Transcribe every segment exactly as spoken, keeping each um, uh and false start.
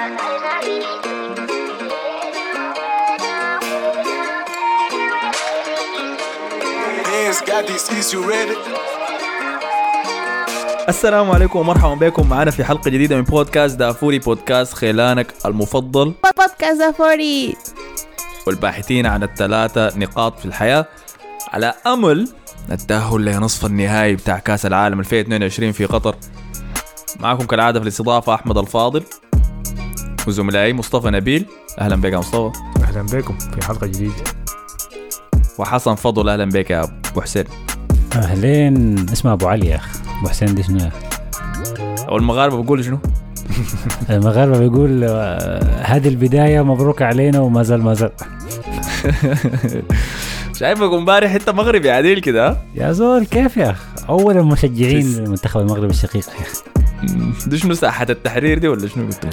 السلام عليكم ومرحبا بكم معنا في حلقة جديدة من بودكاست دافوري، بودكاست خيلانك المفضل، بودكاست دافوري، والباحثين عن الثلاثة نقاط في الحياة على أمل التأهل لنصف النهائي بتاع كأس العالم ألفين واثنين وعشرين في قطر. معكم كالعادة في الاستضافة أحمد الفاضل وزملائي مصطفى نبيل. أهلا بك يا مصطفى. أهلا بكم في حلقة جديدة. وحسن فضل. أهلا بك يا أبو حسين. أهلين. اسمه أبو علي يا أخ. أبو حسين دي شنو يا أخ؟ والمغاربة بيقولوا شنو؟ المغاربة بيقول هذه البداية مبروك علينا وما زال ما زال. شايفك امبارح انت مغربي عديل كده يا زول. كيف يا أخ؟ أول المشجعين المنتخب المغربي الشقيق يا أخ. دي شنو ساحة التحرير دي ولا شنو قلت؟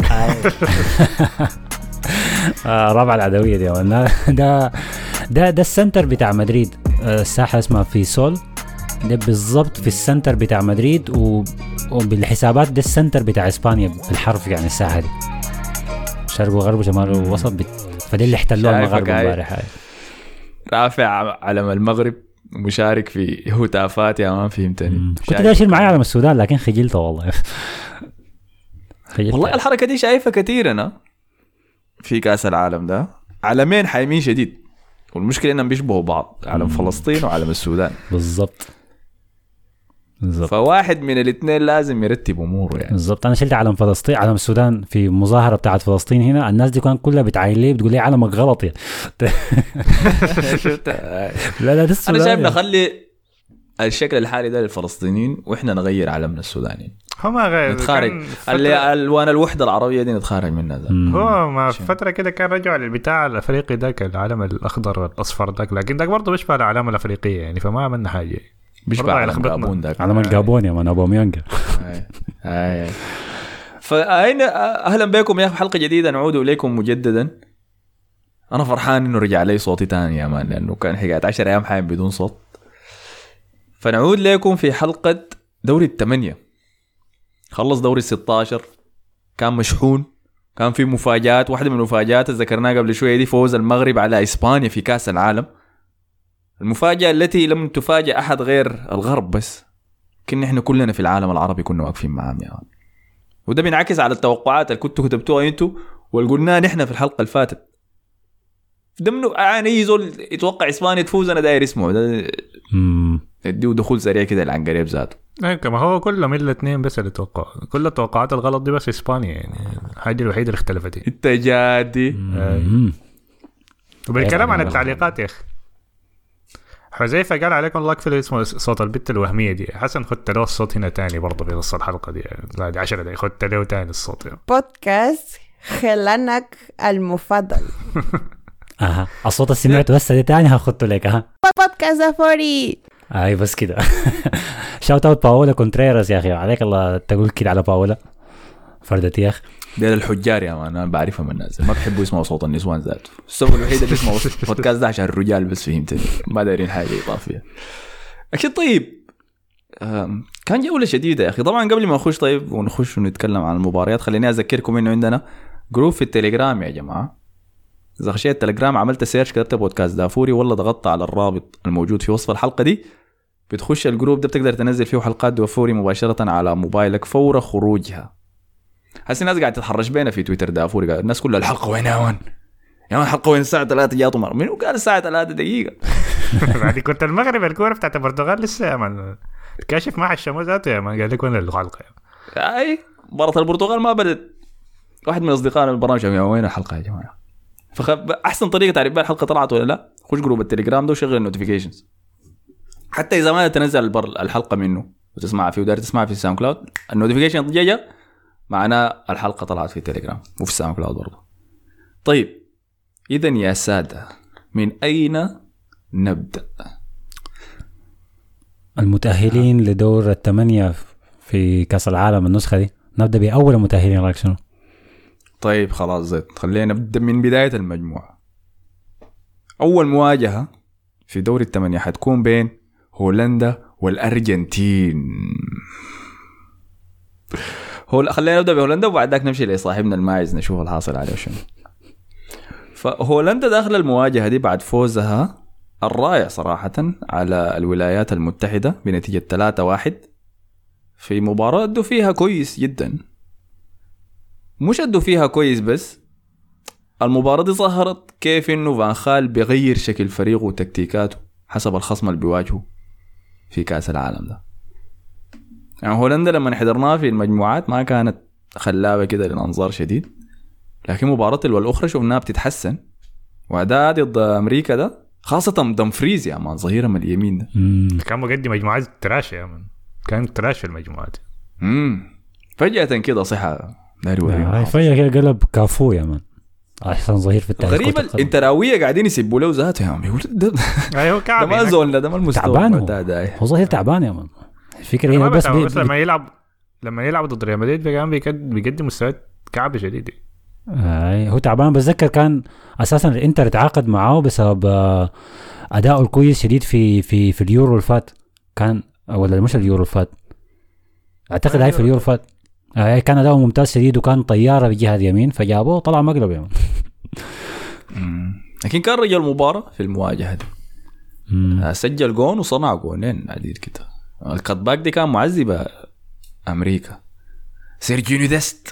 آه رابعة العدوية دي. ده ده ده, ده السنتر بتاع مدريد. الساحة اسمها في سول. ده بالضبط في السنتر بتاع مدريد، وبالحسابات ده السنتر بتاع إسبانيا بالحرف، يعني الساحة دي شرق وغرب وشمال ووسط بت... فده اللي احتلوه المغرب امبارح. رافع علم المغرب ومشارك في هتافات يا ما فهمتني. كنت دا أشيل معي علم السودان لكن خجلته والله. خجلت والله الحركة دي شايفة كثير أنا في كأس العالم ده. علمين حايمين شديد، والمشكلة إنهم بيشبهوا بعض، علم فلسطين وعلم السودان. بالضبط بالضبط. فواحد من الاثنين لازم يرتب أموره يعني. بالضبط. أنا شلت علم فلسطين، علم السودان في مظاهرة بتاعت فلسطين هنا. الناس دي كان كلها بتعاين لي بتقول لي علمك غلط يعني. لا لا ده السودان. أنا شايف نخلي الشكل الحالي ده للفلسطينيين وإحنا نغير علمنا السوداني. هما غير نتخارج اللي الوان الوحده العربيه دي نتخارج منها ذا. هو ما فتره كده كان رجعوا للبتاع الافريقي ذاك، العلم الاخضر والاصفر ذاك، لكن ذاك برضه بيشبه العلامه الافريقيه يعني، فما عملنا حاجه. بيشبه علم الجابون ذاك. علم الجابون يا مان ابو ميانجا. اي فاين. اهلا بكم يا حلقه جديده نعود اليكم مجددا. انا فرحان انه رجع لي صوتي تاني يا مان، لانه كان حكايه عشر ايام حايم بدون صوت. فنعود لكم في حلقه دوري الثمانيه. خلص دوري الستاشر، كان مشحون، كان في مفاجآت. واحدة من المفاجآت ذكرناها قبل شوية دي فوز المغرب على إسبانيا في كأس العالم. المفاجأة التي لم تفاجأ أحد غير الغرب بس، كنا إحنا كلنا في العالم العربي كنا واقفين معهم يعني. وده بينعكس على التوقعات اللي كنتوا كتبتوها أنتوا واللي قلناها نحن في الحلقة اللي فاتت. ده منه يعني يزول يتوقع إسبانيا تفوز، أنا داير اسمه ده دي ودخول سريع كده العنقريب ذاته. كما هو كله من الاثنين بس اللي توقع، كل التوقعات الغلط دي بس إسبانيا يعني. الحاجة الوحيدة اللي اختلفت انت جادي. وبالكلام عن التعليقات يا أخي، حذيفة قال عليكم الله كفل اسمه صوت البت الوهمية دي. حسن خدت له الصوت هنا تاني برضه في نص الحلقة دي، لا دي عشرة دقايق خدت له تاني الصوت يعني. بودكاست خيلانك المفضل. اها الصوت اللي سمعته بس دي تاني هاخدته لك. اها بودكاست دافوري. اي بس كده. شاوت اوت باولا كونتريراس يا اخي، عليك الله تقول كده على باولا فردتي يا اخي. ده الحجار يا مان، انا بعرفها من الناس ما بحبوا يسمعوا صوت النسوان ذاته. السبب الوحيد اللي بيسمعوا بودكاست ده عشان الرجال بس، فهمتني؟ ما دايرين حاجه اضافيه اكيد. طيب كان جوله شديده يا اخي. طبعا قبل ما نخش طيب ونخش ونتكلم عن المباريات، خليني اذكركم انه عندنا جروب في التليجرام يا جماعه. إذا خشيت التليجرام عملت سيرش كتبت بودكاست دافوري ولا ضغطت على الرابط الموجود في وصف الحلقة دي، بتخش الجروب ده بتقدر تنزل فيه حلقات دافوري مباشرة على موبايلك فور خروجها. هسه الناس قاعد تتحرش بينا في تويتر دافوري، الناس كلها الحلقة وين يا مان يا مان الحلقة وين؟ الساعة ثلاثة جاتوا مرة. منو قال الساعة ثلاثة دقيقة؟ بعد كنت المغرب الكورة بتاعت البرتغال لسه يا مان تكاشف مع الشمو ذاته يا مان، قال لك وين الحلقة يا اي مباراة البرتغال ما بدت. واحد من أصدقائنا البرامج يا وين الحلقة يا جماعة؟ فأحسن طريقة تعرف بها الحلقة طلعت ولا لا، خش جروب التليجرام ده وشغل النوتيفيكيشنز. حتى إذا ما تنزل الحلقة منه وتسمعها فيه وداير تسمعها في الساوند كلاود، النوتيفيكيشن جاية معناه الحلقة طلعت في التليجرام وفي الساوند كلاود برضه. طيب إذن يا سادة، من أين نبدأ؟ المتأهلين لدور الثمانية في كأس العالم النسخة دي. نبدأ بأول المتأهلين رايك شنو؟ طيب خلاص زيت، خلينا نبدأ من بداية المجموعة. أول مواجهة في دور الثمانية حتكون بين هولندا والأرجنتين. هو خلينا نبدا بهولندا وبعد ذاك نمشي لصاحبنا الماعز نشوف الحاصل عليه شنو. فهولندا داخل المواجهه دي بعد فوزها الرائع صراحه على الولايات المتحده بنتيجه ثلاثة واحد في مباراه ادوا فيها كويس جدا. مش ادوا فيها كويس بس، المباراه دي ظهرت كيف انه فان خال بيغير شكل فريقه وتكتيكاته حسب الخصم اللي بيواجهه في كاس العالم ده. يعني هولندا لما حضرناها في المجموعات ما كانت خلابه كده للانظار شديد، لكن مباراه الأخرى شفناها بتتحسن، وأداء ضد أمريكا ده خاصة دمفريز يا مان ظهيرة من اليمين ده كان مقدم مجموعات تراش يا مان، كان تراش في المجموعات. امم فجأة كده صحة داري وريهم فجأة كده قلب كافو يا مان، أحسن ظهير في التاريخ. غريبة الانتراوية قاعدين يسبوا له ذاته يا مان. ده هو كعب ده ما زولنا، ده ما المستوى تعبان هو, هو ظهير تعبان يا مان. الفكرة هنا بس, بي بس لما يلعب لما يلعب ضد ريال مدريد كان بيقدم مستويات كعب شديد. آه هو تعبان. بتذكر كان اساسا الانتر اتعاقد معاه بسبب آه اداؤه الكويس شديد في في في اليورو الفات كان، ولا مش اليورو الفات اعتقد هاي في اليورو الفات آه كان اداؤه ممتاز شديد وكان طياره بجهه اليمين فجابوه طلع مقلب يعني. لكن كان رجل مباراه في المواجهه دي. آه سجل جون وصنع جونين عديد كده. الكاتباك دي كان معذبه امريكا. سيرجيو ديست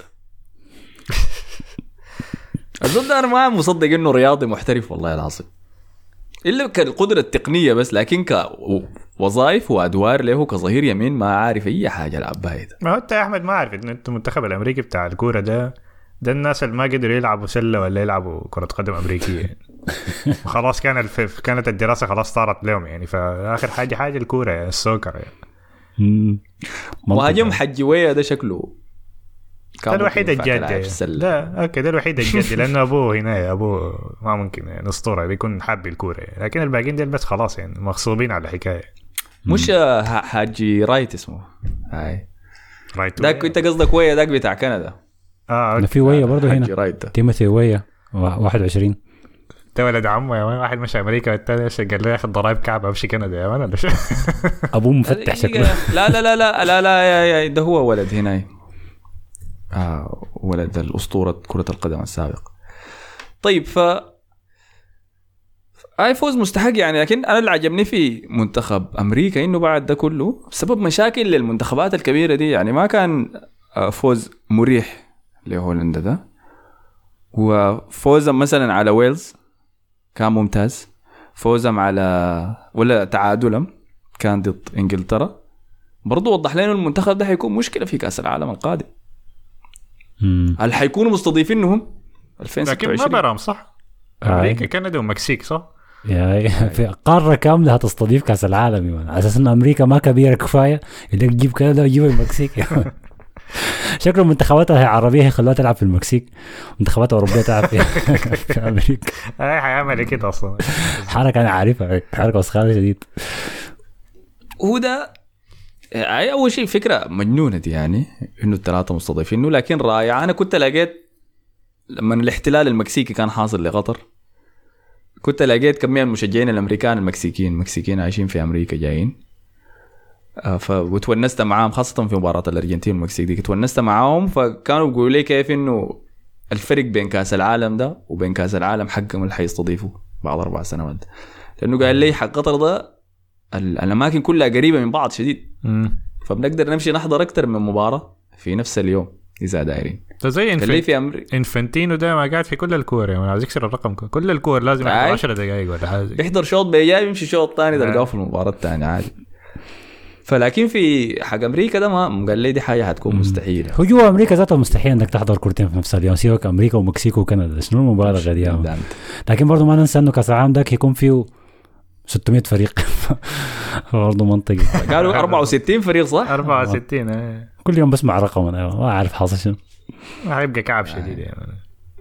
أظن أنا ما مصدق إنه رياضي محترف والله العظيم، إلا كالقدرة التقنية بس، لكن كوظائف وأدوار له كظهير يمين ما عارف أي حاجة لعبها ده. ما هو أنت يا أحمد ما عارف إن أنت المنتخب الأمريكي بتاع الكورة ده ده الناس اللي ما قدروا يلعبوا سلة ولا يلعبوا كرة قدم أمريكية خلاص كان الف... كانت الدراسة خلاص صارت لهم يعني، فآخر حاجة حاجة الكورة يعني السوكر يعني. مهاجم حجوية ده شكله ده الوحيد الجدي. لا اوكي ده الوحيد الجدي لانه ابوه هنا ابوه ما ممكن يعني اسطوره بيكون حاب الكوره يعني. لكن الباقيين دول بس خلاص يعني مغصوبين على الحكايه. مش حاجي رايت اسمه هاي رايت داك انت قصدك ويا داك بتاع كندا. اه في ويا برضه هنا تيموثي ويا واحد وعشرين ده ولد عمه يا مان. واحد مش امريكا والثاني قال له ياخذ ضرائب كعب امشي كندا يا مان ولا شو ابوه مفتح شكله. لا لا لا لا لا لا ده هو ولد هنا آه ولد الأسطورة كرة القدم السابق. طيب ف اي فوز مستحق يعني، لكن انا اللي عجبني في منتخب امريكا انه بعد ده كله بسبب مشاكل للمنتخبات الكبيرة دي يعني ما كان فوز مريح لهولندا ده. وفوزهم مثلا على ويلز كان ممتاز، فوزهم على ولا تعادلهم كان ضد انجلترا برضو وضح لنا المنتخب ده هيكون مشكلة في كأس العالم القادم. هل حيكونوا مستضيفينهم ألفين وستة وعشرين؟ لكن ما برام صح امريكا كندا ومكسيك صح يا في قاره كامله هتستضيف كاس العالم يعني. على اساس ان امريكا ما كبيره كفايه اللي تجيب كندا وتجيب المكسيك يعني. شكل المنتخبات العربيه خلوها تلعب في المكسيك، منتخبات اوروبيه تلعب في, في امريكا. اي هيعمل كده اصلا حركه انا عارفها حركه وسخانه شديد. هو ده اي اول شيء فكره مجنونه دي يعني انه الثلاثه مستضيفينه، لكن رائعه. انا كنت لقيت لما الاحتلال المكسيكي كان حاصل لقطر كنت لقيت كميه من المشجعين الامريكان المكسيكيين المكسيكيين عايشين في امريكا جايين فوتونست معاهم خاصه في مباراه الارجنتين والمكسيك دي تونست معاهم، فكانوا بيقولوا لي كيف انه الفرق بين كاس العالم ده وبين كاس العالم حقهم اللي حيستضيفوا بعد اربع سنوات، لانه قال لي حق قطر ده الاماكن كلها قريبه من بعض شديد فبنقدر نمشي نحضر اكثر من مباراه في نفس اليوم اذا دايرين. ده زي انفن... في أمر... انفنتينو ده ما قاعد في كل الكور يعني عايز يكسر الرقم كل الكور لازم يحضر عشر دقائق ولا حاجه، بيحضر شوط بيجي يمشي شوط ثاني تلقاه في المباراه الثانيه عادي. فلكن في حق امريكا ده ما قال لي دي حاجه حتكون مستحيله. هو جوا امريكا ذاتها مستحيل انك تحضر كورتين في نفس اليوم، سيبك امريكا ومكسيكو وكندا شنو المبالغه دي يعني. لكن برضه ما ننسى انه كاس العالم ده يكون فيه ستمية فريق برضه منطقي. قالوا أربعة وستين فريق صح؟ أربعة وستين ايه كل يوم بسمع رقم انا ما اعرف حاصل شنو. هيبقى كعب شديد يعني.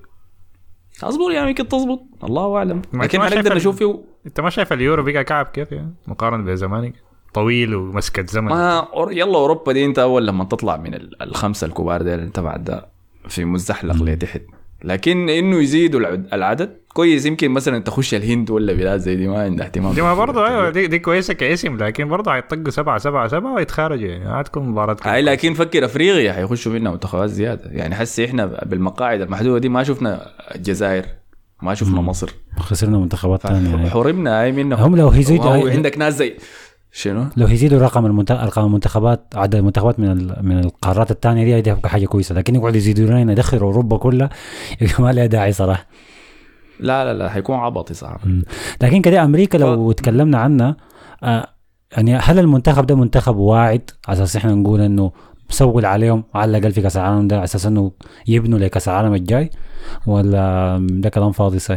اصبر يعني يمكن تزبط الله اعلم، لكن هنقدر نشوف فيه. انت ما شايف اليورو بقى كعب كيف يعني مقارنه بزمانك طويل ومسكت زمن. ما يلا اوروبا دي انت اول لما تطلع من الخمسه الكبار دي انت بعد في مزحلق لتحت لكن انه يزيدوا العد- العدد كويس. يمكن مثلا تخش الهند ولا بلاد زي دي ما عندها اهتمام دي ما برضه ايوه دي, دي كويسه كاسم، لكن برضه هيطقوا سبعة سبعة سبعة ويتخارجوا يعني هتكون مباراه. اي لكن فكر افريقيا حيخشوا منها منتخبات زياده يعني. حسي احنا بالمقاعد المحدوده دي ما شفنا الجزائر ما شفنا مصر، خسرنا منتخبات ثانيه يعني. حرمنا اي منهم. هم لو هيزيدوا عندك ناس زي شنو لو هيزيدوا رقم المنتخب ارقام المنتخبات عدد المنتخبات من ال... من القارات الثانيه دي دي هتبقى حاجه كويسه، لكن يقعدوا يزيدوا لنا يدخلوا اوروبا كلها ما لها داعي صراحه. لا لا لا حيكون عبطي صعب. لكن كده امريكا لو ف... تكلمنا عنها آه يعني هل المنتخب ده منتخب واعد على اساس احنا نقول انه مسوي عليهم على الاقل في كاس العالم ده على اساس انه يبنوا لكاس العالم الجاي، ولا ده كلام فاضي ساي؟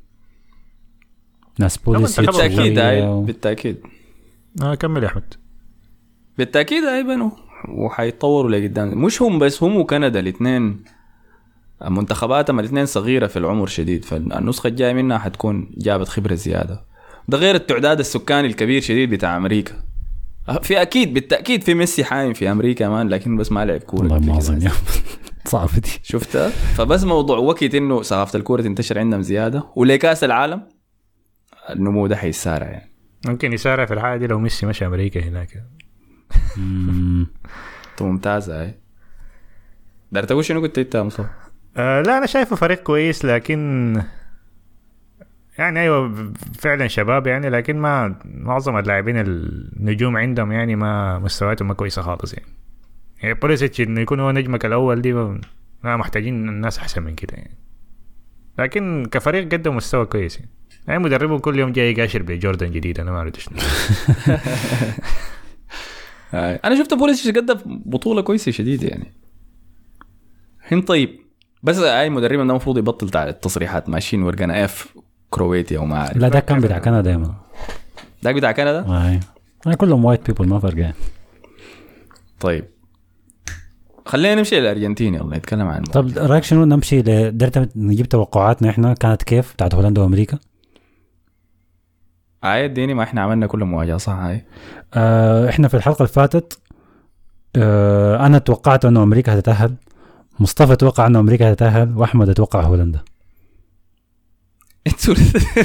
ناس بوليسي بالتاكيد و... بالتاكيد اه كمل يا احمد. بالتاكيد هيبنوا وحيتطوروا لقدام. مش هم بس، هم وكندا الاثنين منتخباتهم الاثنين صغيره في العمر شديد، فالنسخه الجايه منها حتكون جابت خبره زياده. ده غير التعداد السكاني الكبير شديد بتاع امريكا. في اكيد بالتاكيد في ميسي حايم في امريكا مان، لكن بس ما لعب كوره. والله ما اظن صعب دي شفتها. فبس موضوع وقت انه ثقافه الكوره تنتشر عندهم زياده، ولكاس العالم النمو ده حيسارع يعني. ممكن يسارع في الحاجه دي لو ميسي مشى امريكا هناك. ممتازه هاي. دار تقول شنو قلت انت يا مصطفى؟ آه لا انا شايفه فريق كويس، لكن يعني ايوه فعلا شباب يعني، لكن ما معظم اللاعبين النجوم عندهم يعني ما مستوياتهم ما كويسه خالص يعني. يعني بوليسيتش انه يكون هو نجمك الاول دي ما محتاجين الناس احسن من كده يعني. لكن كفريق قدم مستوى كويس يعني. يعني مدربهم كل يوم جاي قاشر بجوردن جديد، انا ما اعرف شنو. انا شفت بوليسيتش قدم بطوله كويسه شديد يعني. هن طيب بس اي مدرب ده المفروض يبطل تاع التصريحات ماشيين ورقنا اف كرواتيا وما عارف. لا ده كان بتاع كندا دايما. ده بتاع كندا؟ اي انا كلهم وايت بيبل ما فرق يعني. طيب خلينا نمشي للارجنتين يلا نتكلم عنه. طب رايك شنو نمشي لدرت نجيب توقعاتنا احنا كانت كيف بتاعت هولندا وامريكا؟ عايد ديني ما احنا عملنا كل مواجهه صح هاي. آه احنا في الحلقه اللي فاتت آه انا توقعت انه امريكا هتتاهل، مصطفى توقع انه امريكا هتتاهل، واحمد اتوقع هولندا. انتوا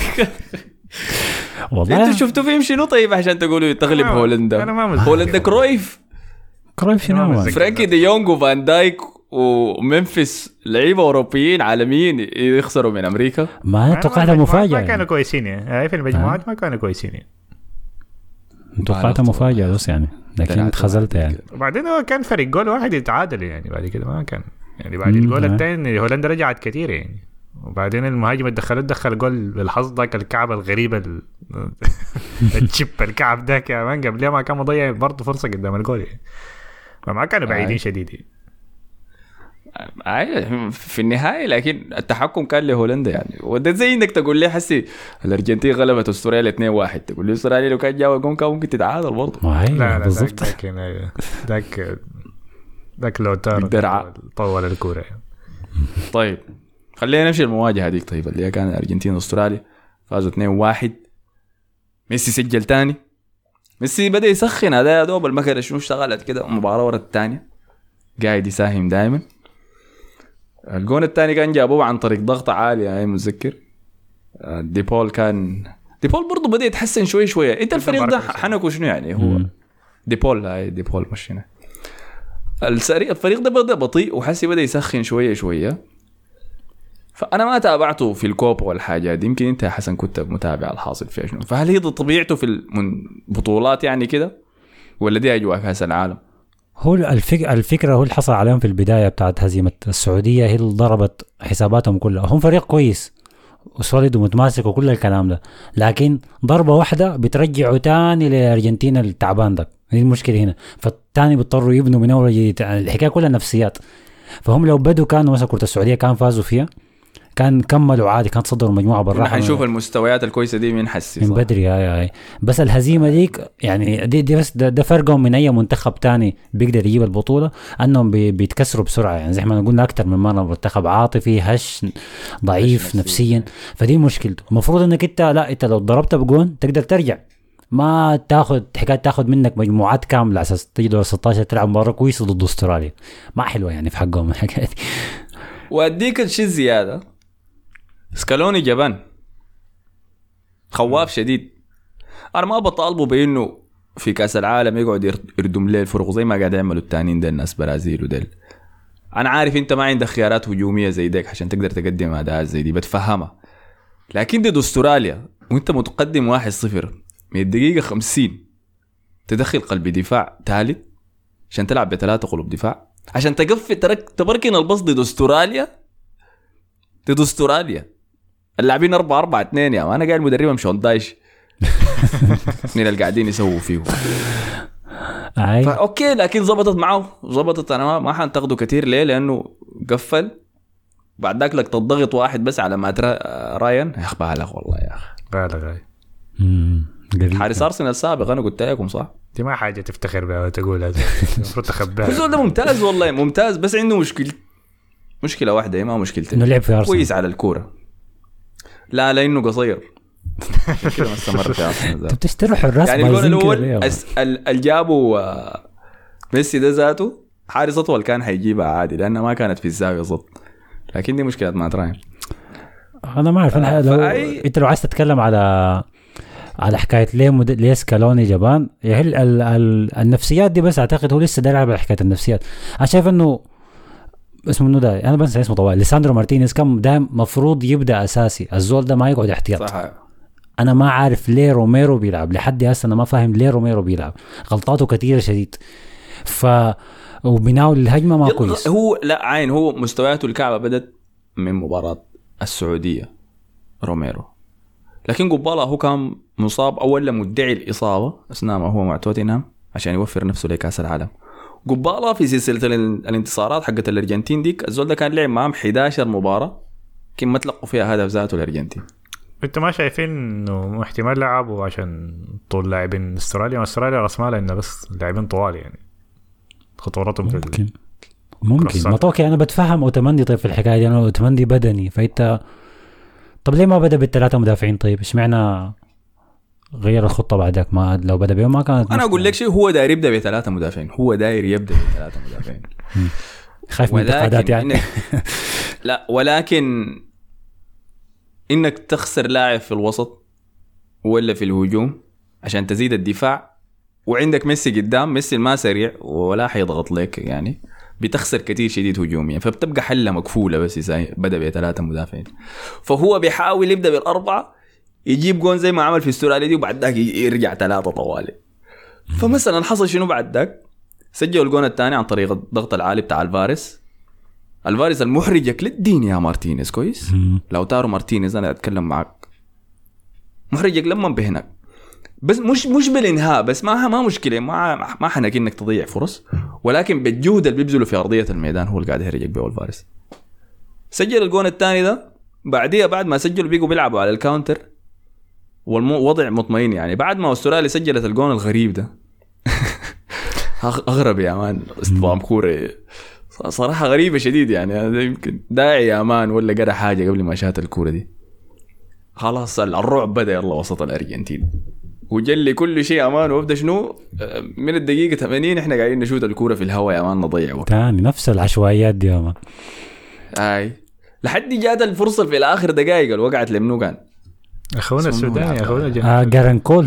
والله انتوا شفتوا فيهم شنو طيب عشان تقولوا تغلب هولندا؟ هولندا كرويف كرويف شنو؟ فرانكي دي يونغ وفان دايك وممفيس لعيبه اوروبيين عالميين يخسروا من امريكا. ما توقعتها مفاجاه. ما كانوا كويسين يعني في المجموعات، ما كانوا كويسين يعني. توقعتها مفاجاه بس يعني، لكن خزلت يعني. وبعدين هو كان فريق جول واحد يتعادل يعني، بعد كده ما كان يعني. بعد الجول الثاني هولندا رجعت كثير يعني، وبعدين المهاجم دخلت دخل جول بالحظ ذاك الكعبه الغريبه التشيب الكعب ذاك يا مان، قبل ما كان مضيع برضه فرصه قدام الجول يعني. فما كانوا بعيدين شديد في النهايه، لكن التحكم كان لهولندا يعني. وده زي انك تقول لي حسي الارجنتين غلبت استراليا اثنين واحد، تقول لي استراليا لو كان جاوا جون كان ممكن تتعادل برضه. لا بالضبط. ذاك ذاك ذاك لو تار طول الكوره. طيب خلينا نمشي المواجهه هذيك. طيب اللي كان الارجنتين واستراليا فازوا اثنين واحد. ميسي سجل تاني. ميسي بدا يسخن هذا يا دوب المكنه شنو اشتغلت كده مباراه ورا الثانيه، قاعد يساهم دائما. الجون الثاني كان جابوه عن طريق ضغطه عاليه هاي متذكر. ديبول كان ديبول برضه بدا يتحسن شوي شويه. انت الفريق ده حنكو شنو يعني هو ديبول هاي ديبول مشينا الفريق ده بدا بطيء وحسي بدا يسخن شويه شويه. فانا ما تابعته في الكوبا والحاجات دي، يمكن انت يا حسن كنت متابع الحاصل فيها شنو. فهل هي طبيعته في البطولات يعني كده، ولا دي اجواء كاس العالم؟ هو الفكرة, الفكرة هو اللي حصل عليهم في البداية بتاعت هزيمة السعودية، هي اللي ضربت حساباتهم كلها. هم فريق كويس وصولد ومتماسك وكل الكلام ده، لكن ضربة واحدة بترجعوا تاني لأرجنتين التعبان ده. هي المشكلة هنا. فالتاني بيضطروا يبنوا من أول جديد. الحكاية كلها نفسيات. فهم لو بدوا كانوا مثلا كرة السعودية كان فازوا فيها، كان كملوا عادي، كان تصدروا المجموعة بالراحة. حنشوف المستويات الكويسة دي من حسي من بدري. هاي هاي بس الهزيمة ديك يعني دي, دي بس ده, ده فرقهم من أي منتخب تاني بيقدر يجيب البطولة، أنهم بي بيتكسروا بسرعة يعني. زي ما قلنا أكتر من مرة منتخب عاطفي هش ضعيف هش نفسيا. فدي مشكلته. المفروض أنك أنت لا أنت لو ضربت بجون تقدر ترجع، ما تاخد حكاية تاخد منك مجموعات كاملة أساس تجي دور ستاشر تلعب مباراة كويسة ضد أستراليا. ما حلوة يعني في حقهم الحكاية دي. واديك الشيء زياده، سكالوني جبان خواف شديد. انا ما بطالبه بانه في كاس العالم يقعد يردم ليه الفرق زي ما قاعد يعملوا التانيين ديل ناس برازيل وديل. انا عارف انت ما عندك خيارات هجوميه زي ديك عشان تقدر تقدم اداء زي دي، بتفهمها. لكن ضد استراليا وانت متقدم واحد صفر من الدقيقه خمسين تدخل قلب دفاع ثالث عشان تلعب بثلاثه قلوب دفاع عشان تقفل ترك تبركن البسط ضد استراليا. ضد استراليا اللاعبين أربعة أربعة اثنين يا ما انا قاعد مدربهم شون دايش من اللي قاعدين يسووا فيه. اوكي لكن زبطت معه زبطت. انا ما حنتقده كثير ليه؟ لانه قفل بعد ذاك لك تضغط واحد بس على ما راين. يا اخ بالغ والله يا اخ بالغ. حارس ارسنال السابق انا قلت لكم صح، دي ما حاجه تفتخر بها وتقولها المفروض تخبيها. الزول ده ممتاز والله ممتاز، بس عنده مشكله مشكله واحده ما مشكلتين، انه لعب في ارسنال كويس على الكوره. لا لانه قصير كده ما استمر في ارسنال. انت بتشتري حراس يعني الجول الاول الجابوا ميسي ده ذاته حارس اطول كان حيجيبها عادي لانها ما كانت في الزاويه ضبط، لكن دي مشكله ما تراين. انا ما اعرف انا لو فأي... انت لو عايز تتكلم على على حكايه ليه مد... ليه سكالوني جبان يعني ال... ال... ال... النفسيات دي، بس اعتقد هو لسه داير على حكايه النفسيات. انا شايف انه اسمه انه ده انا بنسى اسمه طوال ليساندرو مارتينيز كان ده مفروض يبدا اساسي، الزول ده ما يقعد احتياط. صح. انا ما عارف ليه روميرو بيلعب لحد هسه، انا ما فاهم ليه روميرو بيلعب، غلطاته كثيره شديد. ف وبناول الهجمه ما كويس. هو لا عين هو مستوياته الكعبه بدت من مباراه السعوديه روميرو، لكن قبالة هو كان مصاب أو ولا مدعي الإصابة أثناء ما هو مع توتنهام عشان يوفر نفسه لكأس العالم. قبالة في سلسلة الانتصارات حقت الأرجنتين ديك الزول ده كان لعب معهم إحدى عشرة مباراة كم ما تلقوا فيها هدف ذاته الأرجنتين. انت ما شايفين انه احتمال لعبوا عشان طول لاعبين استراليا واستراليا راس مالها انه بس لاعبين طوال يعني خطورتهم في ممكن ممكن ما توكي انا بتفهم اوتمندي. طيب في الحكايه دي انا اوتمندي بدني، فانت طب ليه ما بدا بالثلاثه مدافعين؟ طيب ايش معنى غير الخطه بعدك؟ ما لو بدا بيهم ما كانت. انا اقول لك شيء، هو داير يبدا بثلاثه مدافعين، هو داير يبدا بثلاثه مدافعين. خايف من الانتقادات يعني. لا ولكن انك تخسر لاعب في الوسط ولا في الهجوم عشان تزيد الدفاع، وعندك ميسي قدام، ميسي ما سريع ولا حيضغط لك يعني، بتخسر كتير شديد هجوميا، فبتبقى حلة مكفولة. بس بدأ بثلاثة مدافعين، فهو بيحاول يبدأ بالأربعة يجيب جون زي ما عمل في استراليا دي، وبعد ذاك يرجع ثلاثة طوالي. فمثلا حصل شنو بعد ذاك؟ سجلوا الجون الثاني عن طريق الضغط العالي بتاع الفارس. الفارس المحرجك للدين يا مارتينيز كويس. لو تارو مارتينيز أنا أتكلم معك، محرجك لما بهناك بس مش مش بالانهاء بس، ما ما مشكله، ما ما حنك انك تضيع فرص، ولكن بالجهد اللي بيبذله في ارضيه الميدان هو اللي قاعد يهرجك بيه الفارس. سجل الجون الثاني ده، بعديها بعد ما سجلوا بيقوا بيلعبوا على الكاونتر والوضع مطمئن يعني. بعد ما استراليا سجلت الجون الغريب ده اغرب يا مان استلام كوره صراحه غريبه شديد يعني. هذا يمكن داعي يا مان ولا قرا حاجه قبل ما شاهد الكوره دي. خلاص الرعب بدا يلا وسط الارجنتين وجلي كل شيء امان، وابدا شنو من الدقيقه ثمانين احنا قاعدين نشوت الكوره في الهواء يا مان، نضيع وقت ثاني نفس العشوائيات دي يا مان. اي لحد جات الفرصه في الاخر دقائق وقعت لمنو كان اخونا السوداني اخونا جا آه جارنكول،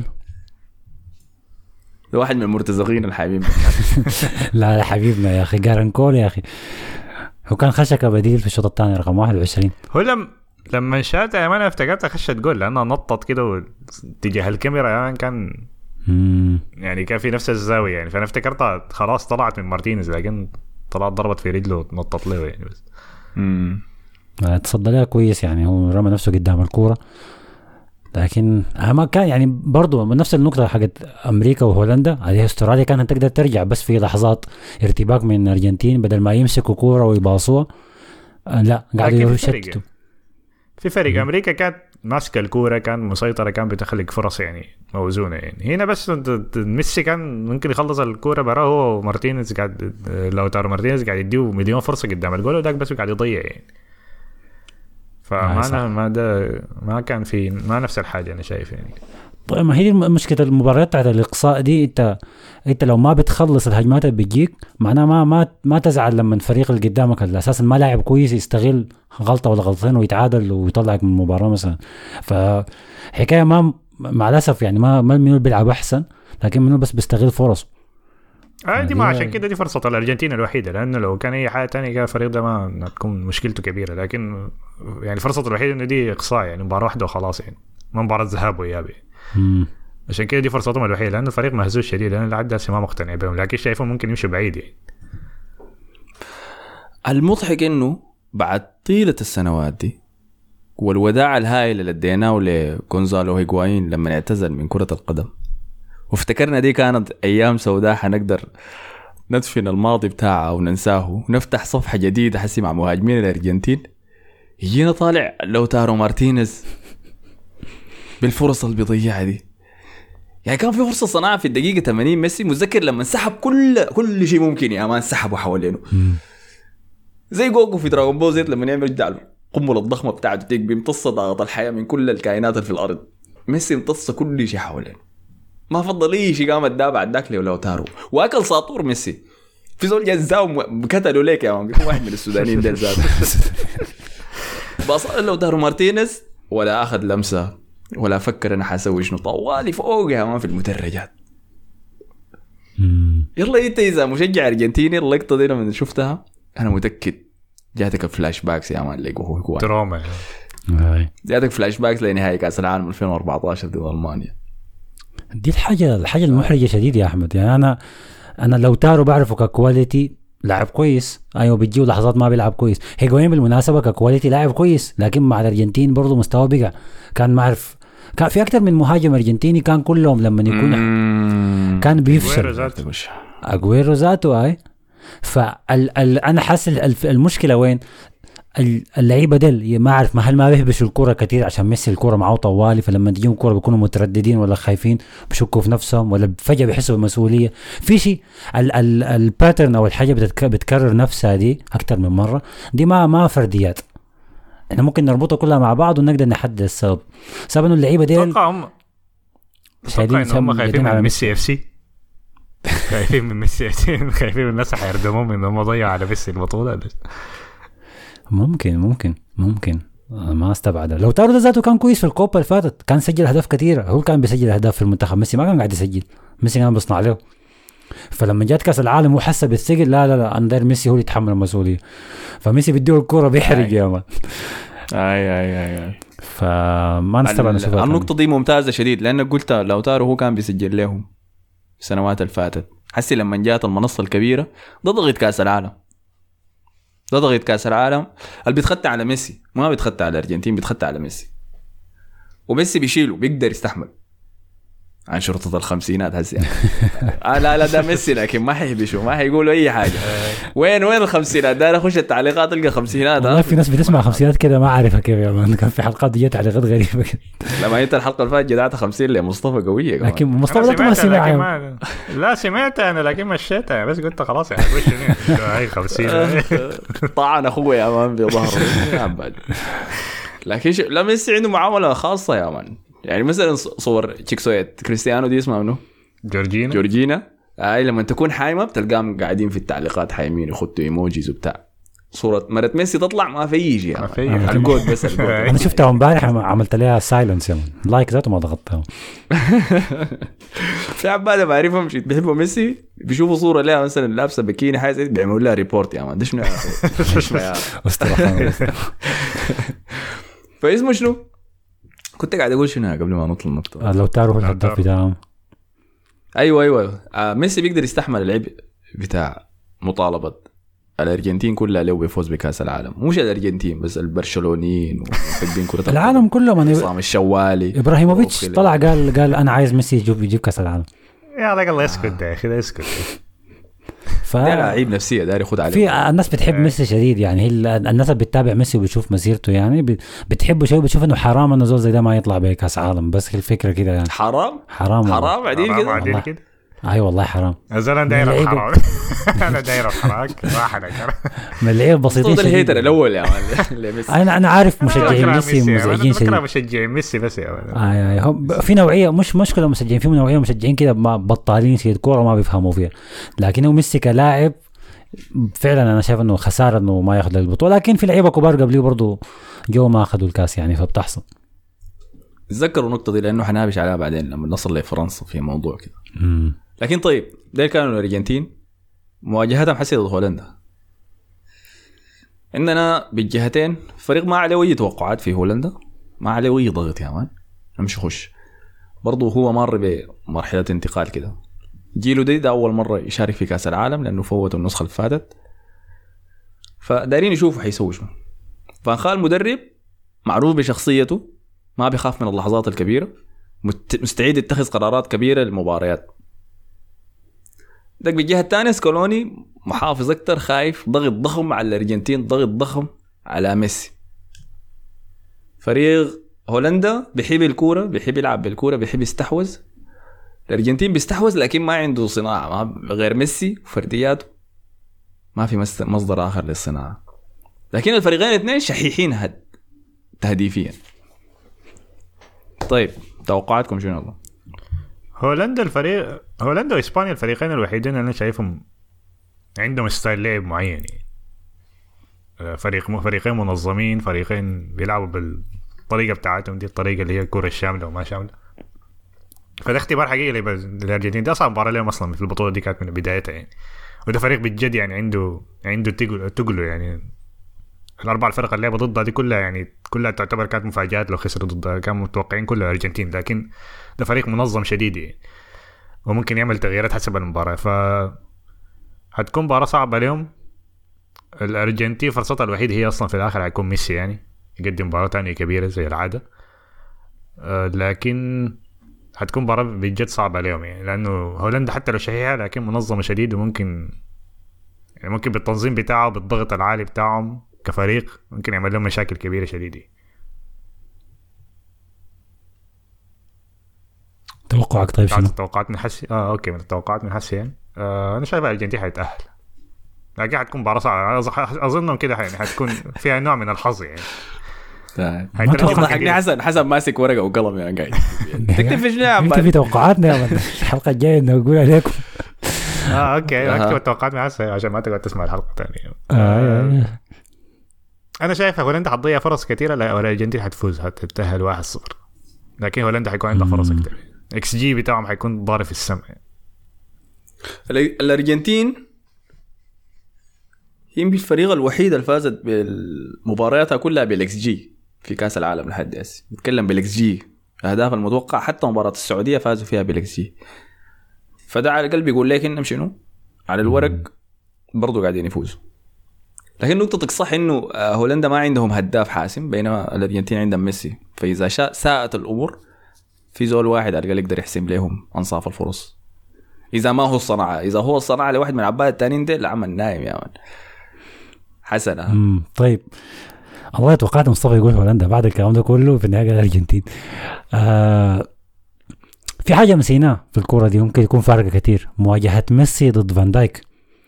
ده واحد من المرتزقين الحبيب. لا حبيبنا يا اخي جارنكول يا اخي، هو كان خشكه بديل في الشوط الثاني رقم واحد وعشرين. هو لم لما شاتها يا مان افتكرتها خشت جول لانها نطت كده تجاه الكاميرا يا مان، كان مم. يعني كان في نفس الزاويه يعني، فانا افتكرتها خلاص طلعت من مارتينيز، لكن طلعت ضربت في رجله ونطت له يعني. بس امم تصدى لها كويس يعني، هو رمى نفسه قدام الكوره، لكن ما كان يعني برضو من نفس النقطه حقت امريكا وهولندا عليها استراليا كانت تقدر ترجع بس في لحظات ارتباك من الارجنتين بدل ما يمسكوا كوره ويباصوها. لا قاعدوا يشتتوا. في فريق امريكا كانت ماسكه الكوره، كان مسيطره، كان بتخلق فرص يعني موزونه يعني. هنا بس ميسي كان ممكن يخلص الكوره براه، هو ومارتينيز قاعد لو تارو مارتينيز قاعد يديه مليون فرصه قدام الجول، وذاك بس قاعد يضيع يعني. فما أنا ما ده ما كان في ما نفس الحاجه انا شايف يعني. طيب ما هي مشكله المباريات بتاعت الاقصاء دي، انت انت لو ما بتخلص الهجمات اللي بتجيك معناها ما ما ما تزعل لما الفريق اللي قدامك اللي اساسا ما لاعب كويس يستغل غلطه ولا غلطتين ويتعادل ويطلعك من المباراه مثلا. فحكايه ما مع الاسف يعني ما ما منو بيلعب احسن، لكن منو بس بيستغل فرص. آه دي ما عشان كده دي فرصة الأرجنتين الوحيدة، لأنه لو كان أي حاجة تانية كان الفريق ده ما تكون مشكلته كبيرة، لكن يعني فرصة الوحيدة إنه دي إقصاء يعني مباراة واحدة وخلاص يعني ما مباراة ذهاب وإياب. عشان كده دي فرصتهم الوحيدة، لأنه الفريق مهزوز شديد، لأن العد هسه ما مقتنع بهم، لكن شايفهم ممكن يمشوا بعيد يعني. المضحك إنه بعد طيلة السنوات دي والوداع الهائل اللي اديناه لكونزالو هيغوايين لما اعتزل من كرة القدم، وافتكرنا دي كانت أيام سوداء حنقدر ندفن الماضي بتاعه وننساه ونفتح صفحة جديدة حسي مع مهاجمين الأرجنتين، يجينا طالع لوتارو مارتينيز بالفرص اللي بيضيعها دي. يعني كان في فرصة صناعة في الدقيقة ثمانين، ميسي متذكر لما انسحب كل كل شيء ممكن يا مان سحبوا حوالينه زي جوجو في دراغون بول زيت لما يعمل يرجع له القنبلة الضخمة بتاعته تيك بيمتص ضغط الحياة من كل الكائنات اللي في الأرض. ميسي امتص كل شيء حوالينه، ما فضل اي شيء قام الدابع الداك لي ولا تارو، واكل ساطور ميسي. في زول جزاو قتلوا ليك يا مان، واحد من السودانيين ده ذاته بس لو تارو مارتينيز ولا اخذ لمسه ولا فكر انا حاسوي شنو، طوالي فوق يا مان في المدرجات. يلا انت اذا مشجع ارجنتيني اللقطه دي لما شفتها انا متاكد جاتك الفلاش باكس يا مان، لقوا هو كويس دراما هاي جاتك فلاش باكس لنهائي كاس العالم ألفين وأربعة عشر ضد المانيا. دي الحاجة الحاجة المحرجة شديد يا أحمد. يعني أنا أنا لو تارو بعرفه ككواليتي لاعب كويس، أيوة بيجيه لحظات ما بيلعب كويس. هيغوين بالمناسبة ككواليتي لاعب كويس، لكن مع الأرجنتين برضو مستوى بقى. كان ما أعرف كان في أكتر من مهاجم أرجنتيني كان كلهم لما يكون كان بيفشل. أغويرو ذاته أي. فال ال أنا حاسس المشكلة وين اللعيبه ديل ما اعرف ما هل ما بيهبشوا الكره كتير عشان ميسي الكره معه طوالي، فلما تجيهم الكره بيكونوا مترددين ولا خايفين بشكوا في نفسهم ولا فجاه بيحسوا بالمسؤوليه في شيء. الباترن او الحاجه بتكرر نفسها دي اكتر من مره، دي ما ما فرديات، احنا ممكن نربطها كلها مع بعض ونقدر نحدد السبب. سبب انه اللعيبه ديل اتوقع هم هم خايفين من ميسي اف سي خايفين من ميسي خايفين من الناس حيردموهم انهم ضيعوا على ميسي البطوله. ممكن ممكن ممكن ما استبعد. لو تارو ذاته كان كويس في الكوبا اللي فاتت، كان سجل اهداف كثيره، هو كان بيسجل اهداف في المنتخب، ميسي ما كان قاعد يسجل، ميسي كان بيصنع له. فلما جات كاس العالم وحس بالثقل، لا لا لا اندر ميسي هو اللي يتحمل المسؤوليه، فميسي بيديه الكره بيحرج يا مان. اي اي اي فما نستبعد نشوفها. النقطه دي ممتازه شديد، لانك قلت لو تارو هو كان بيسجل لهم السنوات اللي فاتت، حسي لما جات المنصه الكبيره ده ضغط كاس العالم، ده ضغط كاس العالم اللي بيتخطى على ميسي، ما بيتخطى على الارجنتين، بيتخطى على ميسي، وميسي بيشيله بيقدر يستحمل عن شرطة الخمسينات هسه. آه لا لا ده ميسي، لكن ما حيبشوا ما حيقولوا اي حاجه. وين وين الخمسينات ده؟ انا اخش التعليقات القى خمسينات. والله في ناس بتسمع خمسينات كده ما عارفها كيف يا مان. كان في حلقات دي تعليقات غريبه كده. لما انت الحلقه اللي فاتت جدعت خمسين لمصطفى قويه كمان. لكن مصطفى ما سمع ما... لا سمعت انا لكن مشيتها، بس قلت خلاص يعني وش هاي خمسين طعن اخوي يا مان بظهره. لكن لا ميسي عنده معامله خاصه يا مان. يعني مثلا صور تشيكسويت كريستيانو دي اسمها منو؟ جورجينا جورجينا اي لما تكون حايمه بتلقاهم قاعدين في التعليقات حايمين يخطوا ايموجيز وبتاع. صوره مرت ميسي تطلع ما في يجي ما في الجود بس الجود. انا شفتها امبارح عملت لها سايلنس يا لايك ذاته ما ضغطتها. في عباده بعرفهم بيحبوا ميسي بيشوفوا صوره لها مثلا لابسه بكيني حاجه زي بيعملوا لها ريبورت يا مان. ده شنو يا اخي؟ فاسمه شنو؟ كنت قاعد اقول شنو قبل ما نطلع النقطه. لو تعرفوا الهداف بتاعهم. ايوه ايوه آه ميسي بيقدر يستحمل العبء بتاع مطالبه الارجنتين كلها لو بيفوز بكاس العالم، مش الارجنتين بس، البرشلونيين ومحبين كره العالم كله. من عصام الشوالي ابراهيموفيتش طلع قال قال انا عايز ميسي يجيب يجيب كاس العالم. يا الله الله اسكت يا اخي اسكت. ف... ده لعيب نفسيه داري ياخد عليه. في الناس بتحب ميسي شديد، يعني هي الناس اللي بتتابع ميسي وبتشوف مسيرته يعني بتحبه شوي، بتشوف انه حرام انه زول زي ده ما يطلع بكاس عالم. بس الفكره كده يعني حرام حرام حرام عديل كده عديل كده. اي والله حرام. زلمه داير الحرام. انا داير الحراك واحد اكثر من اللعيبه بسيطين صوت الهيتر الاول يا مان. انا انا عارف مشجعين ميسي مزعجين شديد. انا مشجعين ميسي بس يا مان. آه هم في نوعيه مش مشكله مشجعين، في نوعيه مشجعين كده بطالين في الكوره ما بيفهموا فيها، لكنه ميسي كلاعب فعلا انا شايف انه خساره انه ما ياخذ البطوله، لكن في لعيبه كبار قبليه برضو جو ما اخذوا الكاس يعني، فبتحصل. تذكروا النقطه دي لانه حنابش عليها بعدين لما نصل لفرنسا في موضوع كده. امم لكن طيب ده كانوا الارجنتين مواجهتهم حسي ضد هولندا. عندنا بالجهتين فريق ما عليه اي توقعات في هولندا، ما عليه اي ضغط يا مان، مش خش برضو هو مر بمرحله انتقال كده. جيله دي ده اول مره يشارك في كاس العالم لانه فوت النسخه اللي فاتت، فدارين يشوفوا حيسوي شنو. فان خال المدرب معروف بشخصيته، ما بيخاف من اللحظات الكبيره، مستعد يتخذ قرارات كبيره للمباريات. دك بالجهه الثانيه سكولوني محافظ اكتر، خايف، ضغط ضخم على الارجنتين، ضغط ضخم على ميسي. فريق هولندا بيحب الكوره، بيحب يلعب بالكوره، بيحب يستحوذ. الارجنتين بيستحوذ لكن ما عنده صناعه، ما غير ميسي وفردياته، ما في مصدر اخر للصناعه. لكن الفريقين الاثنين شحيحين هد تهديفيا. طيب توقعاتكم شنو الله؟ هولندا الفريق هولندا واسبانيا الفريقين الوحيدين اللي انا شايفهم عندهم ستايل لعب معين يعني. فريق فريقين منظمين، فريقين بيلعبوا بالطريقه بتاعتهم دي، الطريقه اللي هي الكره الشامله وما شامله. فده اختبار حقيقي للارجنتين، ده اصعب مباراه لهم اصلا في البطوله دي كانت من بدايتها يعني. وده فريق بجد يعني عنده عنده تقل تقله يعني. الاربع الفرق اللي لعبوا ضدها دي كلها يعني كلها تعتبر كانت مفاجآت لو خسروا ضدها، كانوا متوقعين كلها الارجنتين، لكن ده فريق منظم شديد يعني. وممكن يعمل تغييرات حسب المباراه، ف هتكون مباراه صعبه اليوم. الارجنتين فرصتها الوحيده هي اصلا في الاخر هيكون ميسي يعني يقدم مباراه ثانيه كبيره زي العاده، أه لكن هتكون مباراه بجد صعبه اليوم يعني، لانه هولندا حتى لو شهيها لكن منظمه شديد، وممكن يعني ممكن بالتنظيم بتاعه بالضغط العالي بتاعهم كفريق ممكن يعمل لهم مشاكل كبيره شديده. توقعك طيب شنو؟ توقعات من حسي اه اوكي من التوقعات من حسي يعني آه انا شايف الارجنتين حيتاهل، لكن حتكون مباراه صعبه اظنهم كده يعني، حتكون فيها نوع من الحظ يعني. حقني حسن حسب ماسك ورقه وقلم يعني قاعد تكتب في شنو يا عم؟ في توقعاتنا يا الحلقه الجايه نقول عليكم. اه اوكي اكتب التوقعات مع حسن عشان ما تقعد تسمع الحلقه ثانيه. آه انا شايف هولندا حتضيع فرص كثيره، لا الارجنتين حتفوز هتتاهل واحد صفر، لكن هولندا حيكون عندها فرص اكثر. اكس جي بتاعهم حيكون ضارب في السماء. الارجنتين هي الفريق الوحيد اللي فازت بالمبارياتها كلها بالاكس جي في كاس العالم لحد هسه. نتكلم بالاكس جي اهداف المتوقع، حتى مباراه السعوديه فازوا فيها بالاكس جي. فده على القلب يقول لك انهم شنو على الورق برضو قاعدين يفوزوا. لكن نقطتك صح انه هولندا ما عندهم هداف حاسم، بينما الارجنتين عندهم ميسي، فاذا شاء ساءت الامور في زول واحد على الأقل يقدر يحسم لهم أنصاف الفرص. إذا ما هو الصناعة، إذا هو الصناعة لواحد من عباد التانيين ده العمل نايم يا من حسنا. امم طيب الله توقعت مصطفى يقول هولندا بعد الكلام ده كله في النهاية الأرجنتين. آه في حاجة مسيناها في الكورة دي ممكن يكون فارقة كتير، مواجهة ميسي ضد فان دايك.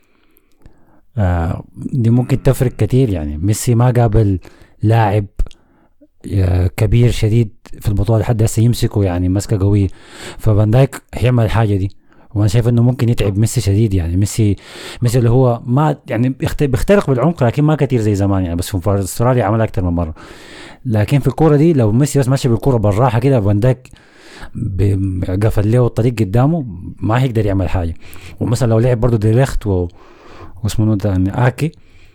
آه دي ممكن تفرق كتير يعني. ميسي ما قابل لاعب كبير شديد في البطولة لحد هسه يمسكه يعني مسكة قوية، ففان دايك هيعمل الحاجة دي، وانا شايف انه ممكن يتعب ميسي شديد يعني. ميسي ميسي اللي هو ما يعني بيخترق بالعمق لكن ما كتير زي زمان يعني، بس في استراليا عملها اكتر من مرة. لكن في الكورة دي لو ميسي بس ماشي بالكورة بالراحة كده فان دايك قفل له الطريق قدامه ما هيقدر يعمل حاجة. ومثلا لو لعب برضو ديليخت و... واسمه ده اكي،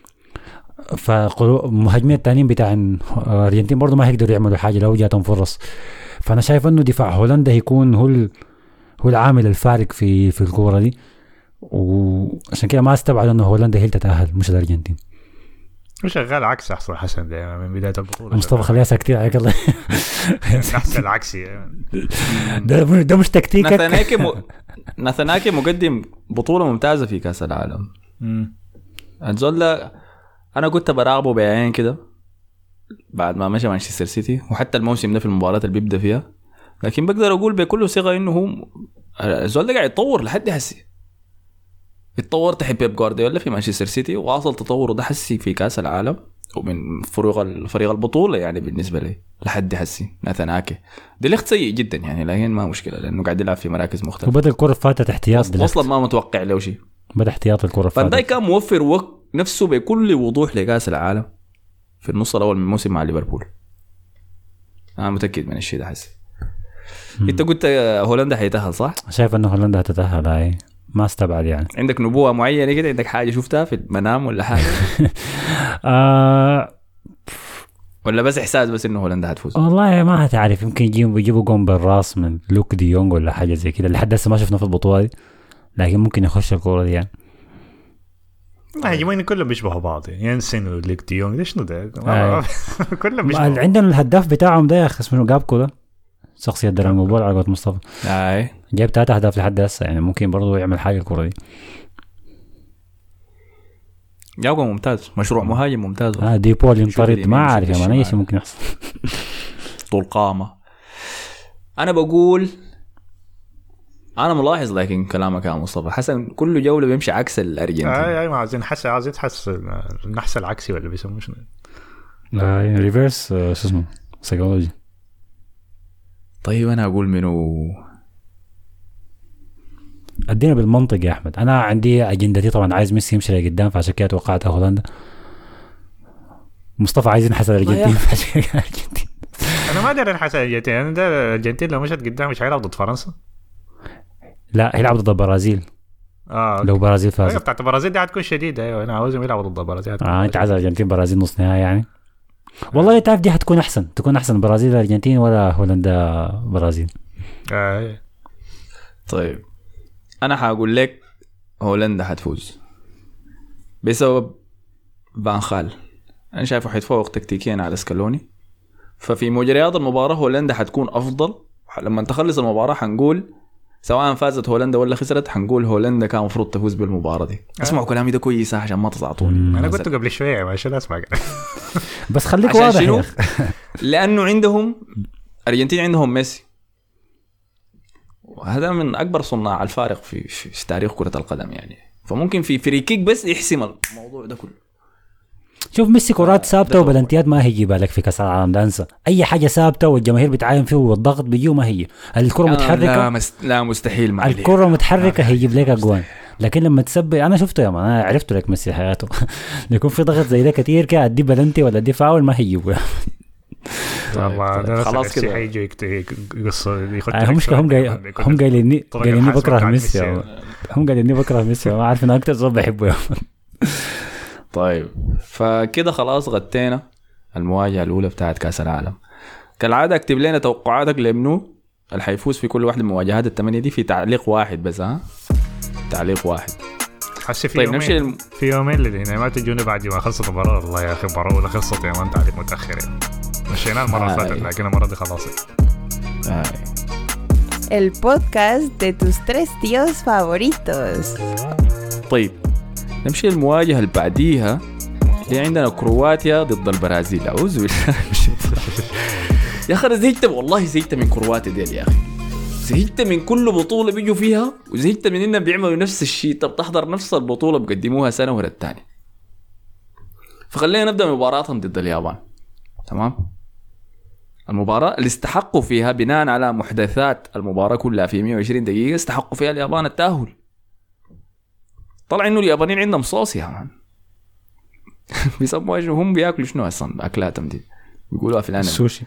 فمهاجمين التانيين بتاع الارجنتين برضو ما هيقدروا يعملوا حاجة لو جاتهم فرص. فانا شايف انه دفاع هولندا هيكون هو ال... هو العامل الفارق في في الكورة دي، وعشان كده ما استبعد انه هولندا هي تتأهل مش الارجنتين. وشغال عكس احسن حسن ده من بداية البطولة. مصطفى خليها ساكتين عليك الله. احسن العكسي ده مش ده مش تكتيكك. ناثاناكي م... ناثاناكي مقدم بطولة ممتازة في كأس العالم. امم انزولا انا كنت براقبه بعين كده بعد ما مشى مانشستر سيتي، وحتى الموسم ده في المباريات اللي بيبدا فيها، لكن بقدر اقول بكل ثقه انه هو الزول ده قاعد يتطور لحد هسي، اتطور تحت بيب جوارديولا في مانشستر سيتي وواصل تطوره ده حسي في كاس العالم ومن فريق الفريق البطوله يعني بالنسبه لي لحد هسي. ناثان اكي دي ليخت سيء جدا يعني، لكن ما مشكله لانه قاعد يلعب في مراكز مختلفه. وبدا الكره فاتت احتياط اصلا ما متوقع له شيء، بدا احتياط الكره فاتت. فان كان موفر وقت نفسه بكل وضوح لكاس العالم في النص الاول من الموسم مع ليفربول. انا متاكد من الشيء ده حسي. انت قلت هولندا حيتاهل صح؟ شايف انه هولندا هتتاهل هاي، ما استبعد يعني. عندك نبوة معينة كده؟ عندك حاجة شفتها في المنام ولا حاجة؟ آه ولا بس إحساس بس إنه هولندا هتفوز؟ والله ما هتعرف، يمكن يجيبوا يجيبوا جون بالراس من لوك دي يونغ ولا حاجة زي كده، لحد هسه ما شفنا في البطولة دي، لكن ممكن يخش الكورة دي يعني. هجمين كلهم بيشبهوا بعض، ينسن وليك دي يونغ، ده شنو ده؟ كلهم بيشبهوا. عندنا الهداف بتاعهم ده يا أخي اسمه جابكو ده، شخصية درانجوبول على قولة مصطفى. اي جايب ثلاثة أهداف لحد هسه يعني، ممكن برضو يعمل حاجة الكرة دي. جابكو ممتاز، مشروع مهاجم ممتاز. آه دي بول ينطرد، ما عارف يا مان أي شيء ممكن يحصل. طول قامة. أنا بقول أنا ملاحظ لكن كلامك يا مصطفى حسن كل جولة بيمشي عكس الأرجنتين. اي اي ما عايزين حس عايزين تحس النحس العكسي ولا بيسموه شنو؟ لا ريفيرس شو اسمه سايكولوجي. طيب أنا أقول منو؟ ادينا بالمنطق يا احمد. انا عندي اجندتي طبعا، عايز ميسي يمشي لقدام فعشان كده توقعت هولندا. مصطفى عايز ينحس الارجنتين فعشان كده الارجنتين. انا ما ادري انحس الارجنتين، انا ده الارجنتين لو مشت قدام مش هيلعب ضد فرنسا. لا هيلعب ضد البرازيل. اه لو برازيل فازت. ايوه بتاعت البرازيل دي هتكون شديده. ايوه انا عاوزهم يلعبوا ضد البرازيل. اه انت عايز الارجنتين برازيل نص نهائي يعني. والله تعرف دي هتكون احسن، تكون احسن برازيل الارجنتين ولا هولندا برازيل. آه. طيب انا هقول لك هولندا هتفوز بسبب فان خال. انا شايفه حيتفوق تكتيكيا على سكالوني، ففي مجريات المباراه هولندا حتكون افضل. لما تخلص المباراه حنقول سواء فازت هولندا ولا خسرت حنقول هولندا كان المفروض تفوز بالمباراه دي. اسمعوا كلامي ده كويس عشان ما تصعطوني. انا قلت قبل شويه عشان اسمع بس خليك واضح يا اخي. لانه عندهم ارجنتين عندهم ميسي، وهذا من اكبر صناع الفارق في في تاريخ كره القدم يعني، فممكن في فري كيك بس يحسم الموضوع ده كله. شوف ميسي كرات ثابته وبلنتيات ما هيجي بالك في كاس العالم ده، انسى اي حاجه ثابته والجماهير بتعاين فيه والضغط بيجي وما هي الكره متحركه. لا, مست... لا مستحيل معي. الكره متحركه هيجيب لك اجوان، لكن لما تسبب انا شفته يا مان، انا عرفت لك ميسي حياته يكون في ضغط زي ده كتير كده ادي بلنتي ولا ادي فاول ما هيجيبه. والله خلاص كده هيجوا يقصوا يخطوا. هم هم جاي هم قايلين قايلين بكره ميسي، هم قايلين بكره ميسي، ما عارف انا اكتر صوب بحبه يا مان. طيب فكده خلاص غطينا المواجهة الأولى بتاعت كأس العالم. كالعادة اكتب لنا توقعاتك لمنو اللي حيفوز في كل واحد من المواجهات الثمانية دي في تعليق واحد بس. ها تعليق واحد. حسي في طيب يومين نمشي الم... في يومين اللي ما تجوني بعد ما خلصت المباراة. والله يا أخي المباراة ولا خلصت يا مان تعليق متأخر يعني. مشينا المرة اللي فاتت لكن المرة دي خلاص. آه. El podcast de tus tres tíos favoritos. طيب نمشي المواجهة اللي بعديها اللي عندنا كرواتيا ضد البرازيل. أعوذ بالله يا أخي زهقت والله، زهقت من كرواتيا دي يا أخي، زهقت من كل بطولة بيجوا فيها، وزهقت من إنهم بيعملوا نفس الشيء. طب تحضر نفس البطولة بقدموها سنة ورا الثانية. فخلينا نبدأ مباراتهم ضد اليابان. تمام. المباراة اللي استحقوا فيها بناء على محدثات المباراة كلها في مية وعشرين دقيقة استحقوا فيها اليابان التأهل. طلع إنه اليابانيين عندهم صوص يا مان. بيسموها شنو؟ هم بياكلوا شنو أصلا أكلاتهم دي؟ بيقولوها في الأنمي السوشي.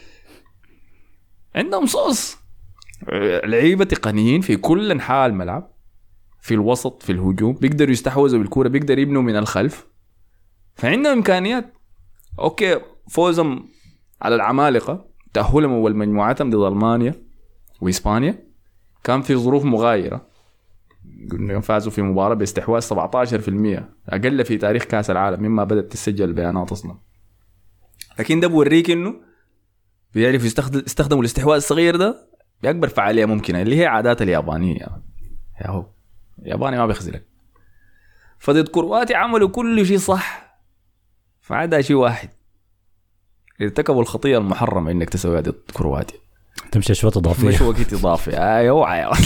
عندهم صوص. لعيبة تقنيين في كل انحاء الملعب، في الوسط في الهجوم، بيقدروا يستحوذوا بالكرة، بيقدروا يبنوا من الخلف، فعندهم إمكانيات. أوكي فوزهم على العمالقة، تأهلهم أول مجموعاتهم ضد ألمانيا وإسبانيا كان في ظروف مغايرة. قلنا فازوا في مباراة باستحواذ سبعة عشر بالمئة، أقل في تاريخ كأس العالم مما بدأت تسجل البيانات أصلا. لكن ده بوريك إنه بيعرف يستخدم استخدموا الاستحواذ الصغير ده بأكبر فعالية ممكنة، اللي هي عادات اليابانية. يا هو الياباني ما بيخزلك. فضد كرواتيا عملوا كل شيء صح، فعدا شيء واحد، ارتكبوا الخطيئة المحرمة إنك تسويها ضد كرواتيا. تمشي شوط اضافيه مش وقت اضافي. اي اوعى يا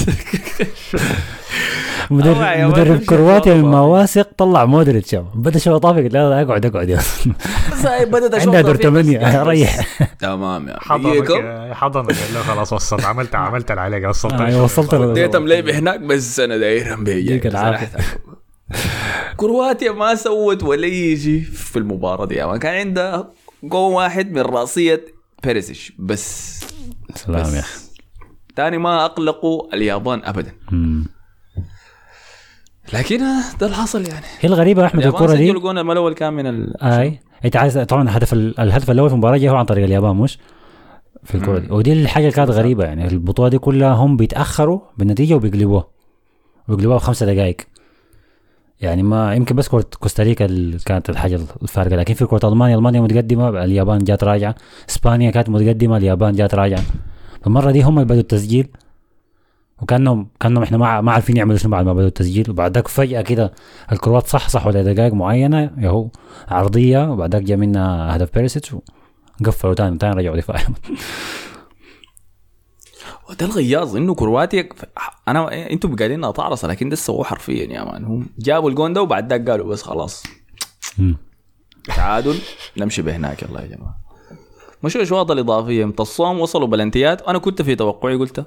مدرب أوعى يا مدرب ولد، كرواتيا شوط من إضافي. واثق طلع مودريتش بدا شوط اضافي. لا لا اقعد اقعد يا بس هاي بدأت أشوف عندها دور إضافية بس- ثمانية ريح. تمام يا حضنك حضنك حضنك قال له خلاص وصلت عملت عملت اللي عليك وصلت أيوة، وصلت له. وديتهم لي هناك بس انا دايرهم بيجي يديك العافية. كرواتيا ما سوت ولا يجي في المباراة دي يعني. كان عندها جول واحد من راسية بيريسيش بس. سلام بس. يا اخي. تاني ما اقلقوا اليابان ابدا. مم. لكن ده اللي حصل يعني. هي الغريبه احمد اليابان الكره دي سجلوا جون الاول كان من ال... اي انت عايز طبعا الهدف الهدف الاول في المباراه جه هو عن طريق اليابان مش في الكره دي. ودي الحاجه كانت غريبه يعني. البطوله دي كلها هم بيتاخروا بالنتيجه وبيقلبوها ويقلبوها بخمسة دقائق يعني. ما يمكن بس كره كوستاريكا اللي كانت الحاجه الفارقه. لكن في كره المانيا المانيا متقدمه اليابان جات راجعه. اسبانيا كانت متقدمه اليابان جات راجعه. المره دي هم اللي بدوا التسجيل وكانهم كانهم احنا ما ما عارفين يعملوا شنو بعد ما بدوا التسجيل. وبعد ذاك فجاه كده الكروات صح صح ولا دقائق معينه يهو عرضيه وبعد ذاك جاء منها هدف بيريسيتش وقفلوا تاني تاني رجعوا دفاع. وده الغياظ انه كرواتيا انا انتم قاعدين اطعرص لكن ده سووه حرفيا يا مان. هم جابوا الجون ده وبعد ذاك قالوا بس خلاص تعادل نمشي بهناك. الله يا جماعه مش اشواط الاضافيه امتصام وصلوا بلنتيات. انا كنت في توقعي قلت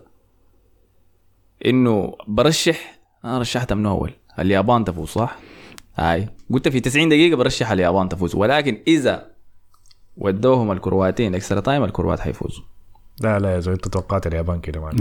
انه برشح انا رشحتها من اول اليابان تفوز صح. هاي قلت في تسعين دقيقه برشح اليابان تفوز. ولكن اذا ودوهم الكرواتين اكسترا تايم الكروات حيفوزوا. لا لا يا زول انت توقعت اليابان كده معنا.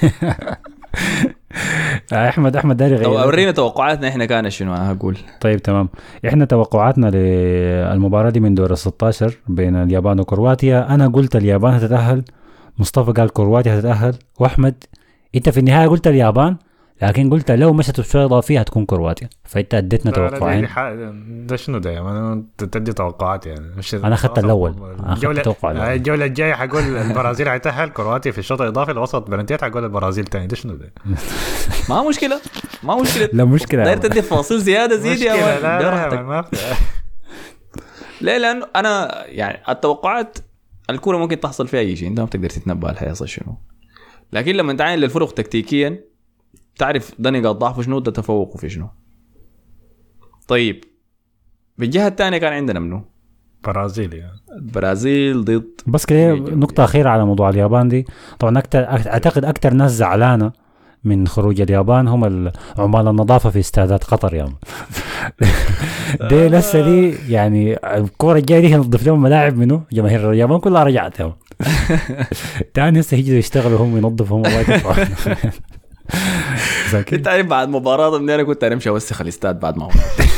احمد احمد داري غير. طب اورينا توقعاتنا احنا كان شنو هقول. طيب تمام. احنا توقعاتنا للمباراه دي من دور الستاشر بين اليابان وكرواتيا. انا قلت اليابان هتتاهل. مصطفى قال كرواتيا هتتاهل. واحمد انت في النهايه قلت اليابان لكن قلت لو مشت بشويه اضافيه هتكون كرواتيا. فانت اديتنا توقعين. ده شنو ده يا مان تدي توقعات يعني. مش انا اخذت الاول. الجوله الجوله الجايه حقول البرازيل هتتاهل كرواتيا في الشوط الاضافي الوسط بلنتيات حقول البرازيل تاني. ده شنو ده ما مشكله ما مشكله. لا مشكله داير تدي فاصل زياده زيد يا مان. لا لا ما ليه لانه انا يعني التوقعات الكوره ممكن تحصل فيها اي شيء. انت ما بتقدر تتنبأ اللي حيحصل شنو. لكن لما تعاين للفرق تكتيكيا تعرف ده نقاط ضعف شنو ده تفوقه في شنو. طيب بالجهه الثانيه كان عندنا منو برازيل يعني. البرازيل ضد بس كده نقطه اخيره على موضوع اليابان دي. طبعا اكثر اعتقد اكثر ناس زعلانه من خروج اليابان هم عمال النظافه في استادات قطر يعني. دي لسه دي يعني الكوره الجايه دي نضيف لهم ملاعب منه. جماهير اليابان كلها رجعت يوم تاني لسه يجوا يشتغلوا هم ينظفوا هم. انت عارف بعد مباراه من انا كنت امشي اوسخ الاستاد بعد ما هو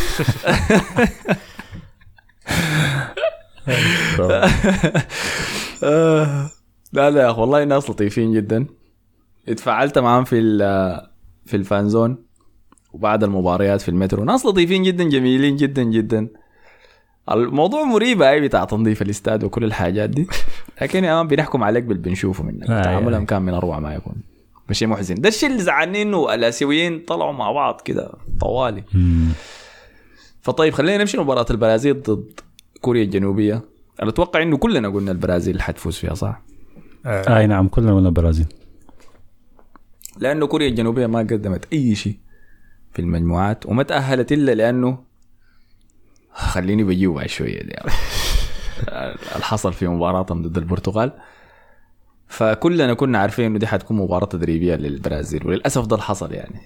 لا لا يا اخي والله ناس لطيفين جدا. اتفاعلت معهم في في الفانزون وبعد المباريات في المترو. ناس لطيفين جدا جميلين جدا جدا. الموضوع مريب اي بتاع تنظيف الاستاد وكل الحاجات دي. لكن يا مان بنحكم عليك بالبنشوفه منك. تعاملهم كان من اروع ما يكون. مش شيء محزن. ده الشيء اللي زعلني انه الاسيويين طلعوا مع بعض كده طوالي. فطيب خلينا نمشي مباراة البرازيل ضد كوريا الجنوبية. انا اتوقع انه كلنا قلنا البرازيل حتفوز فيها صح؟ آه. اي نعم كلنا قلنا البرازيل. لانه كوريا الجنوبية ما قدمت اي شيء في المجموعات وما تأهلت الا لانه خليني بجيو بعد شوية دي الحصل في مباراتهم ضد البرتغال. فكلنا كنا عارفين انه دي حتكون مباراة تدريبية للبرازيل وللأسف ده الحصل يعني.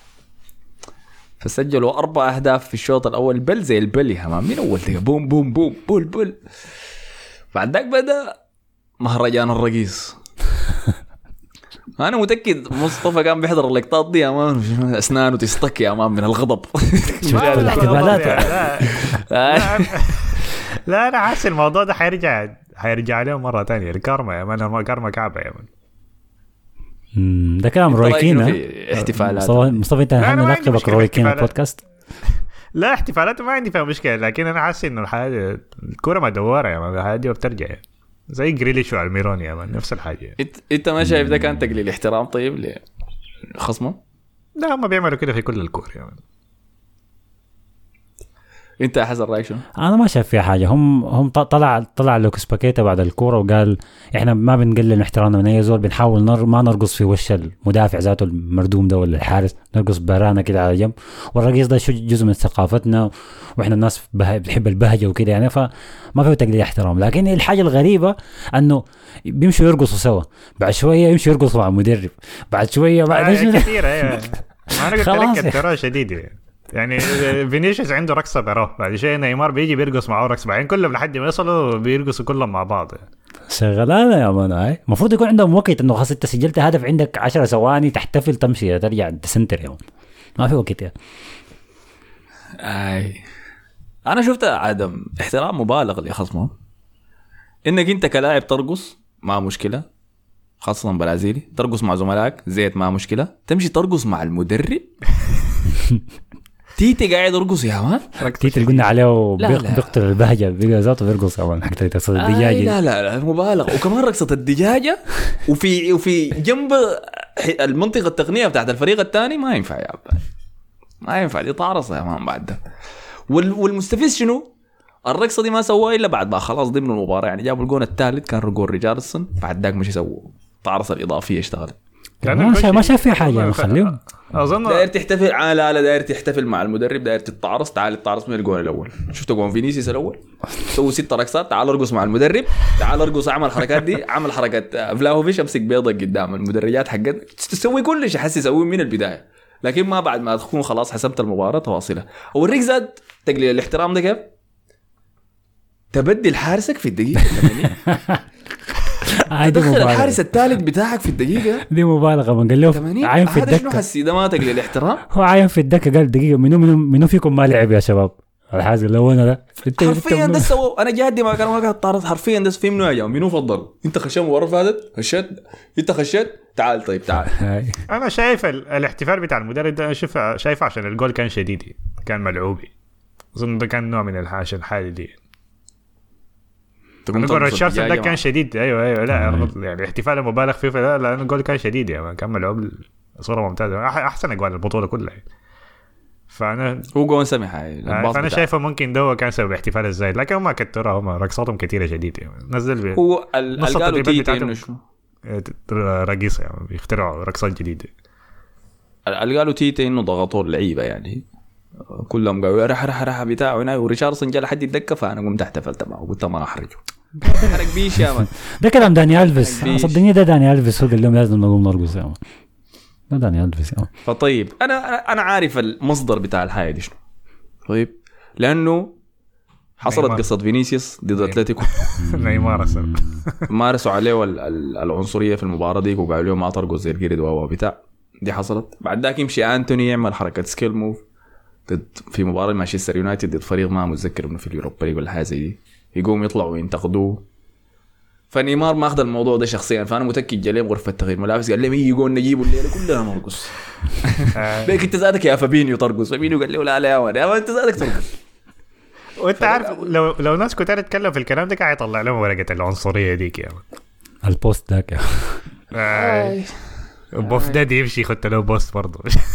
فسجلوا أربع أهداف في الشوط الأول بل زي البلي همام من أول دقيقة بوم بوم بوم بول بول. بعد ذاك بدأ مهرجان الرقيص. أنا متأكد مصطفى كان بيحضر اللقطات دي يا مان أسنانه تستك يا مان من الغضب. الاحتفالات. لا أنا حاسس الموضوع ده حيرجع حيرجع لهم مرة تانية. الكارما يا مان الكارما كعبة يا مان. ده كلام رويكين. احتفالات مصطفى انت هم نقبك رويكين البودكاست. لا احتفالات ما عندي فيها مشكلة لكن أنا حاسس إنه الحاجة الكرة ما دوارة يا مان. الحاجة دي وبترجع يعني. زي جريليش والميرون يا مان نفس الحاجة. انت انت ما شايف ده كان تقليل احترام طيب لخصمه؟ لا هم بيعملوا كده في كل الكورة يا مان. انت يا حسن رايك شنو؟ انا ما شايف فيها حاجه. هم هم ط- طلع طلع لوكس باكيتا بعد الكوره وقال احنا ما بنقلل من احترامنا من اي زول، بنحاول نر ما نرقص في وش المدافع ذاته المردوم ده ولا الحارس، نرقص برانا كده على جنب. والرقيص ده شو جزء من ثقافتنا، واحنا الناس به... بنحب البهجه وكده يعني، فما فيه تقليل احترام. لكن الحاجه الغريبه انه بيمشوا يرقصوا سوا، بعد شويه يمشوا يرقصوا مع المدرب، بعد شويه بعد آه كثير. ايوه ما انا قلت خلاص لك الترى شديد يعني. فينيسيوس عنده رقصه براه، بعد شيء نيمار بيجي بيرقص معه رقص، بعدين كلهم لحد ما يوصلوا بيرقصوا كلهم مع بعض. شغلانه يا مان. هاي المفروض يكون عندهم وقت، انه خلاص انت سجلت هدف عندك عشر ثواني تحتفل تمشي ترجع تسنتر يا مان، ما في وقت يعني. اي انا شفت عدم احترام مبالغ لخصمهم. انك انت كلاعب ترقص ما مشكله، خاصه برازيلي ترقص مع زملائك زيت ما مشكله، تمشي ترقص مع المدرب. تيتي قاعد يرقص يا مان. تيتي اللي قلنا عليه لا بيق- لا. بيقتل البهجه بيقى ذاته بيرقص يا مان، حتى تصل الدجاجه. آه لا لا لا مبالغ. وكمان رقصة الدجاجة وفي وفي جنب المنطقة التقنية بتاعت الفريق الثاني ما ينفع يا عباد، ما ينفع. دي طارصة يا مان بعد ده. وال والمستفز شنو؟ الرقصة دي ما سووها إلا بعد ما خلاص ضمن المباراة، يعني جابوا الجون الثالث كان رجول ريجارسون، بعد ذاك مش يسووا طارصة الإضافية اشتغلت. ما شايف ما شايف فيها حاجه يعني، خليهم اظن داير تحتفل آه لا لا داير تحتفل مع المدرب، داير تتعرص. تعال تتعرص من الجون الاول. شفت جون فينيسيوس الاول سووا ست رقصات، تعال ارقص مع المدرب، تعال ارقص اعمل الحركات دي، عمل حركه فلاهوفيش امسك بيضك قدام المدرجات حقتك، تسوي كل شيء حس يسويه من البدايه. لكن ما بعد ما تكون خلاص حسمت المباراه تواصلها. والريك زاد تقليل الاحترام ده كيف؟ تبدل حارسك في الدقيقه ثمانين. تدخل الحارس الثالث بتاعك في الدقيقه دي مبالغه. من قال له عاين في هذا شنو الدكه، حسي ده ما تقليل الاحترام. هو عاين في الدكه قال دقيقه منو منو منو فيكم ما لعب يا شباب؟ الحاجه اللي انا ده حرفيا ده سووا. انا جادي ما كان ما كان طارد حرفيا ده في منو يا جماعه منو فضل انت خشيت مباراه فاتت خشيت انت خشيت تعال طيب تعال. انا شايف ال- الاحتفال بتاع المدرب ده شوف شايف عشان الجول كان شديد كان ملعوبي. اظن ده كان نوع من الحاجه الحاله دي. نقول ريتشاردسون ده كان شديد. ايوه ايوه لا يعني احتفال مبالغ فيه لا لانه الجول كان شديد يعني كان ملعوب بصوره ممتازه احسن اجوال البطوله كلها. فانا هو جون سمح هاي فانا شايفه ممكن ده كان سبب احتفال الزايد، لكن ما كتروا هم رقصاتهم كثيره شديده يعني. نزل بي. هو قالوا تيتي انه شو رقيصه يعني بيخترعوا رقصات جديده. قالوا تيتي انه ضغطوا اللعيبه يعني كلهم قالوا رح رح رح بتاعه هنا، وريتشاردسون جاء لحد الدكه فانا قمت احتفلت معه قلت ما احرجه. حرق بيش يا مان. ده كلام داني ألفيس صدقني، ده داني ألفيس هو قال لهم لازم نقوم نرقص يا مان. ده داني ألفيس يا مان. فطيب انا انا عارف المصدر بتاع الحاجه دي شنو. طيب لانه حصلت قصه فينيسيوس ضد اتلتيكو. نيمار مارسوا عليه العنصريه في المباراه دي وقالوا له ما ترقص زي الجريد وهو بتاع دي حصلت. بعد ذاك يمشي انتوني يعمل حركه سكيل موف ضد في مباراه مانشستر يونايتد ضد فريق ما متذكر انه في اليوروبا ليج ولا حاجه زي دي، يقوم يطلعوا ينتقدوه. فنيمار ما اخذ الموضوع ده شخصيا، فانا متاكد جالي غرفه تغيير ملابس قال لي يجي قول نجيبه الليله كلها نرقص. بيك انت زادك يا فابينيو ترقص. فابينيو قال لي لا لا يا انت زادك ترقص. وانت عارف لو لو ناس كنت تتكلم في الكلام ده قاعد يطلع لهم ورقه العنصريه ديك يا البوست ذاك يا بوف دادي يمشي خدت له بوست برضه.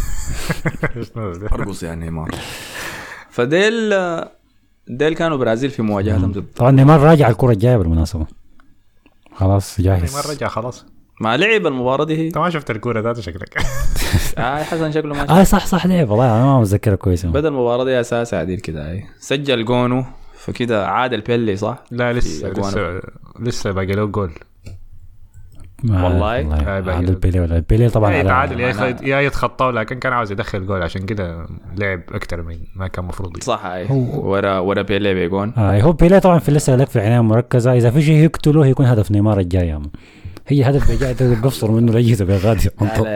ارقص يعني نيمار. فديل ديل كانوا برازيل في مواجهتهم ضد. طبعا نيمار راجع الكره الجايه بالمناسبه خلاص جاهز. نيمار رجع خلاص ما لعب المباراه دي هي. انت ما شفت الكوره ذاته شكلك. اه حسن شكله ما اه صح صح لعب والله انا ما متذكر كويس. بدا المباراه دي اساسا عديل كده هي سجل جونه فكده عاد البيلي صح. لا لسه لسه لسه باقي له جول والله عاد البيلي ولا البيلي طبعا يعني تعادل يا يا يتخطاه لكن كان عاوز يدخل جول عشان كده لعب اكثر من ما كان مفروض صح. اي ورا ورا بيلي بيجون. اه هو بيلي طبعا في لسه لك في العنايه المركزه، اذا في شيء يقتله يكون هدف نيمار الجاي يا هي هدف جاي تقصر منه الاجهزه بغادي.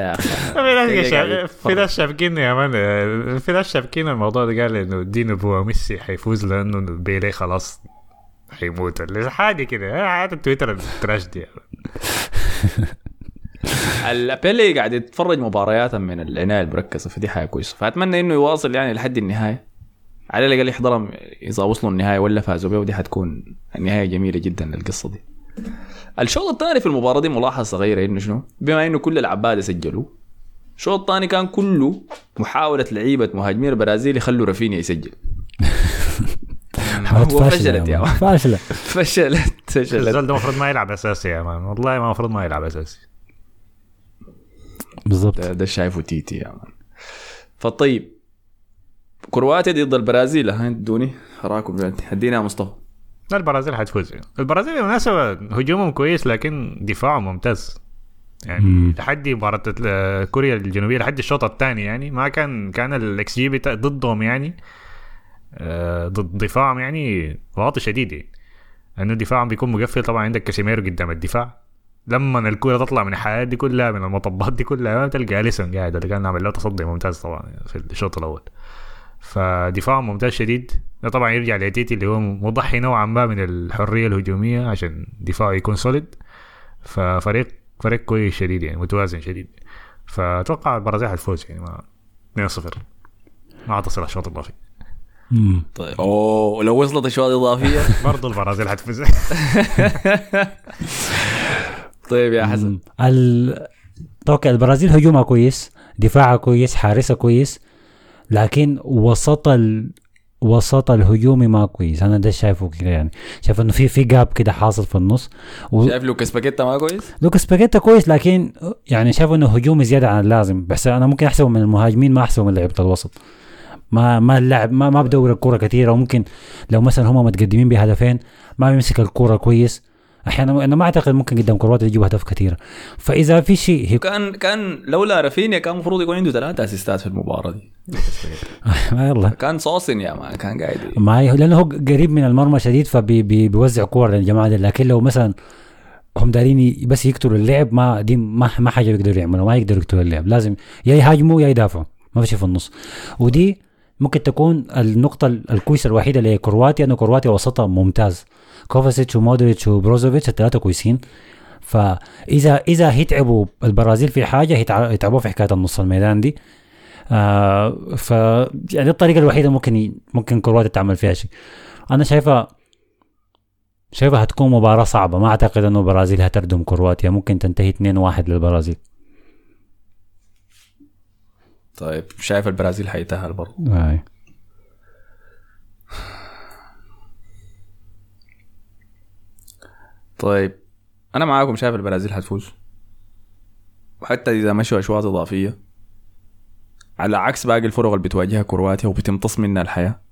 في ناس شابكين يا مان، في ناس شابكين الموضوع ده قال انه دينو بو ميسي حيفوز لانه بيلي خلاص حيموت ولا حاجه كده. عاد تويتر التراش دي. البيلي قاعد يتفرج مباريات من العنايه المركزه فدي حاجه كويسه، فاتمنى انه يواصل يعني لحد النهايه على الاقل يحضرهم اذا وصلوا النهايه ولا فازوا بها، ودي حتكون النهايه جميله جدا للقصه دي. الشوط الثاني في المباراه دي ملاحظه صغيره انه شنو بما انه كل العباده سجلوا، الشوط الثاني كان كله محاوله لعيبه مهاجمين البرازيل يخلوا رافينيا يسجل. حاولت هو فاشلة فشلت يا يا مان. مان. فاشلة. فشلت فشلت الزول ده المفروض ما يلعب اساسي يا مان، والله ما المفروض ما يلعب اساسي. بالضبط. ده, ده شايفه تيتي يا مان. فطيب كرواتيا ضد البرازيل، ها دوني راكم هدينا يا مصطفى. لا البرازيل حتفوز. البرازيل بالمناسبة هجومهم كويس لكن دفاعهم ممتاز يعني. مم. لحد مباراة ال- كوريا الجنوبية لحد الشوط الثاني يعني ما كان كان الاكس جي بتا- ضدهم يعني آه، ضد دفاعهم يعني واطي شديد يعني. لأنه دفاعهم بيكون مقفل طبعا. عندك كاسيميرو قدام الدفاع، لما الكورة تطلع من الحياة دي كلها من المطبات دي كلها ما تلقى أليسون قاعد اللي كان عامل له تصدي ممتاز طبعا في الشوط الأول. فدفاعهم ممتاز شديد. ده طبعا يرجع لتيتي اللي هو مضحي نوعا ما من الحرية الهجومية عشان دفاعه يكون سوليد. ففريق فريق كويس شديد يعني متوازن شديد. فأتوقع البرازيل حتفوز يعني ما اثنين صفر ما تصل الشوط الإضافي. مم. طيب اوه لو وصلت اشواط اضافيه برضو البرازيل حتفوز. طيب يا حسن. مم. ال... توقع البرازيل هجومها كويس، دفاعها كويس، حارسها كويس، لكن وسط ال... وسط الهجومي ما كويس. انا ده شايفه كده يعني. شايف انه في في جاب كده حاصل في النص. و... شايف لوكاس باكيتا ما كويس؟ لوكاس باكيتا كويس لكن يعني شايف انه هجومي زياده عن اللازم. بس انا ممكن احسبه من المهاجمين ما احسبه من لعيبه الوسط. ما ما اللعب ما ما بدور الكرة كثيرة. وممكن لو مثلا هم متقدمين بهدفين ما بيمسك الكرة كويس. احيانا انا ما اعتقد ممكن قدام كرواتيا يجيبوا هدف كثيرة. فاذا في شيء هي... كان كان لولا رافينيا كان المفروض يكون عنده ثلاثة اسيستات في المباراة دي. ما يلا كان صاصن يا ما كان قاعد ما ي- لانه هو قريب من المرمى شديد فبيوزع كور للجماعة دي. لكن لو مثلا هم دارين ي- بس يقتلوا اللعب ما دي ما ما حاجة بيقدروا يعملوا. ما يقدروا يقتلوا اللعب. لازم يا يهاجموا يا يدافعوا. ما في شيء في النص. ودي ممكن تكون النقطة الكويسة الوحيدة لكرواتيا انه كرواتيا وسطها ممتاز. كوفاسيتش ومودريتش وبروزوفيتش الثلاثة كويسين. فإذا إذا هيتعبوا البرازيل في حاجة هيتع- هيتعبوا في حكاية النص الميدان دي. آه ف يعني الطريقة الوحيدة ممكن ي... ممكن كرواتيا تعمل فيها شيء. أنا شايفة شايفة هتكون مباراة صعبة. ما أعتقد إنه البرازيل هتردم كرواتيا. ممكن تنتهي اثنين واحد للبرازيل. طيب شايف البرازيل حيتأهل برضه. آه. طيب انا معاكم شايف البرازيل حتفوز، وحتى اذا مشوا اشواط اضافيه على عكس باقي الفرق اللي بتواجهها كرواتيا وبتمتص منها الحياه.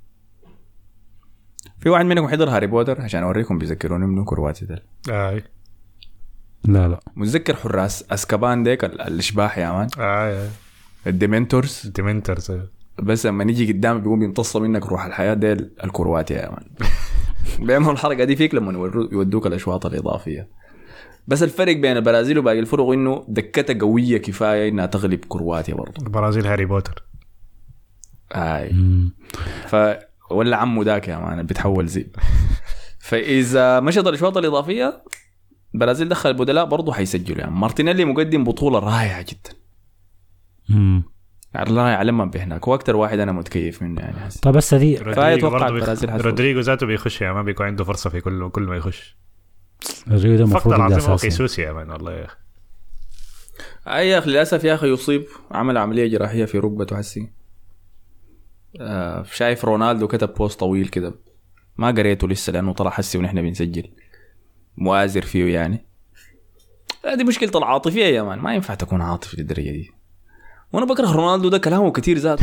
في واحد منكم حضر هاري بوتر عشان اوريكم بيذكروني منه كرواتيا ده. آه. لا لا متذكر حراس اسكابان ديك ال- الاشباح يا مان، آه. الديمنتورز. ديمنترز. بس لما نيجي قدام بيقوم بيمتص منك روح الحياه دي الكرواتيا يا مان. بيعملوا الحركه دي فيك لما يورو- يودوك الاشواط الاضافيه. بس الفرق بين البرازيل وباقي الفرق انه دكتها قويه كفايه انها تغلب كرواتيا برضه. البرازيل هاري بوتر. اي مم. ف ولا عمو ذاك يا مان بيتحول زي. فاذا مشت الاشواط الاضافيه البرازيل دخل البدلاء برضه حيسجلوا. يعني مارتينيلي مقدم بطوله رائعه جدا. مم. يعني الله يعلمها بهناك، واكثر واحد انا متكيف منه يعني حسي. طب بس دي فأتوقع رودريجو برضه البرازيل بيخ... حتفوز. رودريجو ذاته بيخش يا ما بيكون عنده فرصة في كل كل ما يخش. الريو ده فقط المفروض يبقى العظيم هو أساسي. كيسوسي يا مان والله يا اخي. اي يا اخي للاسف يا اخي يصيب، عمل عمليه جراحيه في ركبته حسي. آه شايف رونالدو كتب بوست طويل كده ما قريته لسه لانه طلع حسي ونحن بنسجل مؤازر فيه يعني. هذه مشكله العاطفيه يا مان، ما ينفع تكون عاطفي للدرجه دي. وانا بكره رونالدو ده كلامه كتير ذاته.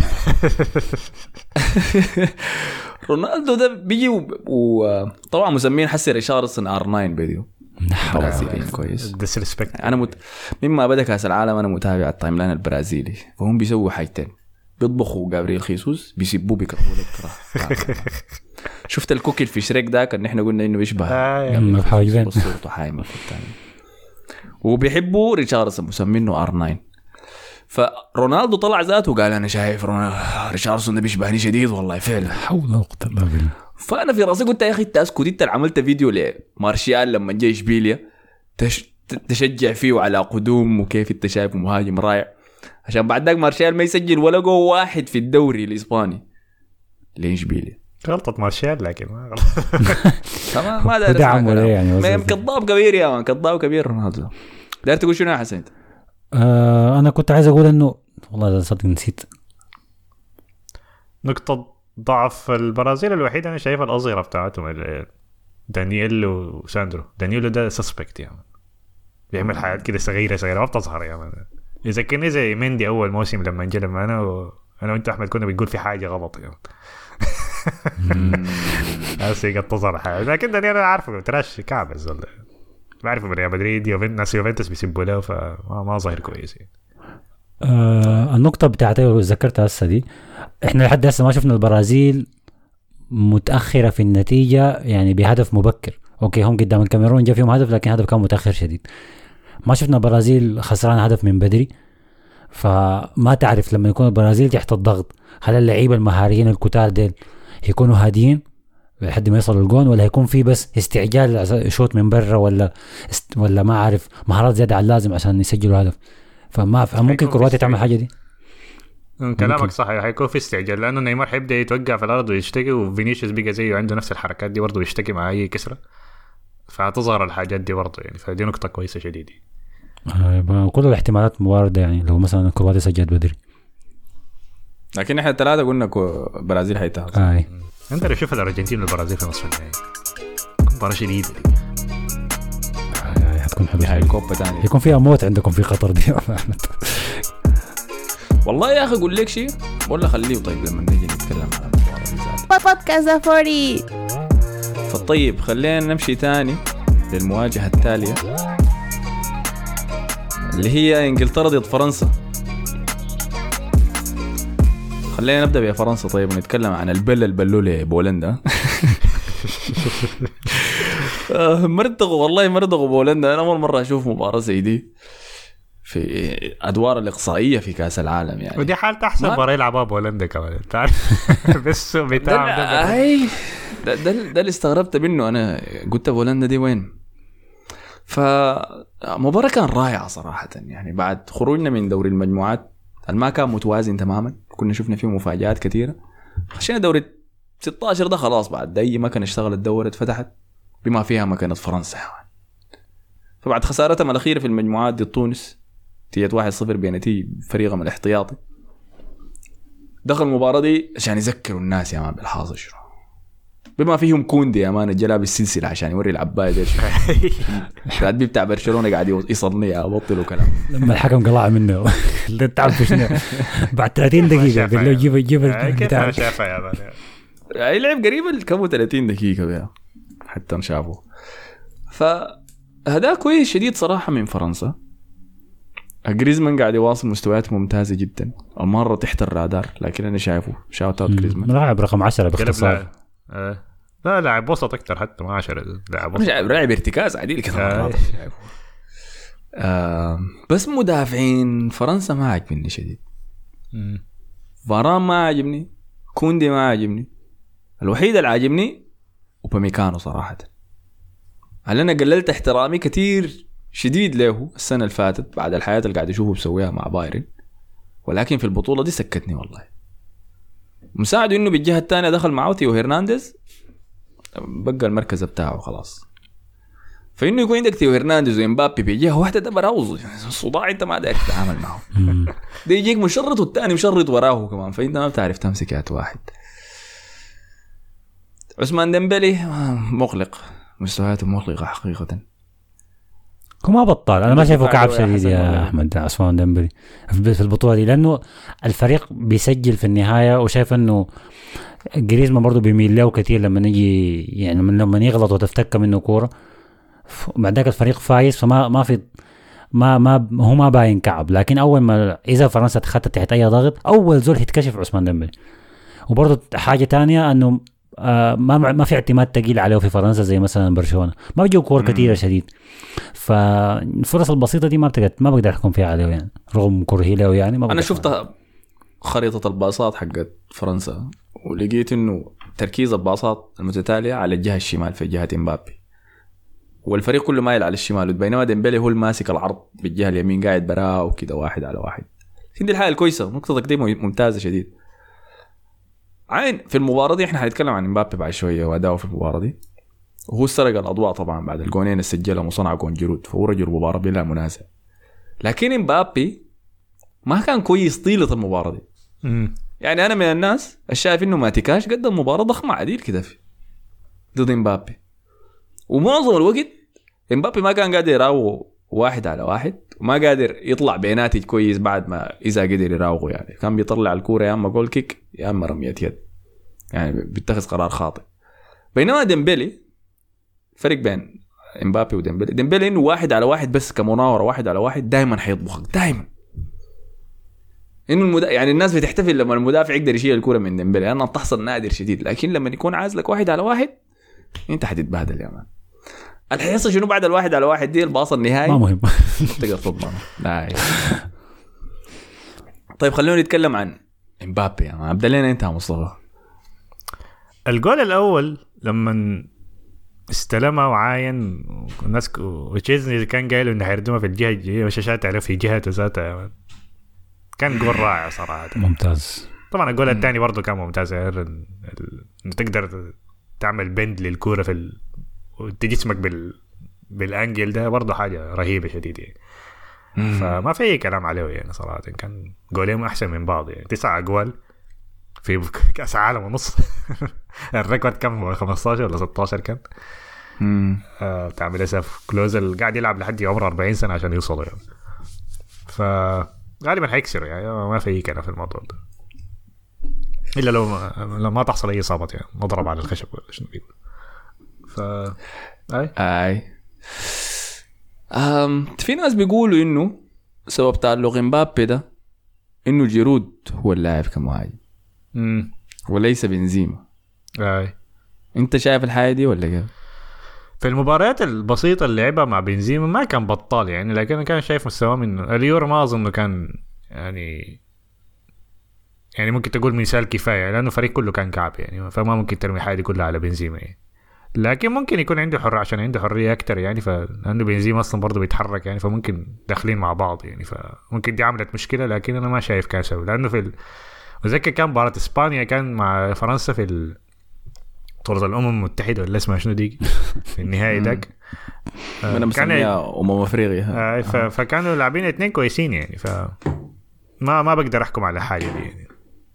رونالدو ده بيجي وطبعا مسمين حسي ريشاردسون ار تسعة فيديو برازيليين كويس. ديسريسبكت. انا مت... مما بدا كاس العالم انا متابع التايم لاين البرازيلي، فهم بيسووا حاجتين: بيطبخوا جابرييل خيسوس، بيسبوه بيكرهوه لك. شفت الكوكي في شريك ذاك اللي احنا قلنا انه بيشبه مم، الحاجبين. صورته حايمه في الثاني. وبيحبوا ريشاردسون مسمينه ار تسعة. فرونالدو طلع ذاته قال انا شايف ريشاردسون ده بيشبهني شديد والله فعلا. حول ولا قوة الا بالله. فانا في راسي قلت يا اخي انت اسكت، انت عملت فيديو لمارشال لما جاي اشبيليا تش... تشجع فيه على قدوم وكيف انت شايفه مهاجم رائع، عشان بعد ذاك مارشال ما يسجل ولا جول واحد في الدوري الاسباني لاشبيليا. غلطة مارشال لكن ما غلط. ما ما داري ودعم ولا يعني ما كذاب كبير يا مان، كذاب كبير رونالدو. داير تقول شنو يا حسن انت؟ آه انا كنت عايز اقول انه والله صدق نسيت. نقطة ضعف البرازيل الوحيد انا شايف الاظهره بتاعتهم دانييل وساندرو. دانييل ده سسبكت يعني بيعمل حاجات كده صغيره صغيره ما بتظهر يعني. اذا كان زي مندي اول موسم لما جلب معنا و... انا وانت احمد كنا بنقول في حاجه غلط يعني. هسه قد تظهر حاجه لكن دانييل انا عارفه تراش كعبز ولا بعرفه بريال مدريد يوفنتوس ناس يوفنتوس بيسبوا له فما ما ظاهر كويس يعني. آه النقطه بتاعتي ذكرتها هسه دي احنا لحد هسه ما شفنا البرازيل متاخره في النتيجه يعني بهدف مبكر. اوكي هم قدام الكاميرون جاء فيهم هدف لكن هدف كان متاخر شديد. ما شفنا البرازيل خسران هدف من بدري. فما تعرف لما يكون البرازيل تحت الضغط هل اللعيبه المهاريين الكتار ديل يكونوا هاديين لحد ما يصلوا الجون ولا هيكون في بس استعجال شوط من برا ولا است... ولا ما عارف مهارات زياده على اللازم عشان يسجلوا هدف. فما ممكن كرواتيا تعمل حاجه دي. كلامك صحيح هيكون في استعجال لانه نيمار حيبدا يتوقع في الارض ويشتكي وفينيسيوس بقى زيه عنده نفس الحركات دي برضه يشتكي مع اي كسره فهتظهر الحاجات دي برضه يعني. فدي نقطه كويسه شديده. آه كل الاحتمالات موارده يعني لو مثلا كرواتيا سجلت بدري لكن احنا الثلاثه قلنا البرازيل هيتاهل. اي انت لو شوف الارجنتين والبرازيل في نصف النهائي مباراه شديده دي آه هتكون حلوه. هاي كوبا ثانيه يكون فيها موت عندكم في قطر دي. والله يا اخي اقول لك شيء ولا خليه طيب لما نيجي نتكلم عن المباراه بودكاست فوري. فطيب خلينا نمشي تاني للمواجهه التاليه اللي هي انجلترا ضد فرنسا. خلينا نبدا بفرنسا طيب ونتكلم عن البل البلولي بولندا. مرتقوا والله مرتقوا بولندا. انا اول مره اشوف مباراه زي دي في ادوار الاقصائيه في كاس العالم يعني. ودي حال تحسب مباراه يلعبها بولندا كمان تعرف بس بتاع ده اي ده ده, ده اللي استغربت منه. انا قلت بولندا دي وين. فمباراة كان رائعة صراحة يعني. بعد خروجنا من دوري المجموعات ما كان متوازن تماما كنا شفنا فيه مفاجآت كثيرة. خشينا دوري ستة عشر ده خلاص بعد داي ما كان اشتغل الدورة اتفتحت بما فيها مكانة فرنسا. فبعد خسارتهم الأخيرة في المجموعات دي تونس نتيجة واحد صفر بنتيجة فريقهم الاحتياطي دخل المباراة دي عشان يذكروا الناس يا مان بالحاصل شنو بما فيهم كوندي يا مان الجلاب السلسلة عشان يوري العباية دي شنو. قاعد بتاع برشلونة قاعد يصلني أبطل وكلام. لما الحكم قلع منه اللي تعرف شنو بعد ثلاثين دقيقة بالله جيب جيب بتاع شافها يا مان. أي لعب قريب كم ثلاثين دقيقة بيها حتى نشافه. فهذا كويس شديد صراحة من فرنسا. جريزمان قاعد يواصل مستويات ممتازة جدا المرة تحت الرادار لكن أنا شايفه شاوت اوت جريزمان لاعب رقم عشرة باختصار. آه. لا لاعب وسط أكتر حتى ما عشرة لاعب وسط لاعب ارتكاز عديل كذا آه. آه. بس مدافعين فرنسا ما عجبني شديد. فاران ما عجبني كوندي ما عجبني. الوحيد اللي عجبني وباميكانو صراحة. هل أنا قللت احترامي كتير شديد له السنة اللي فاتت بعد الحياة اللي قاعد أشوفه بسويها مع بايرن ولكن في البطولة دي سكتني والله. مساعد إنه بالجهة الثانية دخل معه تيو هرنانديز بقى المركز بتاعه خلاص. فإنه يكون عندك تيو هرنانديز وإمبابي بجهة واحدة ده براوز صداع أنت ما داير تتعامل معه. ده يجيك مشرط والتاني مشرط وراه كمان فأنت ما بتعرف تمسكات واحد. عثمان ديمبلي مقلق مستوياته مقلقة حقيقة. ما بطل انا ما شايفه كعب شديد يا احمد عثمان ديمبلي في البطوله دي لانه الفريق بيسجل في النهايه وشايف انه جريزمان برضه بيميل له كتير لما نيجي يعني لما يغلط وتفتك منه كوره بعد ذاك الفريق فايز فما ما في ما ما هو ما باين كعب. لكن اول ما اذا فرنسا تخطت تحت اي ضغط اول زول يتكشف عثمان ديمبلي. وبرضه حاجه تانية انه آه ما ما في اعتماد ثقيل عليه في فرنسا زي مثلا برشلونه ما بيجوا كور كثيره شديد. فالفرص البسيطه دي ما بتقدر ما بقدر احكم فيها عليه يعني رغم كرهه له يعني. ما انا شفت خريطه الباصات حقت فرنسا ولقيت انه تركيز الباصات المتتاليه على الجهه الشمال في جهه امبابي والفريق كله مايل على الشمال بينما ديمبلي هو الماسك العرض بالجهه اليمين قاعد براه وكده واحد على واحد. دي الحاله الكويسه نقطتك دي ممتازه شديد. عين في المباراة دي احنا هنتكلم عن امبابي بعد شوية وأداؤه في المباراة دي وهو سرق الأضواء طبعا بعد الجونين اللي سجلهم وصنع جون جيرود فهو رجل المباراة بلا منازع. لكن امبابي ما كان كويس طيلة المباراة دي. يعني انا من الناس الشايف انه ماتيكاش قدم مباراه ضخمه عديل كده في ضد امبابي، ومعظم الوقت امبابي ما كان قادر يراوغ واحد على واحد وما قادر يطلع بناتج كويس بعد ما اذا قدر يراوغه، يعني كان بيطلع الكوره يا اما جول كيك يا اما رميه يد، يعني بيتخذ قرار خاطئ. بينما ديمبلي فرق بين امبابي وديمبلي، ديمبلي انه واحد على واحد بس كمناوره واحد على واحد دائما حيطبخك دائما، انه المدا... يعني الناس بتحتفل لما المدافع يقدر يشيل الكوره من ديمبلي لانها تحصل نادر شديد، لكن لما يكون عازلك واحد على واحد انت حتتبهدل يا مان. الحصه شنو بعد الواحد على واحد دي الباص النهائي ما مهم تقدر تضمن. لا طيب خلونا نتكلم عن امبابي يا مان. ابدا لنا انت يا مصطفى. الجول الاول لما استلمها وعاين والناس وتشيزني كان قايل انه حيردمها في الجهه الجايه وشاشات عليه في جهته ذاتها، كان جول رائع صراحه. ممتاز. طبعا الجول الثاني برضه كان ممتاز، انه تقدر تعمل بند للكوره في ال... وتجسمك بال بالانجل ده برضه حاجه رهيبه شديده يعني. فما في اي كلام عليه يعني صراحه، كان جولين احسن من بعض يعني. تسعة اجوال في كاس عالم ونص الريكورد كم خمستاشر ولا ستاشر كان امم آه تعمل اسف كلوزل قاعد يلعب لحد عمره أربعين سنه عشان يوصل يعني. فغالبا حيكسر يعني، ما في اي كلام في الموضوع ده الا لو ما, لو ما تحصل اي اصابه يعني مضرب على الخشب ولا شنو بيقول. ف اي اي امم في ناس بيقولوا انه سبب تعلق امبابي ده انه جيرود هو اللاعب كمهاجم امم وليس بنزيما. اي انت شايف الحاجه دي ولا كيف؟ في المباريات البسيطه اللي لعبها مع بنزيما ما كان بطال يعني، لكن انا كان شايف مستواه من اليورو ما اظن كان يعني يعني ممكن تقول مثال كفايه لانه الفريق كله كان كعب يعني، فما ممكن ترمي حاجه كلها على بنزيما يعني. لكن ممكن يكون عنده حريه عشان عنده حريه اكتر يعني، فلانه بنزيما اصلا برضه بيتحرك يعني، فممكن داخلين مع بعض يعني، فممكن دي عملت مشكله. لكن انا ما شايف كان سبب، لانه في ال... وذكر كان مباراه اسبانيا كان مع فرنسا في ال... بطولة الامم المتحده ولا اسمها شنو دي في النهائي داك انا مسميها امم افريقيا. آه ف... فكانوا لاعبين اثنين كويسين يعني، ف ما ما بقدر احكم على حاجه دي يعني.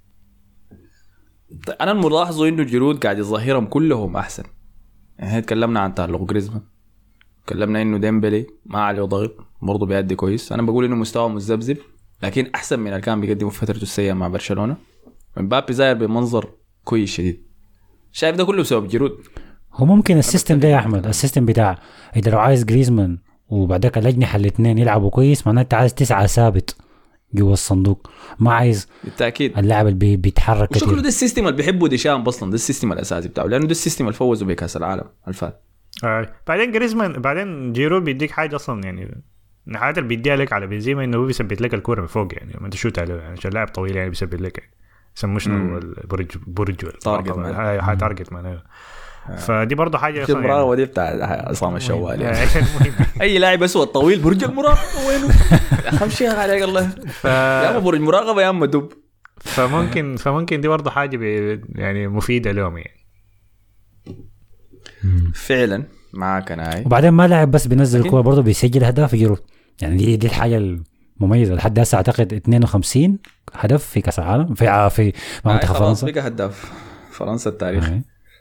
انا الملاحظه انه جيرود قاعد يظهرهم كلهم احسن يعني. تكلمنا عن تعلق جريزمان، تكلمنا انه ديمبلي ما عليه ضغط برضه بيأدي كويس. انا بقول انه مستواه مذبذب لكن احسن من اللي كان بيقدمه في فترته السيئه مع برشلونه. امبابي ظاهر بمنظر كويس شديد. شايف ده كله بسبب جيرود. هو ممكن السيستم ده يا احمد، السيستم بتاع اذا لو عايز جريزمان وبعدك الاجنحه الاثنين يلعبوا كويس معناته انت عايز تسعه ثابت جوا الصندوق، ما عايز بالتاكيد اللاعب اللي بيتحرك كتير. وشكله ده السيستم اللي بيحبه ديشام اصلا، ده السيستم الاساسي بتاعه لانه ده السيستم اللي فوزوا بكاس العالم الفات. آه. بعدين جريزمان بعدين جيرود بيديك حاجه اصلا يعني، الحاجات اللي بيديها لك على بنزيما انه هو بيثبت لك الكوره من فوق يعني لما تشوت عليه يعني، عشان لاعب طويل يعني بيثبت لك يعني. يسموه شنو البرج برج تارجت هاي هاي تارجت معناها. فدي برضه حاجه اصلا المراقبه دي بتاع عصام الشوالي يعني. اي لاعب اسود طويل برج المراقبه وينه خمس شيخ عليك الله ف... يا اما برج مراقبه يا اما دب. فممكن فممكن دي برضه حاجه بي يعني مفيده لهم يعني. فعلا معاك انا هاي. وبعدين ما لاعب بس بينزل الكوره برضه بيسجل اهداف يجروا يعني. دي دي الحاجه المميزه لحد هسه اعتقد اثنين وخمسين هدف في كاس العالم في في منتخب فرنسا. بقى هداف فرنسا التاريخ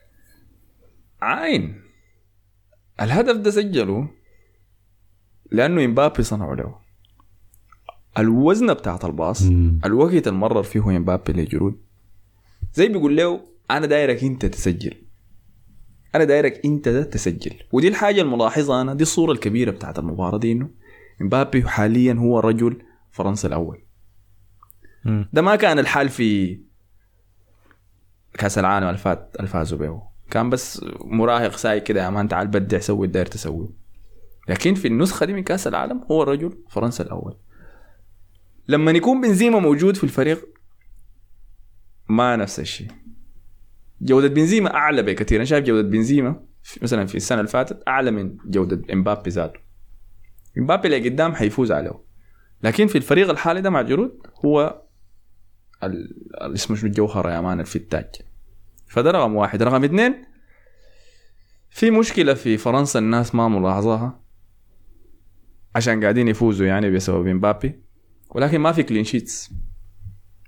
عين. الهدف ده سجله لانه امبابي صنعوا له الوزن بتاعت الباص. الوقت المرر فيه امبابي لجرود زي بيقول له انا دايرك انت تسجل، انا دايرك انت ده تسجل. ودي الحاجه الملاحظه انا، دي الصوره الكبيره بتاعت المباراه دي، انه امبابي حاليا هو رجل فرنسا الاول. م. ده ما كان الحال في كاس العالم الفات الفازوا به، كان بس مراهق ساي كده يا مان تعال بدع سوي الداير تسوي. لكن في النسخه دي من كاس العالم هو الرجل فرنسا الاول. لما يكون بنزيما موجود في الفريق ما نفس الشيء. جودة بنزيما أعلى بكثير. أنا شايف جودة بنزيما مثلا في السنة اللي فاتت أعلى من جودة إمبابي ذاته. إمبابي اللي قدام حيفوز عليه، لكن في الفريق الحالي ده مع جرود هو الاسم مش الجوهرة يا مان في التاج. فده رقم واحد. رقم اثنين، في مشكلة في فرنسا الناس ما ملاحظاها عشان قاعدين يفوزوا يعني بسبب إمبابي، ولكن ما في كلين شيتس.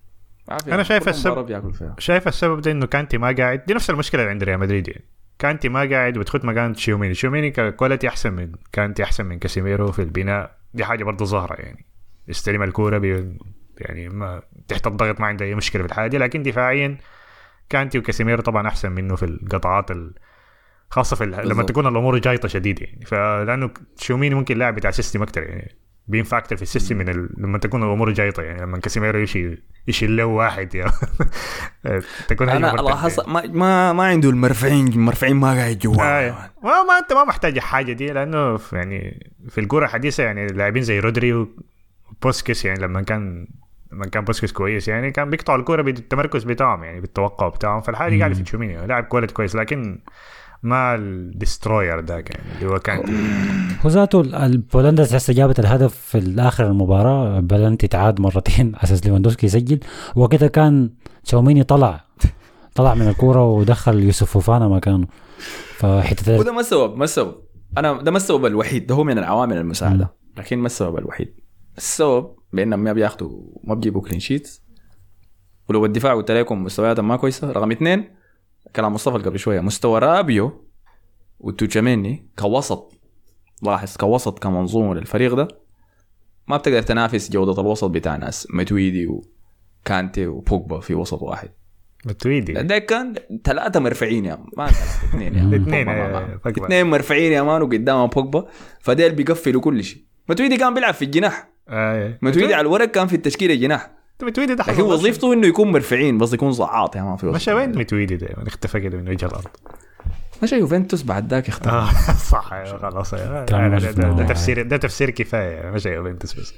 انا شايف السبب شايف السبب ده انه كانتي ما قاعد. دي نفس المشكله اللي عند ريال مدريد يعني. كانتي ما قاعد وتخد مكان تشيوميني. تشيوميني كواليتي احسن من كانتي احسن من كاسيميرو في البناء. دي حاجه برضه ظاهره يعني. يستلم الكوره بي يعني ما تحت الضغط ما عنده اي مشكله في الحاجه. لكن دفاعيا كانتي وكاسيميرو طبعا احسن منه في القطاعات ال... خاصه في ال... لما تكون الامور جايطه شديد يعني. فلانه تشيوميني ممكن لاعب بتاع سيستم اكثر يعني. بين فاكتور في السيستم من ال... لما تكون الامور جايطه يعني. لما كاسيميرو يشيل يشيل له واحد يعني. تكون انا لاحظ ما ما ما عنده المرفعين المرفعين ما قاعد جوا. آه. ما ما انت ما محتاج حاجه دي. لانه يعني في الكوره الحديثه يعني لاعبين زي رودري وبوسكيس يعني. لما كان لما كان بوسكيس كويس يعني كان بيقطعوا الكوره بالتمركز بتاعهم يعني بالتوقع بتاعهم. فالحاجه قاعده في تشوميني لاعب كواليتي كويس. لكن ما الدستروير ده يعني اللي هو كان هو ذاته البولندا هسه جابت الهدف في الاخر المباراه. بلنتي تعاد مرتين اساس ليفاندوسكي يسجل. وكده كان تشاوميني طلع طلع من الكوره ودخل يوسف فوفانا مكانه. فحته وده ما السبب ما السبب انا ده ما السبب الوحيد. ده هو من العوامل المساعده م. لكن ما السبب الوحيد. السبب بانهم ما بياخدوا ما بيجيبوا كلين شيت. ولو الدفاع قلت لكم مستوياتهم ما كويسه. رقم اثنين كلام مصطفى قبل شويه مستوى رابيو وتوجاميني كوسط. لاحظ كوسط كمنظومه للفريق ده ما بتقدر تنافس جوده الوسط بتاع ناس متويدي وكانتي وبوجبا في وسط واحد. متويدي ده كان ثلاثه مرفعين يا ما ثلاثه اثنين يا اثنين اثنين مرفعين يا مان وقدامهم بوجبا. فديل بيقفلوا كل شيء. متويدي كان بيلعب في الجناح. آه. متويدي على الورق كان في التشكيله جناح. متويدي ده لكن وظيفته انه يكون مرفعين بس يكون صعاط يا ما في. مش وين متويدي ده اختفى كده من وجه الارض. مش يوفنتوس بعد ذاك اختفى. آه صح خلاص. ده, ده تفسير ده تفسير كفايه. مش يوفنتوس بس.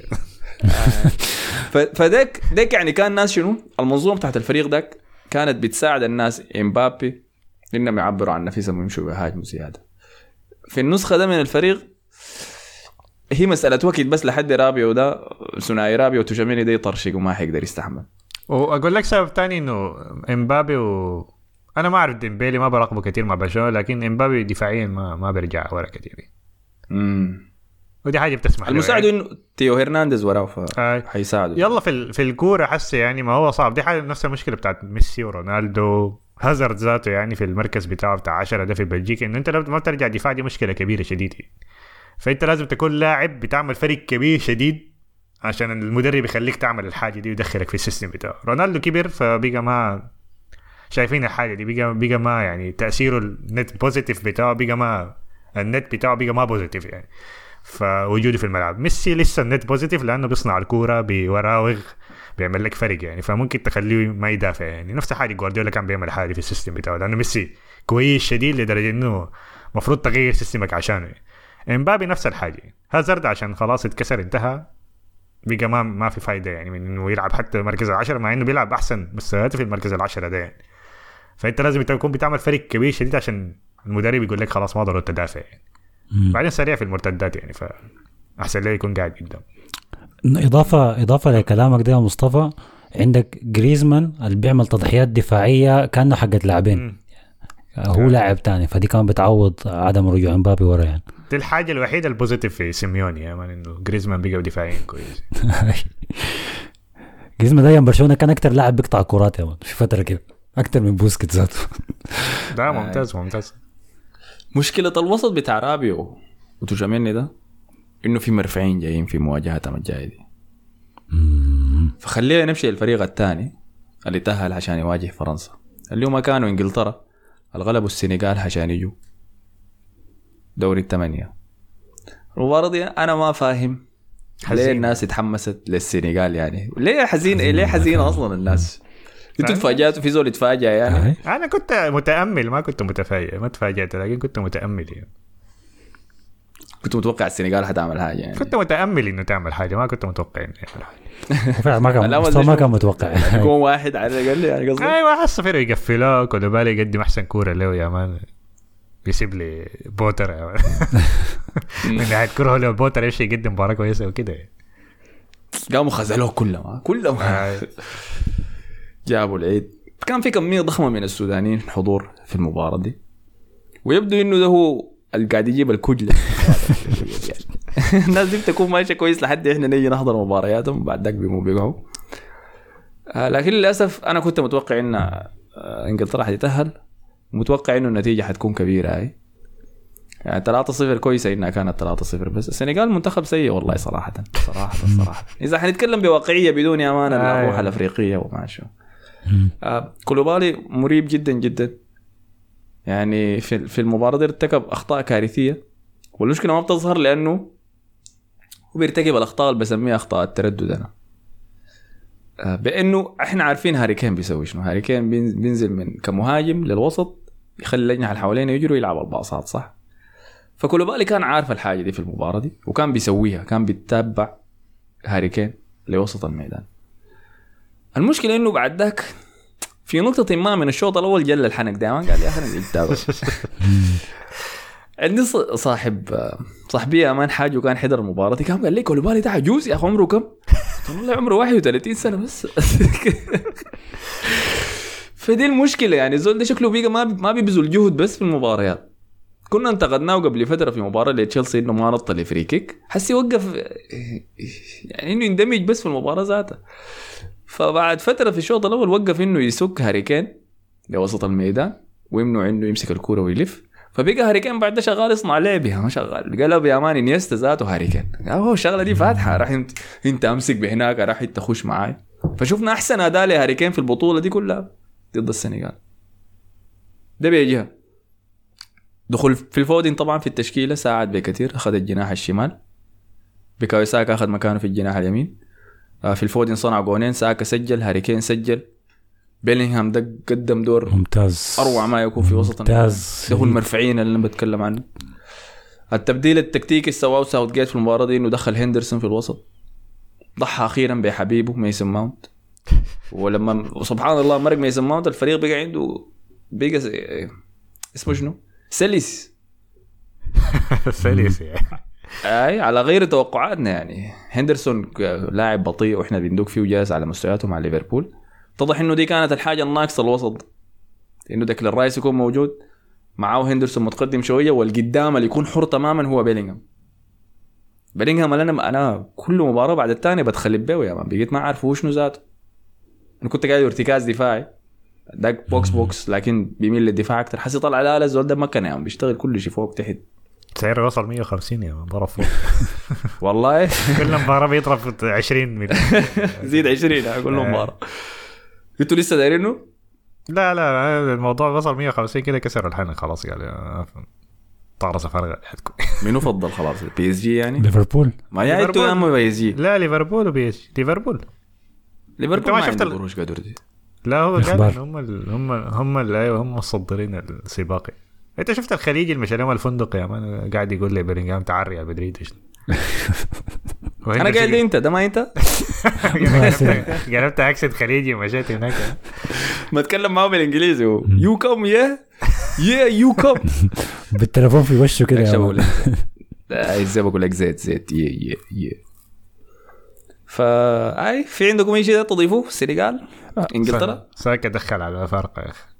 فداك داك يعني كان الناس شنو المنظومه بتاعت الفريق داك كانت بتساعد الناس امبابي انهم يعبروا عن نفسهم ويمشوا بهاجموا زياده. في النسخه ده من الفريق هي مسألة وقت بس لحد رابيو ده ثنائي رابيو وتوجاميني ده يطرشق وما حيقدر يستحمل. وأقول لك سبب تاني إنه إمبابي و أنا ما أعرف ديمبيلي ما براقبه كتير مع برشلونة. لكن إمبابي دفاعيا ما ما بيرجع ورا كتير. امم ودي حاجة بتسمح له. المساعد إنه تيو هرنانديز وراه فحيساعده. يلا في في الكورة حس يعني ما هو صعب. دي حاجة نفس المشكلة بتاعت ميسي ورونالدو هازارد ذاته يعني في المركز بتاعه بتاع عشرة ده في بلجيكا. إنه أنت لو ما ترجع دفاع دي مشكلة كبيرة شديدة. فانت لازم تكون لاعب بتعمل فريق كبير شديد عشان المدرب يخليك تعمل الحاجه دي ويدخلك في السيستم بتاعه. رونالدو كبر فبقى ما شايفين الحاجه دي. بقى بقى ما يعني تاثيره النت بوزيتيف بتاعه بقى ما النت بتاعه بقى ما بوزيتيف يعني. فوجوده في الملعب. ميسي لسه النت بوزيتيف لانه بيصنع الكوره بيراوغ بيعمل لك فرق يعني. فممكن تخليه ما يدافع يعني. نفس حاجه جوارديولا كان بيعمل حاجه في السيستم بتاعه. لانه ميسي كويس شديد لدرجه انه مفروض تغير سيستمك عشانه يعني. امبابي نفس الحاجه. هازارد عشان خلاص اتكسر انتهى بقى ما ما في فايده يعني من انه يلعب حتى مركز العشرة مع انه بيلعب احسن مستوياته في المركز العشرة ده يعني. فانت لازم تكون بتعمل فريق كبير شديد عشان المدرب يقول لك خلاص ما ضروري تدافع يعني. بعدين سريع في المرتدات يعني. فاحسن ليه يكون قاعد قدام. اضافه اضافه لكلامك ده يا مصطفى. عندك جريزمان اللي بيعمل تضحيات دفاعيه كانه حقت لاعبين. هو لاعب تاني. فدي كمان بتعوض عدم رجوع امبابي ورا يعني. دي الحاجة الوحيدة البوزيتيف في سيميوني يعني إنه جريزمان بيجوا دفاعيا كويس. جريزمان دايما برشلونة كان أكتر لاعب بيقطع كرات يا مان في فترة كده أكتر من بوسكيتس ذاته. ده ممتاز ممتاز. مشكلة الوسط بتاع رابيو وتوجاميني ده إنه في مرفعين جايين في مواجهاتهم الجاية دي. فخلينا نمشي الفريق الثاني اللي تأهل عشان يواجه فرنسا. اليوم كانوا إنجلترا الغلب السنغال عشان يجوا دوري الثمانية. المباراة دي أنا ما فاهم ليه الناس تحمست للسنغال يعني. ليه حزين ليه حزينة أصلا الناس. انتوا تفاجأتوا في زول يتفاجأ يعني. أنا كنت متأمل ما كنت متفاجئ. ما تفاجأت لكن كنت متأمل يعني. كنت متوقع السنغال هتعمل حاجة يعني. كنت متأمل إنه تعمل حاجة ما كنت متوقع إنه يعمل حاجة. فعلا ما كان ما كان متوقع. يكون واحد على الأقل يعني قصدي. أيوة حس فيرو يقفله كده بالي يقدم أحسن كورة له يا مان. يسيب لي بوتر يا مان. من ناحية كورة له بوتر إيش يقدم مباراة كويسة وكده. قاموا خزلوه كلهم كلهم. جابوا العيد. كان في كمية ضخمة من السودانيين حضور في المباراة دي. ويبدو إنه ده هو اللي قاعد يجيب الكجلة. الناس دي بتكون ماشية كويس لحد إحنا نيجي نحضر مبارياتهم بعد ذاك بيمو بيقعوا. آه لكن للاسف انا كنت متوقع ان آه انجلترا حتتاهل، متوقع انه النتيجه حتكون كبيره هاي يعني ثلاثة صفر كويسه انها كانت ثلاثة صفر. بس السنغال منتخب سيء والله صراحه صراحه صراحه اذا حنتكلم بواقعيه بدون امانه الروح الافريقيه وما شو. آه كولوبالي مريب جدا جدا يعني في في المباراه دي ارتكب اخطاء كارثيه، والمشكله ما بتظهر لانه هو بيرتكب الاخطاء اللي بسميها اخطاء التردد. انا آه بانه احنا عارفين هاري كين بيسوي شنو. هاري كين بينزل من كمهاجم للوسط يخلي اللجنه اللي حوالينه يجروا يلعب الباصات صح. فكولوبالي كان عارف الحاجه دي في المباراه دي وكان بيسويها، كان بيتابع هاري كين لوسط الميدان. المشكله انه بعد ذاك في نقطه ما من الشوط الاول جل الحنك دائما قال يا اخي انا بتابع. عندي صاحب صاحبي امان حاج وكان حضر المباراه دي، كان قال لي كولوبالي ده عجوز يا اخي عمره كم؟ والله عمره واحد وثلاثين سنه بس. فدي المشكله يعني الزول ده شكله بيجا ما ما بيبذل جهد بس في المباريات. كنا انتقدناه قبل فتره في مباراه لتشيلسي انه ما نط لفري كيك، حس يوقف يعني انه يندمج بس في المباراه ذاتها. فبعد فتره في الشوط الاول وقف انه يسك هاري كين لوسط الميدان ويمنع انه يمسك الكوره ويلف. فبقى هاري كين بعد ده شغال يصنع لعبها ما شغال قلب يا مان انيستا ذاته هاري كين. هو الشغله دي فاتحه، راح انت انت امسك بهناك، راح انت تخش معاي. فشوفنا احسن اداء لهاري كين في البطوله دي كلها ضد السنغال. ده بيجيها دخول في الفودين طبعا في التشكيله ساعد بكثير، اخذ الجناح الشمال، بيكاو ساكا اخذ مكانه في الجناح اليمين. في الفودين صنع جونين، ساكا سجل، هاري كين سجل، بيلينغهام ده قدم دور ممتاز اروع ما يكون في وسط ممتاز. ده هو المرفعين اللي انا بتكلم عنه. التبديل التكتيكي سواه ساوثجيت في المباراه دي انه دخل هندرسون في الوسط، ضحى اخيرا بحبيبه ميسون ماونت. ولما سبحان الله مرق ميسون ماونت الفريق بقى عنده بقى اسمه شنو سلس سلس يعني اي على غير توقعاتنا. يعني هندرسون لاعب بطيء واحنا بندوق فيه وجالس على مستوياته مع ليفربول. اتضح انه دي كانت الحاجه الناقصه الوسط، انه داك الرايس يكون موجود معاه هندرسون متقدم شويه، والقدام اللي يكون حر تماما هو بيلينغهام. بيلينغهام انا انا كل مباراه بعد الثانيه بدخل بيه يا مان، بقيت ما اعرف هو شنو ذاته. انا كنت قاعد ارتكاز دفاعي داك بوكس بوكس لكن بيميل للدفاع اكثر. حسي طلع لا لا الزول ده ما كان يعني بيشتغل كل شيء فوق تحت. سعره وصل مية وخمسين يا مان، ضرب فوق والله كل مباراه بيضرب عشرين مليون زيد عشرين كل مباراه. انتوا لسه دايرينه؟ لا لا الموضوع وصل مية وخمسين كده كسر الحنك خلاص. قال طارس فرغ حدكم. منو فضل خلاص بي اس جي يعني؟ ليفربول. ما يا انتوا يا ام بي اس جي. لا ليفربول وبي اس جي. ليفربول ليفربول ما شفت القروش قادر دي. لا هو قال هم ال... هم هم اللي ايوه هم مصدرين السباق. انت شفت الخليجي المشى لهم الفندق يا مان قاعد يقول لي بيلينغهام تعري على مدريد ايش. انا قاعد لي انت ده ما انت قلبت اكسنت خليجي ومشيت هناك ما اتكلم معه بالانجليزي يو كم يا يا يو كم بالتليفون في وشه كده يا مان. ازاي بقول لك زيت زيت يا يا يا. فاي في عندكم اي شيء تضيفوه؟ السنغال انجلترا ساكا دخل على فرق يا اخي.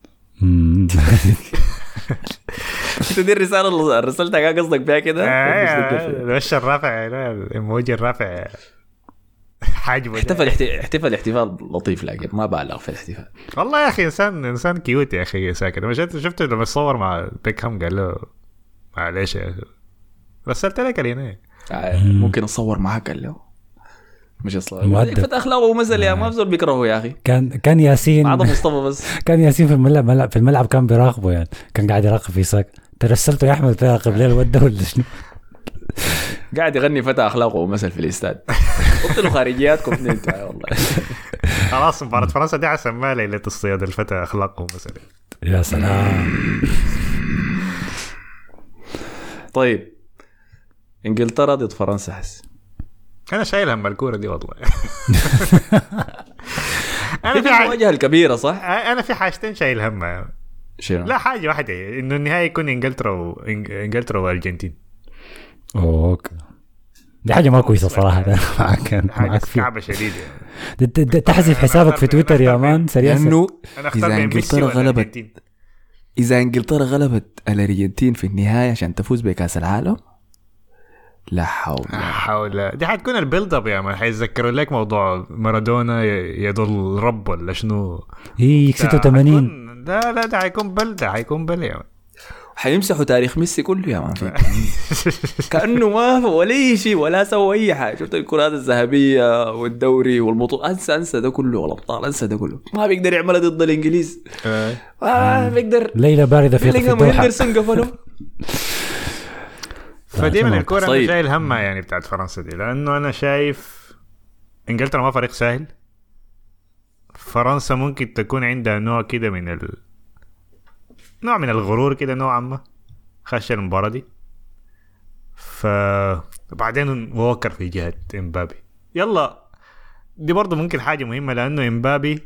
انت دي الرساله اللي رسلتها قصدك بها كده؟ وش الرافع الايموجي الرافع حاجبه. احتفل احتفل احتفال لطيف لكن ما بالغ في الاحتفال. والله يا اخي انسان انسان كيوت يا اخي ساكن. ما شفت شفته لما صور مع بيكهام قال له معلش يا اخي رسلت لك علينا ممكن اتصور معاك قال له مش اصلا فتح اخلاقه ومثل يا ما بزول بيكرهه يا اخي. كان كان ياسين عظم مصطفى بس كان ياسين في الملعب في الملعب كان بيراقبه يعني كان قاعد يراقب في ساك. ترسلته يا احمد تراقب ليه الود ولا شنو؟ قاعد يغني فتح اخلاقه ومثل في الاستاد. قلت له خارجياتكم انت والله. خلاص مباراة فرنسا دي عسماها ليلة الصياد الفتح اخلاقه ومثل. يا سلام. طيب انجلترا ضد فرنسا حس انا شايل هم الكوره دي والله. انا في المواجهه الكبيره صح. انا في حاجتين شايل همها. شنو؟ لا حاجه واحده انه النهائي يكون انجلترا وانجلترا والارجنتين. اوكي دي حاجه ما كويسه صراحه. معك معك صعبه شديده يعني. تحذف حسابك في تويتر يا مان سريع. انه اذا انجلترا غلبت اذا انجلترا غلبت الارجنتين في النهايه عشان تفوز بكاس العالم لا حول حول دي حتكون البيلد اب يا مان. حيتذكروا لك موضوع مارادونا يضل رب ولا شنو هي ستة وثمانين. لا لا ده حيكون بل ده حيكون بل يا مان. حيمسحوا تاريخ ميسي كله يا مان كأنه ما ولا شيء ولا سوى أي حاجة. شفت الكرات الذهبية والدوري والبطولة انسى انسى ده كله والابطال انسى ده كله. ما بيقدر يعملها ضد الانجليز ما بيقدر. ليلة باردة في الدوحة. هندرسون قفلوا. فدي من الكورة أنا جاي الهمة يعني بتاعت فرنسا دي لأنه أنا شايف إنجلترا ما فريق سهل. فرنسا ممكن تكون عندها نوع كده من ال... نوع من الغرور كده نوعا ما خش المباراة دي. فبعدين ووكر في جهة إمبابي يلا دي برضو ممكن حاجة مهمة لأنه إمبابي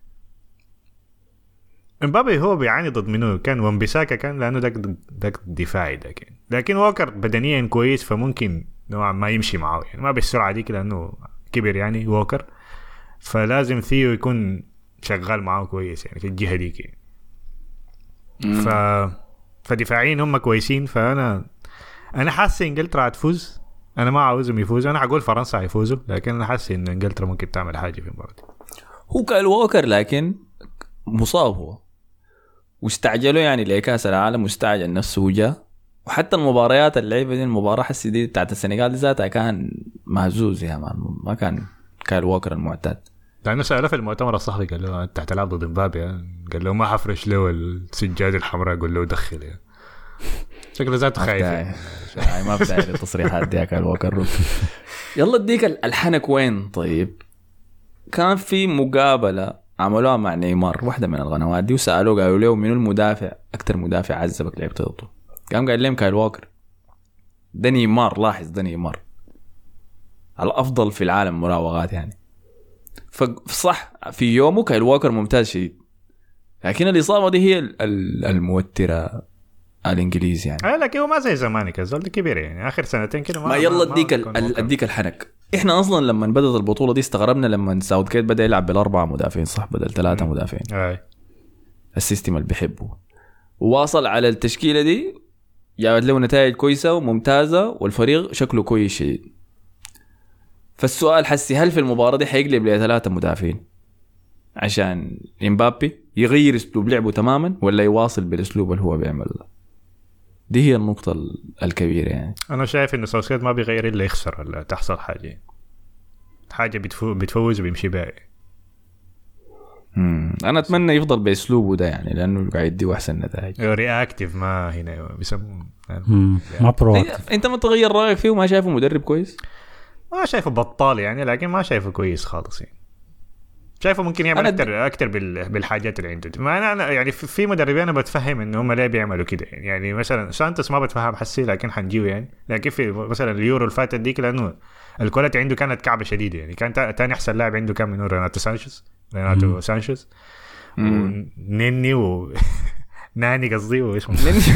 إمبابي هو بيعاني ضد منه كان ومبيساكا كان لأنه داك داك دفاعي ده كان. لكن ووكر بدنيا كويس فممكن نوعا ما يمشي معه يعني ما بالسرعة دي لأنه كبر يعني ووكر. فلازم ثيو يكون شغال معه كويس يعني في الجهة دي كي. ف... فدفاعيين هم كويسين. فأنا أنا حاسس إنجلترا هتفوز. أنا ما عاوزهم يفوزوا. أنا هقول فرنسا هيفوزوا لكن أنا حاسس إن إنجلترا ممكن تعمل حاجة في المباراة دي. هو كايل ووكر لكن مصاب هو واستعجلوا يعني لكأس العالم واستعجل نفسه وجاء. وحتى المباريات اللعيبة دي المباراة حسي دي بتاعت السنغال ذاتها كان مهزوز يا مان. ما كان كايل ووكر المعتاد. لأنه سأله في المؤتمر الصحفي قال له أنت هتلعب ضد مبابي. قال له ما حفرش له السجادة الحمراء. قال له دخل يعني. شكله ذاته خايف يعني. ما بتاعي التصريحات دي كايل ووكر. يلا اديك الحنك وين. طيب كان في مقابلة عملوها مع نيمار واحدة من القنوات دي وسألوه قالوا له منو المدافع أكتر مدافع عذبك لعبت ضده. قام قال لهم كايل ووكر. ده نيمار. لاحظ ده نيمار الأفضل في العالم مراوغات يعني. فصح في يومه كايل ووكر ممتاز شديد لكن الإصابة دي هي الموترة الإنجليزي يعني. آه لكن هو ما زي زمانك الزول كبير يعني آخر سنتين كده. ما, ما يلا اديك اديك الحنك. إحنا أصلا لما بدأت البطولة دي استغربنا لما ساوثغيت بدأ يلعب بالأربعة مدافعين صح بدل ثلاثة مدافعين. آه. السيستم اللي بيحبه وواصل على التشكيلة دي جابت له نتائج كويسة وممتازة والفريق شكله كويس شديد. فالسؤال حسي هل في المباراة دي حيقلب لثلاثة مدافعين عشان إمبابي يغير اسلوب لعبه تماما ولا يواصل بالاسلوب اللي هو بيعمله؟ دي هي النقطة الكبيرة يعني. أنا شايف إنه ساوثغيت ما بيغير إلا يخسر ولا تحصل حاجة حاجة بتفو بتفوز وبيمشي بقى. امم أنا أتمنى يفضل بأسلوبه ده يعني لأنه قاعد يديه أحسن نتائج. رياكتيف ما هنا بيسموه ما برو. أنت ما تغير رأيك فيه وما شايفه مدرب كويس؟ ما شايفه بطال يعني لكن ما شايفه كويس خالص يعني. شايفه ممكن يعمل اكثر اكثر بالحاجات اللي عنده. ما انا يعني في مدربين انا بتفهم ان هم ليه بيعملوا كده يعني. يعني مثلا سانتوس ما بتفهم حسي لكن حنجيه يعني. لكن في مثلا اليورو اللي فاتت ديك لانه الكواليتي عنده كانت كعبه شديده يعني. كان ثاني احسن لاعب عنده كان من ريناتو سانشيز ريناتو سانشيز ونيني و ناني قصدي واسمه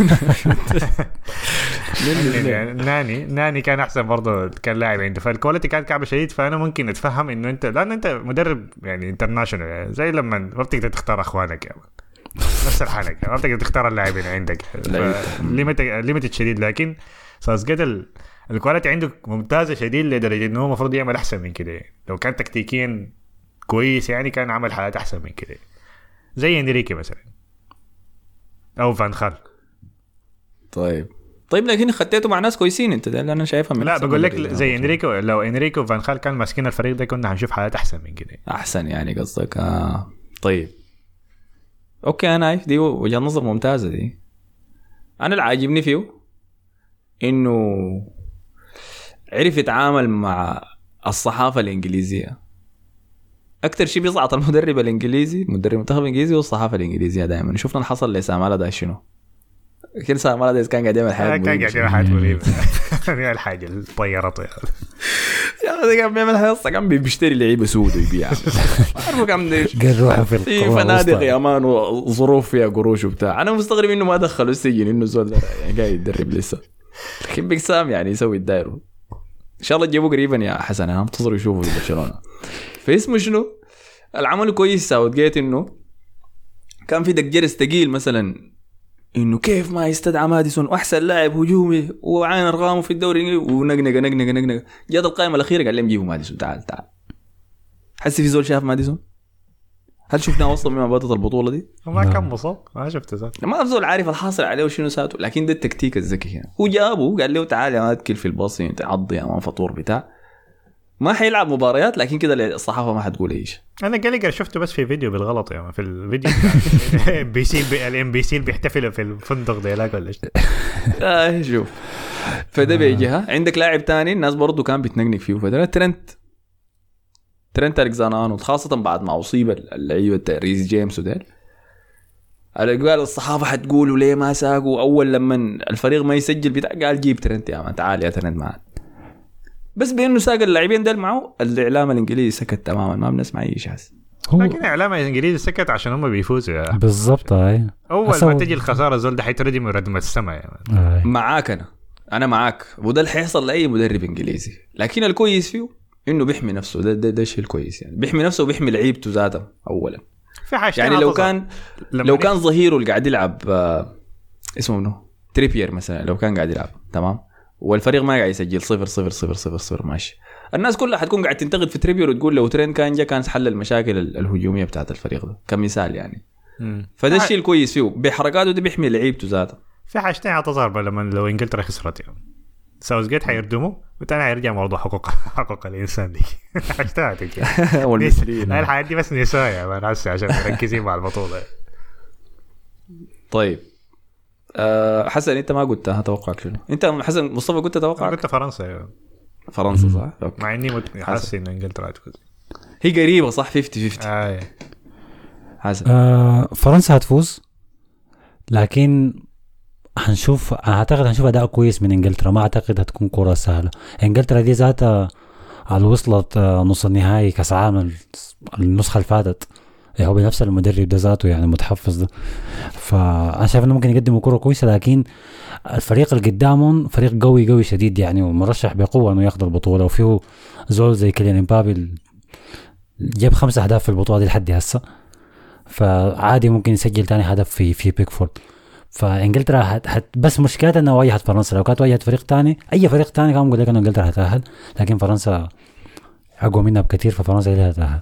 ناني ناني ناني كان احسن برضه كان لاعب عنده. فالكواليتي كانت كعبه شديد. فانا ممكن اتفهم انه انت لان انت مدرب يعني انترناشونال يعني زي لما ما بتقدر تختار اخوانك يعني نفس الحاله ما بتقدر تختار اللاعبين عندك ليميت ليميت شديد. لكن ساوثغيت الكواليتي عنده ممتازه شديد لدرجه انه هو المفروض يعمل احسن من كده. لو كان تكتيكيا كويس يعني كان عمل حالات احسن من كده زي انريكي مثلا او فان خال. طيب طيب لكن خديته مع ناس كويسين انت ده اللي انا شايفها. لا بقول لك زي انريكو لو انريكو وفان خال كان ماسكين الفريق ده كنا هنشوف حالات احسن من كده. احسن يعني قصدك. آه. طيب اوكي انا عارف دي وجهة نظر ممتازة دي. انا اللي عاجبني فيه انه عرف يتعامل مع الصحافة الانجليزية. اكتر شيء بيصعد المدرب الانجليزي مدرب المنتخب الانجليزي والصحافة الانجليزية دائما. شفنا اللي حصل لسامالا ده شنو كل سنة مرة كان قاعد يعمل حاجة كان قاعد يعمل حاجة مريبة يعني الحاجة الطيارات يا أخي كان بيعمل حاجة كان بيشتري لعيبة سود ويبيع عارفه كم ديش قروح في في فنادق يا مان وظروف فيها قروش وبتاع. أنا مستغرب إنه ما دخلوا السجن إنه زول يعني قاعد يدرب لسه. لكن بيكسام يعني يسوي الدايرو. إن شاء الله تجيبوه قريبا يا حسن. أنا منتظر يشوفه في برشلونة. فاسمه شنو العمل كويس ساوثغيت إنه كان في دق جرس تقيل مثلا انه كيف ما يستدعى ماديسون واحسن لاعب هجومي وعين ارقامه في الدوري ونقنق نقنق نقنق. جات القائمه الاخيره قال لهم جيبوا ماديسون تعال تعال. حسي في زول شاف ماديسون؟ هل شفناه وصل مما بدت البطوله دي؟ ما كان مصاب ما شفته ذات. ما افضل عارف الحاصل عليه وشنو ساته. لكن ده التكتيك الذكي هنا. هو جابه قال له تعال يا ماتكل في الباص انت عضي امام فطور بتاع. ما حيلعب مباريات لكن كده الصحافه ما حتقول ايش. انا جاليجر شفته بس في فيديو بالغلط يعني في الفيديو ام بي سي الام بي سي بيحتفلوا في الفندق ده لا ولا ايش. اه شوف فده بيجيها. عندك لاعب تاني الناس برضو كان بتنقنق فيه فده ترنت ترنت ألكساندر خاصة بعد ما أصيب اللعيبة ريس جيمس وديل. قال الصحافة حتقولوا ليه ما ساقوا أول لما الفريق ما يسجل بتاع قال جيب ترنت يا مان تعال يا ترنت معنا. بس بأنه ساق اللاعبين ديل معه الإعلام الإنجليزي سكت تماما ما بنسمع أي شيء. لكن إعلام الإنجليزي سكت عشان هم بيفوزوا يا بالضبط. هاي أول ما تجي الخسارة زول ده حيتردي من ردم السماء يعني. معاك أنا أنا معاك وده اللي حيحصل لأي مدرب إنجليزي. لكن الكويس فيه إنه بيحمي نفسه. ده ده ده الشيء الكويس يعني بيحمي نفسه وبيحمي لعيبته ذاته أولا. في حاجة يعني لو كان لو كان ظهيره اللي قاعد يلعب آه اسمه منه تريبير مثلا لو كان قاعد يلعب تمام والفريق ما قاعد يسجل صفر صفر صفر صفر صفر ماشي. الناس كلها حتكون قاعد تنتقد في تريبير وتقول لو ترين كان جا كان حل المشاكل الهجومية بتاعت الفريق ده كمثال يعني. مم. فده الشيء الكويس فيه بحركاته ده بيحمي لعيبته ذاته. في حاجتين هتظهر لما لو انجلترا خسرت يعني ساوث جيت حيردموا وتاني هيرجع موضوع حقوق حقوق الانسان دي حاجتين والمثليين هاي الحاجات دي بس نسايا ما ناس عشان مركزين مع البطولة. طيب أه حسن انت ما قلت هتوقعك شنو انت حسن مصطفى قلت توقعك قلت فرنسا يعني. فرنسا صح أوكي. مع اني حاسس ان انجلترا هتفوز هي قريبه صح خمسين خمسين. آه. حسن آه فرنسا هتفوز لكن هنشوف اعتقد هنشوف اداء كويس من انجلترا. ما اعتقد هتكون كرة سهله. انجلترا دي ذاتها على وصلت نص النهائي كاس العالم النسخه اللي فاتت هو بنفس المدرب ده ذاته يعني متحفظ ده. فانا شايف انه ممكن يقدموا كرة كويسه لكن الفريق اللي قدامهم فريق قوي قوي شديد يعني ومرشح بقوه انه ياخذ البطوله وفيه زول زي كيليان امبابي جاب خمسة اهداف في البطوله دي لحد هسه فعادي ممكن يسجل تاني هدف في في بيكفورد. فانجلترا هت, هت بس مشكلتها انه واجهت فرنسا. لو كانت واجهت فريق تاني اي فريق تاني كان بقول لك انه انجلترا هتأهل لكن فرنسا اقوى منها بكثير ففرنسا هي هتأهل.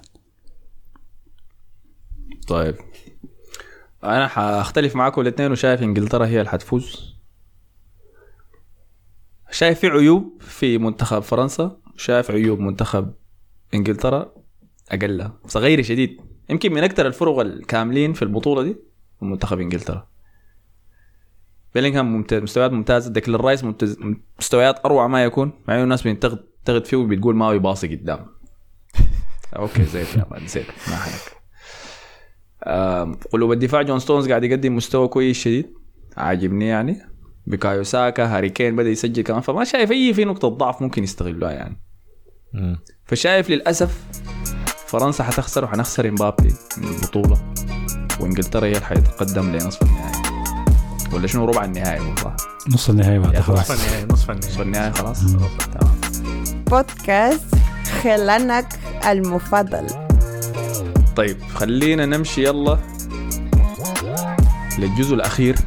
طيب انا حاختلف معاكم الاثنين وشايف انجلترا هي اللي حتفوز. شايف في عيوب في منتخب فرنسا شايف عيوب منتخب انجلترا اقل صغير شديد يمكن من اكثر الفرق الكاملين في البطوله دي منتخب انجلترا. بيلينغهام ممتاز مستويات ممتازه. ديكلان رايس ممتاز مستويات اروع ما يكون مع انه الناس بتنتقد تغد فيه وبتقول ما هو يباصي قدام. اوكي زيت يا مان زيت ما حنك. قلوب الدفاع جون ستونز قاعد يقدم مستوى كويس شديد عاجبني يعني. بكايو ساكا هاري كين بدا يسجل كمان فما شايف اي في نقطه ضعف ممكن يستغلوها يعني. م. فشايف للاسف فرنسا حتخسر وحنخسر امبابي من البطوله وانجلترا هي اللي حيتقدم لنصف النهائي ولا شنو ربع النهائي صح نص النهائي بعد خلاص نصف النهائي نصف النهائي نصف النهائي خلاص تمام. بودكاست خلانك المفضل. طيب خلينا نمشي يلا للجزء الأخير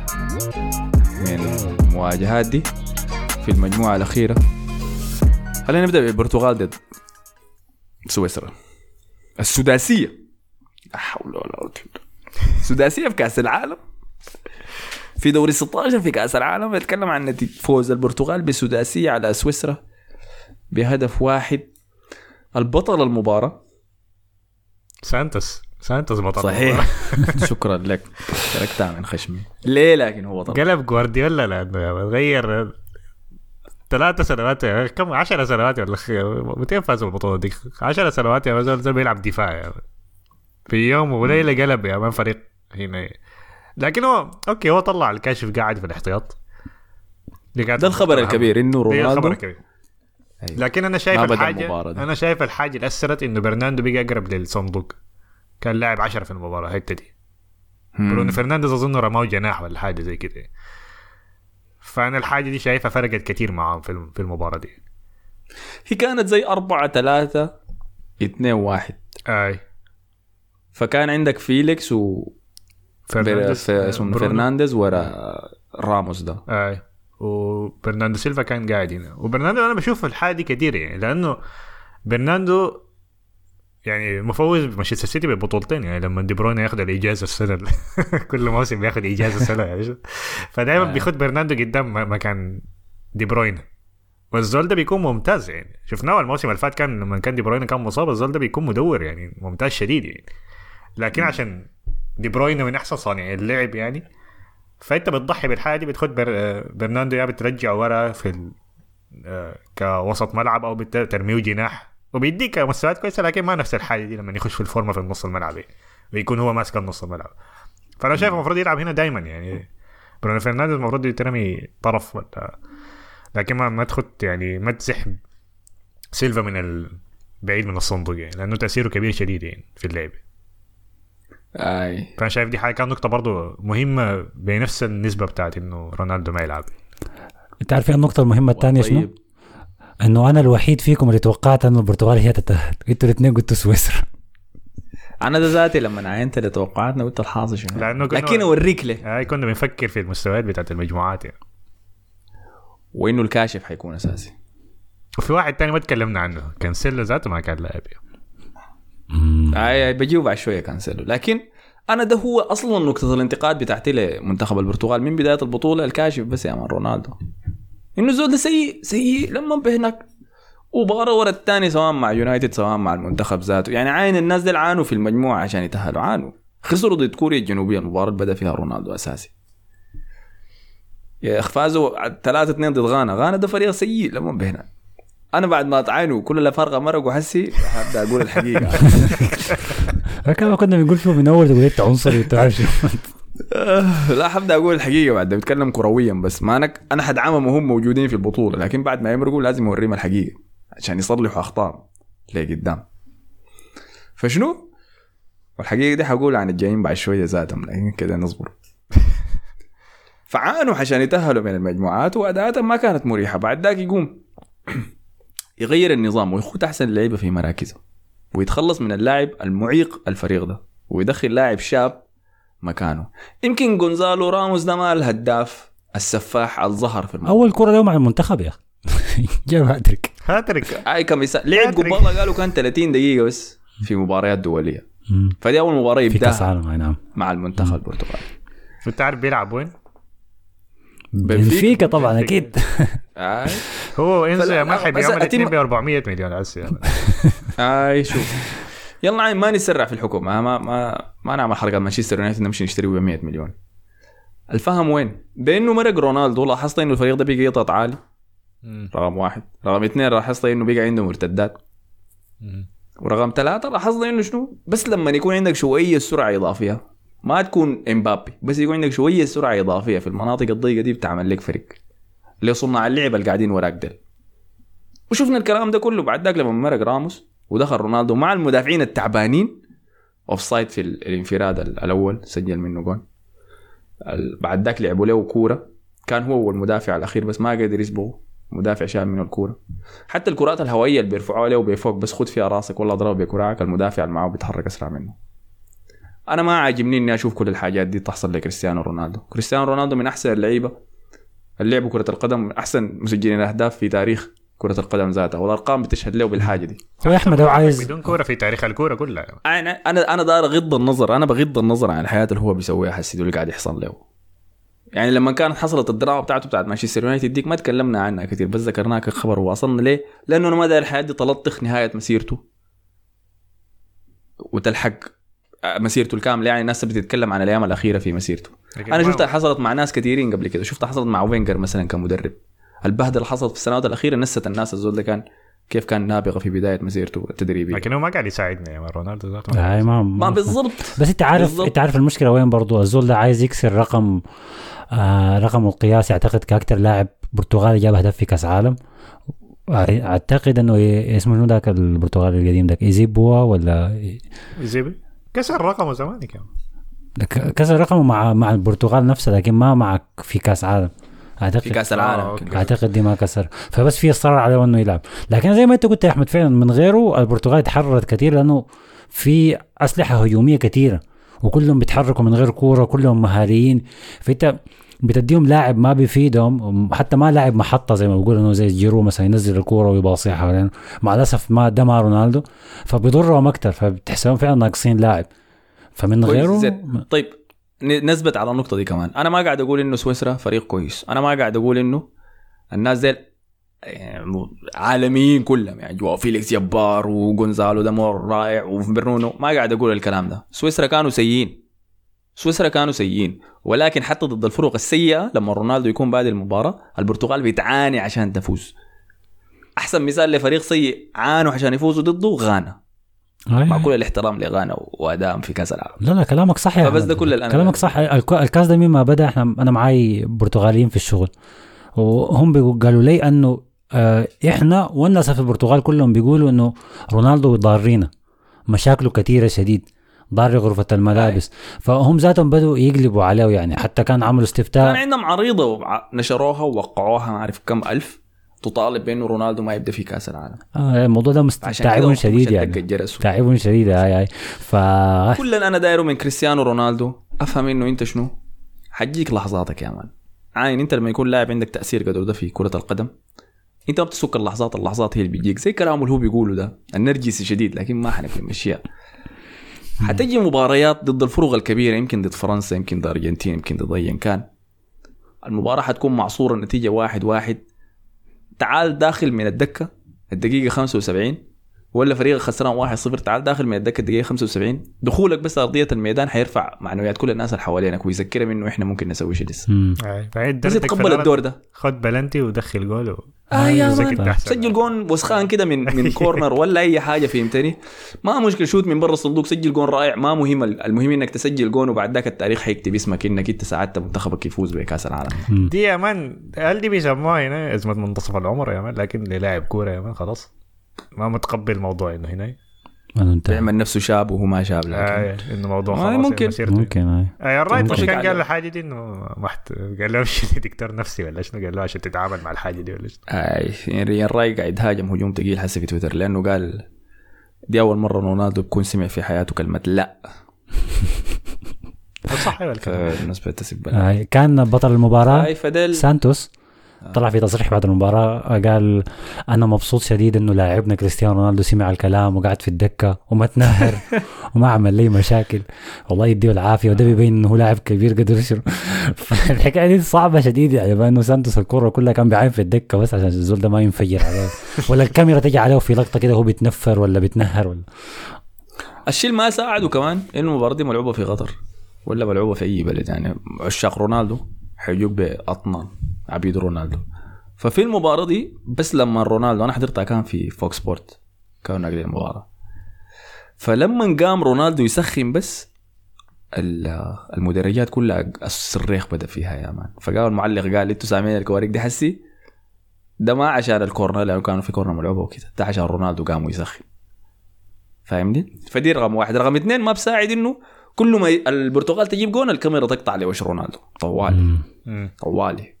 من المواجهات دي في المجموعة الأخيرة. خلينا نبدأ بالبرتغال ضد سويسرا السداسية. حول ولا قوة سداسية في كأس العالم في دوري ستة عشر في كأس العالم. بيتكلم عن نتيجة فوز البرتغال بسداسية على سويسرا بهدف واحد. البطل المباراة سانتوس سانتوس بطل صحيح. شكرا لك تركتها من خشمي ليه لكن هو بطل قلب جوارديولا لأنه غير ثلاثة سنوات كم عشر سنوات ولا متين فازوا البطولة دي عشر سنوات يا زول زول بيلعب دفاع يعني. في يوم وليلة قلب يا من فريق هنا. لكن هو اوكي هو طلع الكاشف قاعد في الاحتياط ده الخبر الكبير انه رونالدو. لكن انا شايف الحاجة انا شايف الحاجة اللي اثرت انه برناندو بقى اقرب للصندوق. كان لاعب عشرة في المباراة هيك دي. برونو فرنانديز اظن رماه جناح ولا حاجة زي كده. فانا الحاجة دي شايفها فرقت كتير معهم في في المباراة دي. هي كانت زي أربعة ثلاثة اثنين واحد. اي فكان عندك فيليكس و فرنانديز اسمه فرنانديز ورا راموس ده. اي وبرناردو سيلفا كان قاعد هنا. وبرناردو انا بشوف الحاجه دي كتير يعني، لانه برناردو يعني مفوز بمانشستر سيتي ببطولتين يعني. لما دي بروين ياخذ الاجازه السنه كل موسم بياخذ اجازه سنه يعني. فدايما بياخذ برناردو قدام مكان دي بروين، والزول ده بيكون ممتاز يعني. شفناه الموسم اللي فات كان لما كان دي بروين كان مصاب، الزول ده بيكون مدور يعني ممتاز شديد يعني. لكن عشان دي بروين من احسن صانع اللعب يعني، فانت بتضحي بالحاجه دي، بتاخد بر... برناردو يا بترجعه ورا في ال... كوسط ملعب او بترميه جناح وبيديك مستويات كويسه، لكن ما نفس الحاجه دي لما يخش في الفورمه في النص الملعب ويكون هو ماسك النص الملعب. فانا شايف المفروض يلعب هنا دائما يعني. برونو فرنانديز المفروض يترمي طرف ولا، لكن ما ما تاخد يعني ما تزحم سيلفا من ال... بعيد من الصندوق يعني، لانه تاثيره كبير شديد يعني في اللعب. اي فانا شايف دي حاجه كان نقطه برضو مهمه بنفس النسبه بتاعت انه رونالدو ما يلعب. انت عارف النقطه المهمه الثانيه شنو؟ انه انا الوحيد فيكم اللي توقعت انه البرتغال هي تتاهل، انتوا الاثنين قلتوا سويسرا. انا ده ذاتي لما عينت اللي توقعاتنا قلت الحاصل شنو، لكن اوريك له اي كنا بنفكر في المستويات بتاعت المجموعات يعني. وانه الكاشف حيكون اساسي. وفي واحد تاني ما تكلمنا عنه، كانسيلو ذاته ما كان لاعب يعني. اي بجيب بعد شويه كانسيلو، لكن انا ده هو اصلا نقطه الانتقاد بتاعتي لمنتخب البرتغال من بدايه البطوله، الكاشف بس يا مان رونالدو. انه زول ده سيء سيء لما بهناك وبغرة ورا الثاني، سواء مع يونايتد سواء مع المنتخب ذاته يعني. عين الناس دي عانوا في المجموعه عشان يتاهلوا، عانوا خسروا ضد كوريا الجنوبيه، المباراه بدا فيها رونالدو اساسي. يا اخفازوا ثلاثة اثنين ضد غانا. غانا ده فريق سيء لما بهناك. انا بعد ما تعاينوا كل الافارقه مرق وحسي هبدا اقول الحقيقه. هكذا كنا بنقول شو من اول تقول انت عنصري وتعرف شو. لا حبدا اقول الحقيقه بعد بتكلم كرويا بس. ما انا انا حدعمهم وهم موجودين في البطوله، لكن بعد ما يمرقوا لازم اوريهم الحقيقه عشان يصلحوا اخطاء ليه قدام. فشنو والحقيقه دي حقول عن الجايين بعد شويه ذاتهم، لكن كده نصبر. فعانوا عشان يتاهلوا من المجموعات واداءاتهم ما كانت مريحه. بعد ذاك يقوم يغير النظام ويخوت احسن اللعيبه في مراكزه ويتخلص من اللاعب المعيق الفريق ده ويدخل لاعب شاب مكانه. يمكن غونزالو راموس ده ما الهداف السفاح الظهر في المنطقة. اول كره له مع المنتخب يا اخي جاب هاتريك هاتريك اي كمثال لعب قباله قالوا كان ثلاثين دقيقه بس في مباريات دوليه. فدي اول مباراه يبداها نعم مع المنتخب البرتغالي. انت عارف بيلعب وين؟ بنفيكا طبعا اكيد. هو انزل ما حد بيعمل اثنين ب أربعمية مليون اسيا. اي شوف يلا عين ما نسرع في الحكم. ما ما ما, ما نعمل حلقه مانشستر يونايتد نمشي نشتري ب مية مليون. الفهم وين؟ بانه مرق رونالدو لاحظت انه الفريق ده بيجي يضغط عالي رقم واحد. رقم اثنين لاحظت انه بيجي عنده مرتدات. ورقم ثلاثة لاحظت انه شنو بس لما يكون عندك شويه سرعه اضافيه ما تكون امبابي بس يكون عندك شويه سرعه اضافيه في المناطق الضيقه دي بتعمل لك فرق اللي صناع اللعب اللي قاعدين وراك دل. وشفنا الكلام ده كله بعد ذاك لما مرق راموس ودخل رونالدو مع المدافعين التعبانين اوفسايد في الانفراد الاول سجل منه جون. بعد ذاك لعبوا له كوره كان هو والمدافع الاخير بس ما قدر يسبقه. مدافع شال منه الكوره. حتى الكرات الهوائيه اللي بيرفعوها له بيفوق بس خد فيها راسك ولا اضرب بكراعك المدافع اللي معه بيتحرك اسرع منه. انا ما عاجبني اني اشوف كل الحاجات دي تحصل لكريستيانو رونالدو. كريستيانو رونالدو من احسن اللعيبه اللعب كره القدم، من احسن مسجلين الاهداف في تاريخ كره القدم ذاتها والارقام بتشهد له بالحاجه دي. هو احمد هو عايز بدون كوره في تاريخ الكوره كلها. انا انا انا دار غض النظر انا بغض النظر عن الحياه اللي هو بيسويها حسيت اللي قاعد يحصل له. يعني لما كانت حصلت الدراما بتاعته بتاعت مانشستر يونايتد ديك ما تكلمنا عنها كثير بس ذكرناها كخبر ووصلنا ليه لانه انا ما داير الحياه دي تلطخ نهايه مسيرته وتلحق مسيرته الكامله. يعني الناس بتتكلم عن الايام الاخيره في مسيرته. انا شفتها حصلت مع ناس كثيرين قبل كده. شفتها حصلت مع وينجر مثلا كمدرب. البهدله اللي حصلت في السنوات الاخيره نست الناس الزول ده كان كيف كان نابغه في بدايه مسيرته التدريبيه. لكن هو ما قاعد يساعدنا يا رونالدو ذاته. ما ما, ما بالضبط. بس انت عارف بالزبط. انت عارف المشكله وين برضو. الزول ده عايز يكسر رقم آه رقم القياسي اعتقد كاكتر لاعب برتغالي جاب هدف في كاس عالم. اعتقد انه اسمه شنو ذاك البرتغالي القديم ذاك ايزيبوا ولا ايزيبي كسر رقمه زمان كان كسر رقمه مع مع البرتغال نفسه لكن ما مع في كاس عالم. اعتقد في كاس العالم آه اعتقد دي ما كسر. فبس في اصرار عليه انه يلعب. لكن زي ما انت قلت يا احمد فعلا من غيره البرتغال تحررت كثير لانه في اسلحه هجوميه كثيره وكلهم بيتحركوا من غير كوره، كلهم مهاريين. فانت بتديهم لاعب ما بيفيدهم، حتى ما لاعب محطه زي ما بيقولوا انه زي جيرو مثلا ينزل الكوره ويباصيها حوالين. مع الاسف ما ده مع رونالدو، فبيضرهم اكثر، فبتحسهم فعلا ناقصين لاعب. فمن غيره طيب نثبت على النقطه دي كمان. انا ما قاعد اقول انه سويسرا فريق كويس، انا ما قاعد اقول انه الناس دي عالميين كلهم، يعني جواو فيليكس جبار وغونزالو دامور رائع وبرنونو، ما قاعد اقول الكلام ده. سويسرا كانوا سيئين، سويسرا كانوا سيئين، ولكن حتى ضد الفرق السيئة لما رونالدو يكون بعد المباراة البرتغال بتعاني عشان تفوز. أحسن مثال لفريق سيء عانوا عشان يفوزوا ضده غانا، مع كل الاحترام لغانا وأداء في كأس العالم. لا لا كلامك صح يا فبس ده كل الأنا كلامك صح. الكاس ده مما بدأ احنا أنا معاي برتغاليين في الشغل، وهم قالوا لي أنه اه احنا والناس في البرتغال كلهم بيقولوا أنه رونالدو ضارينا، مشاكله كثيرة شديد، ضاري غرفة الملابس. فهم ذاتهم بدوا يقلبوا عليه، يعني حتى كان عملوا استفتاء، كان عندهم عريضة نشروها ووقعوها ما أعرف كم ألف تطالب بأنه رونالدو ما يبدأ في كأس العالم. آه الموضوع ده مستعب شديد، يعني تعب شديد. هاي هاي ف كلنا أنا دايره من كريستيانو رونالدو أفهم إنه أنت شنو حجيك لحظاتك يا مان. عاين أنت لما يكون لاعب عندك تأثير قدر ده في كرة القدم، أنت ما بتسوق اللحظات، اللحظات هي اللي بيجيك. زي كلامه اللي هو بيقوله ده النرجسي شديد، لكن ما حنك نمشيها. حتجي مباريات ضد الفرق الكبيرة، يمكن ضد فرنسا، يمكن ضد أرجنتين، يمكن ضد أيا كان، المباراة حتكون معصورة النتيجة واحد واحد، تعال داخل من الدكة الدقيقة خمسة وسبعين، ولا فريق خسران واحد صفر، تعال داخل من الدكة الدقيقة خمسة وسبعين، دخولك بس أرضية الميدان حيرفع معنويات كل الناس اللي حوالينك ويذكرهم إنه إحنا ممكن نسوي شيء لسه. بس يتقبل الدور ده، خد بلنتي ودخل جول آه يا مان سجل جون وسخان كده من من كورنر ولا اي حاجه، فهمتني؟ ما مشكله شوت من برا الصندوق، سجل جون رائع، ما مهم. المهم انك تسجل جون وبعد ذاك التاريخ حيكتب اسمك انك انت ساعدت منتخبك يفوز بكاس العالم. دي يا مان هل دي بيسموها هنا ازمه منتصف العمر يا مان، لكن للاعب كوره يا مان خلاص ما متقبل موضوع انه هنا بيعمل نفسه شاب وهو ما شاب، لكن آه انه موضوع خلاص ممكن ممكن اي آه الرايت مش كان قال له حاجه دي انه محت... قال له مش دكتور نفسي ولا شنو، قال له عشان تتعامل مع الحاجه دي ولا شنو. اي يعني الراي قاعد هاجم هجوم ثقيل حسي في تويتر، لانه قال دي اول مره رونالدو بكون سمع في حياته كلمه لا. صح ولا كده الناس بتسب آه كان بطل المباراه اي فدل سانتوس طلع في تصريح بعد المباراة قال أنا مبسوط شديد إنه لاعبنا كريستيانو رونالدو سمع الكلام وقعد في الدكة وما تنهر وما عمل لي مشاكل، والله يديه العافية، وده بيبين إنه هو لاعب كبير قدر يشر. فالحكاية دي صعبة شديد، يعني بأنه سانتوس الكرة كلها كان بيعين في الدكة بس عشان الزول ده ما ينفجر عليه، ولا الكاميرا تجي عليه في لقطة كده هو بيتنفر ولا بيتنهر ولا. الشيء ما ساعده كمان إنه المباراة دي ملعوبة في قطر ولا ملعوبة في أي بلد، يعني عشاق رونالدو حيجوك بأطنان عبيد رونالدو. ففي المباراة دي بس لما رونالدو أنا حضرتها كان في فوكس سبورت كانوا ناقلين المباراة، فلما قام رونالدو يسخن بس المدرجات كلها الصريخ بدأ فيها يا مان. فقال المعلق قال انتوا سامعين الكواريك دي حسي ده ما عشان الكورنر لأنه كانوا في كورنر ملعوبة وكده، ده عشان رونالدو قام ويسخن، فاهمني؟ فدي رقم واحد. رقم اثنين ما بساعد انه كل ما البرتغال تجيب جون الكاميرا تقطع لوش رونالدو طوالي طوالي.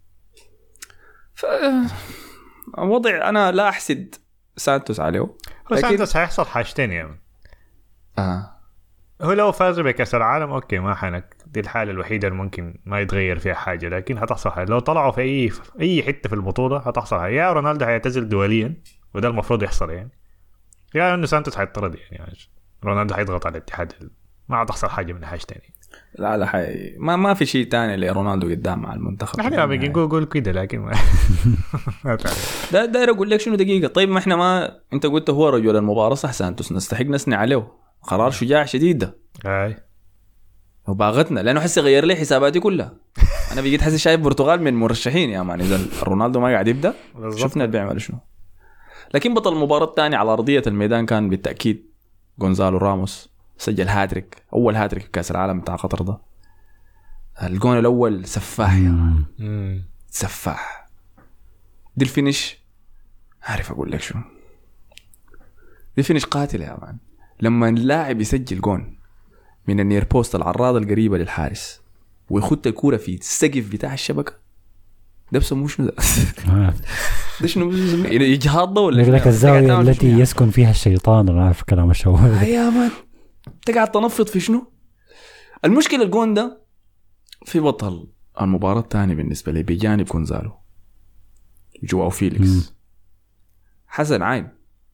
فوضع أنا لا أحسد سانتوس عليه، لكن سانتوس هيحصل حاجتين يعني آه. هو لو فاز بكأس العالم أوكي ما حنك، دي الحالة الوحيدة اللي ممكن ما يتغير فيها حاجة، لكن هتحصل حاجة لو طلعوا في أي أي حتة في البطولة هتحصل حاجة. يا رونالدو هيعتزل دوليا وده المفروض يحصل يعني، يا إنه سانتوس هيطرد يعني, يعني رونالدو هيضغط على الاتحاد، ما هتحصل حاجة من حاجة تانية. لا لا حي... ما ما في شيء تاني لرونالدو قدام مع المنتخب. احنا بنقول نقول قول كده لكن ما ده داير اقول لك شنو دقيقه. طيب ما احنا ما انت قلت هو رجل المباراه صح، سانتوس نستحق نثني عليه، قرار شجاع شديد ده اي وباغتنا لانه حسي غير لي حساباتي كلها. انا بقيت حسي شايف برتغال من مرشحين يا مان اذا رونالدو ما قاعد يبدا شفنا اللي بيعمل شنو. لكن بطل المباراه الثاني على ارضيه الميدان كان بالتاكيد غونزالو راموس، سجل هاتريك، اول هاتريك في كاس العالم بتاع قطر ده. الجون الاول سفاح يا مان سفاح. دي الفينش عارف اقول لك شنو، دي الفينش قاتل يا مان. لما اللاعب يسجل جون من النير بوست العراضه القريبه للحارس ويخط الكوره في السقف بتاع الشبكه، ده بسموه شنو ده؟ ده شنو يعني اجهاض ده ولا يقول لك الزاويه التي يسكن فيها الشيطان. انا عارف كلام الشوال يا مان تقعد تنفض في شنو المشكله الجون ده في بطل المباراه الثانيه بالنسبه لي بجانب كونزالو جواو فيليكس. حسن عين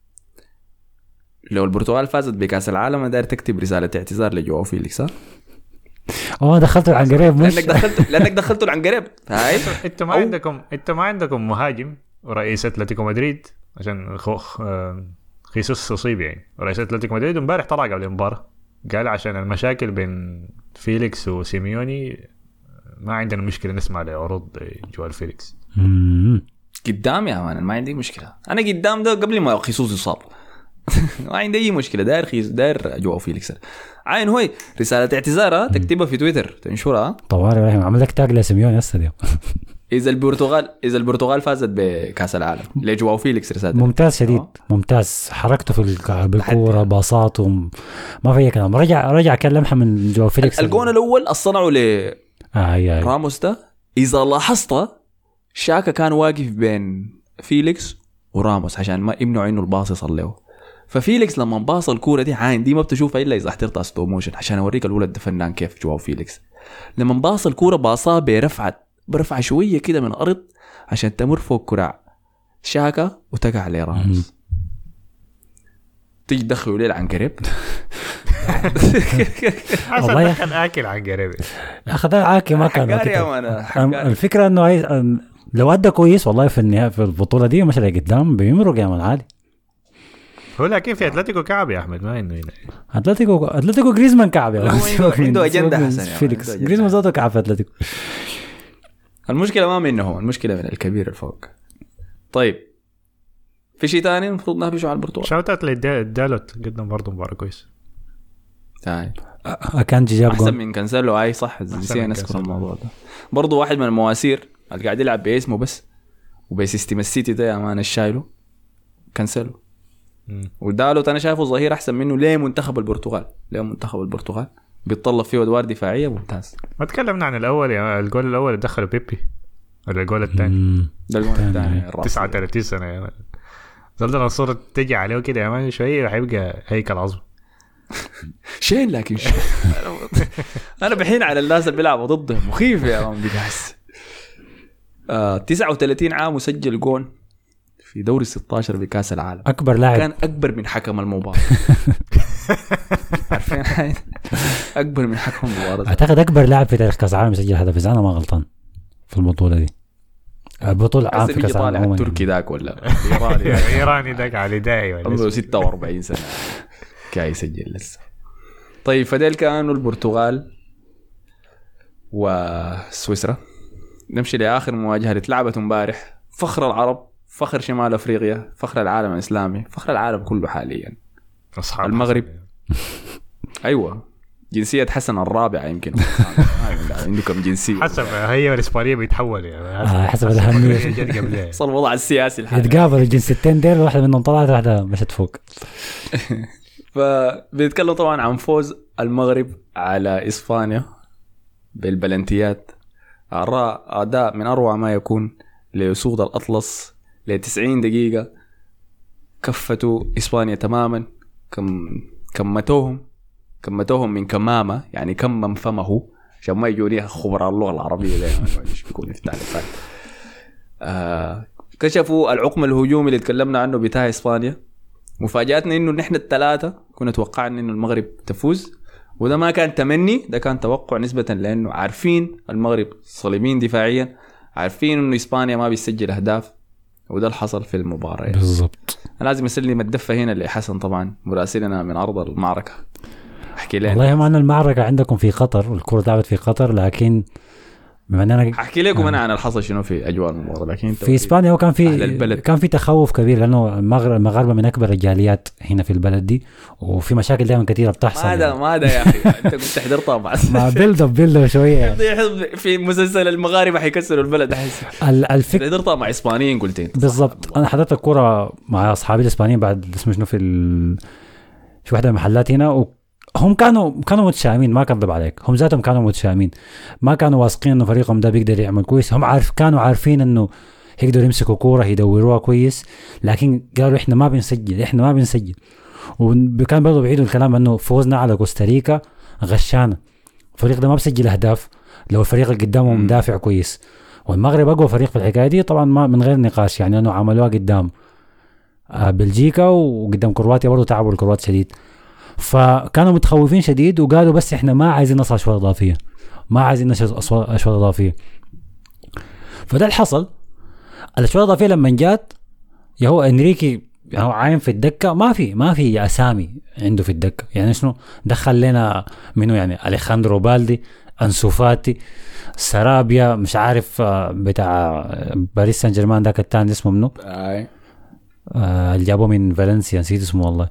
لو البرتغال فازت بكاس العالم داير تكتب رساله اعتذار لجواو فيليكس. ها اه دخلته العنقريب مش لانك دخلت لانك دخلته العنقريب. هاي انتوا ما عندكم انتوا ما عندكم مهاجم ورئيس اتلتيكو مدريد عشان خوخ خيسوس اصيب يعني. رئيس اتلتيكو مدريد امبارح طلع قبل المباراه قال عشان المشاكل بين فيليكس وسيميوني ما عندنا مشكله نسمع لعروض جوال فيليكس. قدام يا مان ما عندي مشكله. انا قدام ده قبل ما خيسوس يصاب ما عندي اي مشكله. داير خيس داير جواو فيليكس عين هوي رساله اعتذار تكتبها في تويتر تنشرها طوارئ رحم عمل لك تاج لسيميوني هسه اليوم. اذا البرتغال اذا البرتغال فازت بكاس العالم لجواو فيليكس رساله ممتاز شديد. ممتاز حركته في بالكوره باصاته ما في كلام. رجع رجع كان لمحه من جواو فيليكس. الجون الاول الصنعوا ل آه راموس ده اذا لاحظت شاكا كان واقف بين فيليكس وراموس عشان ما يمنعوا انه الباص يصل له. ففيليكس لما باص الكوره دي عين دي ما بتشوفها الا اذا احترتها سلو موشن عشان اوريك الولد ده فنان كيف جواو فيليكس. لما باص الكوره باصها برفعه برفع شويه كده من الارض عشان تمر فوق كراع شاكا وتقع عليه راموس. تيجي تدخلوا ليه العنقريب والله كان اكل عنقريب اخذ عاكي ما كان الفكره انه عايز لو ادى كويس والله في النهايه في البطوله دي مش اللي قدام بيمرق يا مان عادي. هو لكن في اتلتيكو كعب يا احمد ما انه هنا اتلتيكو اتلتيكو جريزمان كعب يا عنده عنده اجنده حسن فيليكس جريزمان ذاته كعب في اتلتيكو. المشكله ما منه هو المشكله من الكبير الفوق. طيب في شيء ثاني المفروض نهبشه على البرتغال. شاوتات للدالوت قدم برضه مباراه كويس. طيب كان جاب احسن من كانسيلو. اي صح نسينا نذكر الموضوع ده برضه. واحد من المواسير اللي قاعد يلعب باسمه بس وبسيستم السيتي ده يا مان الشايلو كانسيلو. ودالوت انا شايفه ظهير احسن منه. ليه منتخب البرتغال ليه منتخب البرتغال بيتطلب فيه ادوار دفاعيه ممتاز. ما تكلمنا عن الاول يا الجول الاول اللي دخله بيبي ولا الجول الثاني ده الجول الثاني تسعة وثلاثين سنه يا مان. ظلنا الصوره تجي عليه كده يا مان شويه راح يبقى هيكل عظم شين. لكن شين. انا بحين على الناس اللي بيلعبوا ضده مخيف يا مان بجاس. آه تسعة وثلاثين عام وسجل جون في دوري ستة عشر بكاس العالم. اكبر لاعب كان اكبر من حكم المباراه. عارفين حاجه اكبر من حكم المباراه. اعتقد اكبر لاعب في تاريخ كاس العالم يسجل هدف اذا انا ما غلطان في البطوله دي. البطوله عام في كاس العالم التركي ذاك ولا ايراني ايراني ذاك على داعي ولا عمره ستة وأربعين سنه كاي يسجل لسه. طيب فديل كانوا البرتغال وسويسرا. نمشي لاخر مواجهه اللي اتلعبت امبارح. فخر العرب فخر شمال افريقيا فخر العالم الاسلامي فخر العالم كله حاليا اصحاب المغرب. ايوه جنسيه حسن الرابعه يمكن عنده كم جنسيه حسب هي والاسبانيه بيتحول يعني آه حسب الاهميه جد قبل صار الوضع السياسي الحالي يتقابل الجنسيتين ديل واحده منهم طلعت واحده مشت فوق. فبيتكلم طبعا عن فوز المغرب على اسبانيا بالبلنتيات. اداء من اروع ما يكون ليسود الاطلس لتسعين دقيقة. كفتوا إسبانيا تماما. كم كمتوهم كمتوهم من كمامة يعني كمم فمه عشان ما يجونيها خبراء اللغة العربية زي ما بيكون في التعليقات. آه كشفوا العقم الهجومي اللي تكلمنا عنه بتاع إسبانيا. مفاجأتنا إنه نحن الثلاثة كنا توقعنا إنه المغرب تفوز وده ما كان تمني ده كان توقع نسبة لأنه عارفين المغرب صليبين دفاعيا عارفين إنه إسبانيا ما بيسجل أهداف وده اللي حصل في المباراة يعني. بالضبط. أنا لازم أسلم الدفة هنا لحسن طبعا مراسلنا من أرض المعركة. أحكي لنا والله معنا المعركة عندكم في قطر والكرة لعبت في قطر لكن بما أنا أحكي لكم أنا عن الحصل شنو في أجواء المباراة. لكن في إسبانيا وكان في كان في تخوف كبير لأنه المغاربة من أكبر الجاليات هنا في البلد دي وفي مشاكل دائما كثيرة بتحصل. ما هذا ما هذا يا أخي أنت كنت تحضرها مع ما بيلد أب بيلد شوية في مسلسل المغاربة حيكسروا البلد أحس. الفكرة حضرتها مع إسبانيين قلتين بالضبط. أنا حضرت الكرة مع أصحابي الإسبانيين بعد اسمه شنو في ال... في واحدة من المحلات هنا و هم كانوا كانوا متشائمين ما كذب عليك. هم ذاتهم كانوا متشائمين ما كانوا واثقين انه فريقهم ده بيقدر يعمل كويس. هم عارف كانوا عارفين انه يقدروا يمسكوا كوره يدوروها كويس لكن قالوا احنا ما بنسجل احنا ما بنسجل. وكان برضو بعيدوا الكلام انه فوزنا على كوستاريكا غشانه الفريق ده ما بسجل اهداف لو الفريق اللي قدامه مدافع كويس. والمغرب اقوى فريق في الحكايه دي طبعا ما من غير نقاش يعني، انه عملوها قدام بلجيكا وقدام كرواتيا برضه تعبوا الكروات شديد. فكانوا متخوفين شديد وقالوا بس احنا ما عايزين نصل اشواط اضافيه، ما عايزين نصل اشواط اضافيه. فده اللي حصل. الاشواط الاضافيه لما جات يا هو انريكي يعني هو عايم في الدكه، ما في ما في اسامي عنده في الدكه يعني. شنو دخل لنا منه يعني؟ اليخاندرو بالدي، انسو فاتي، سرابيا، مش عارف بتاع باريس سان جيرمان ذاك الثاني اسمه منو؟ اي آه اللي جابوه من فالنسيا نسيت اسمه والله.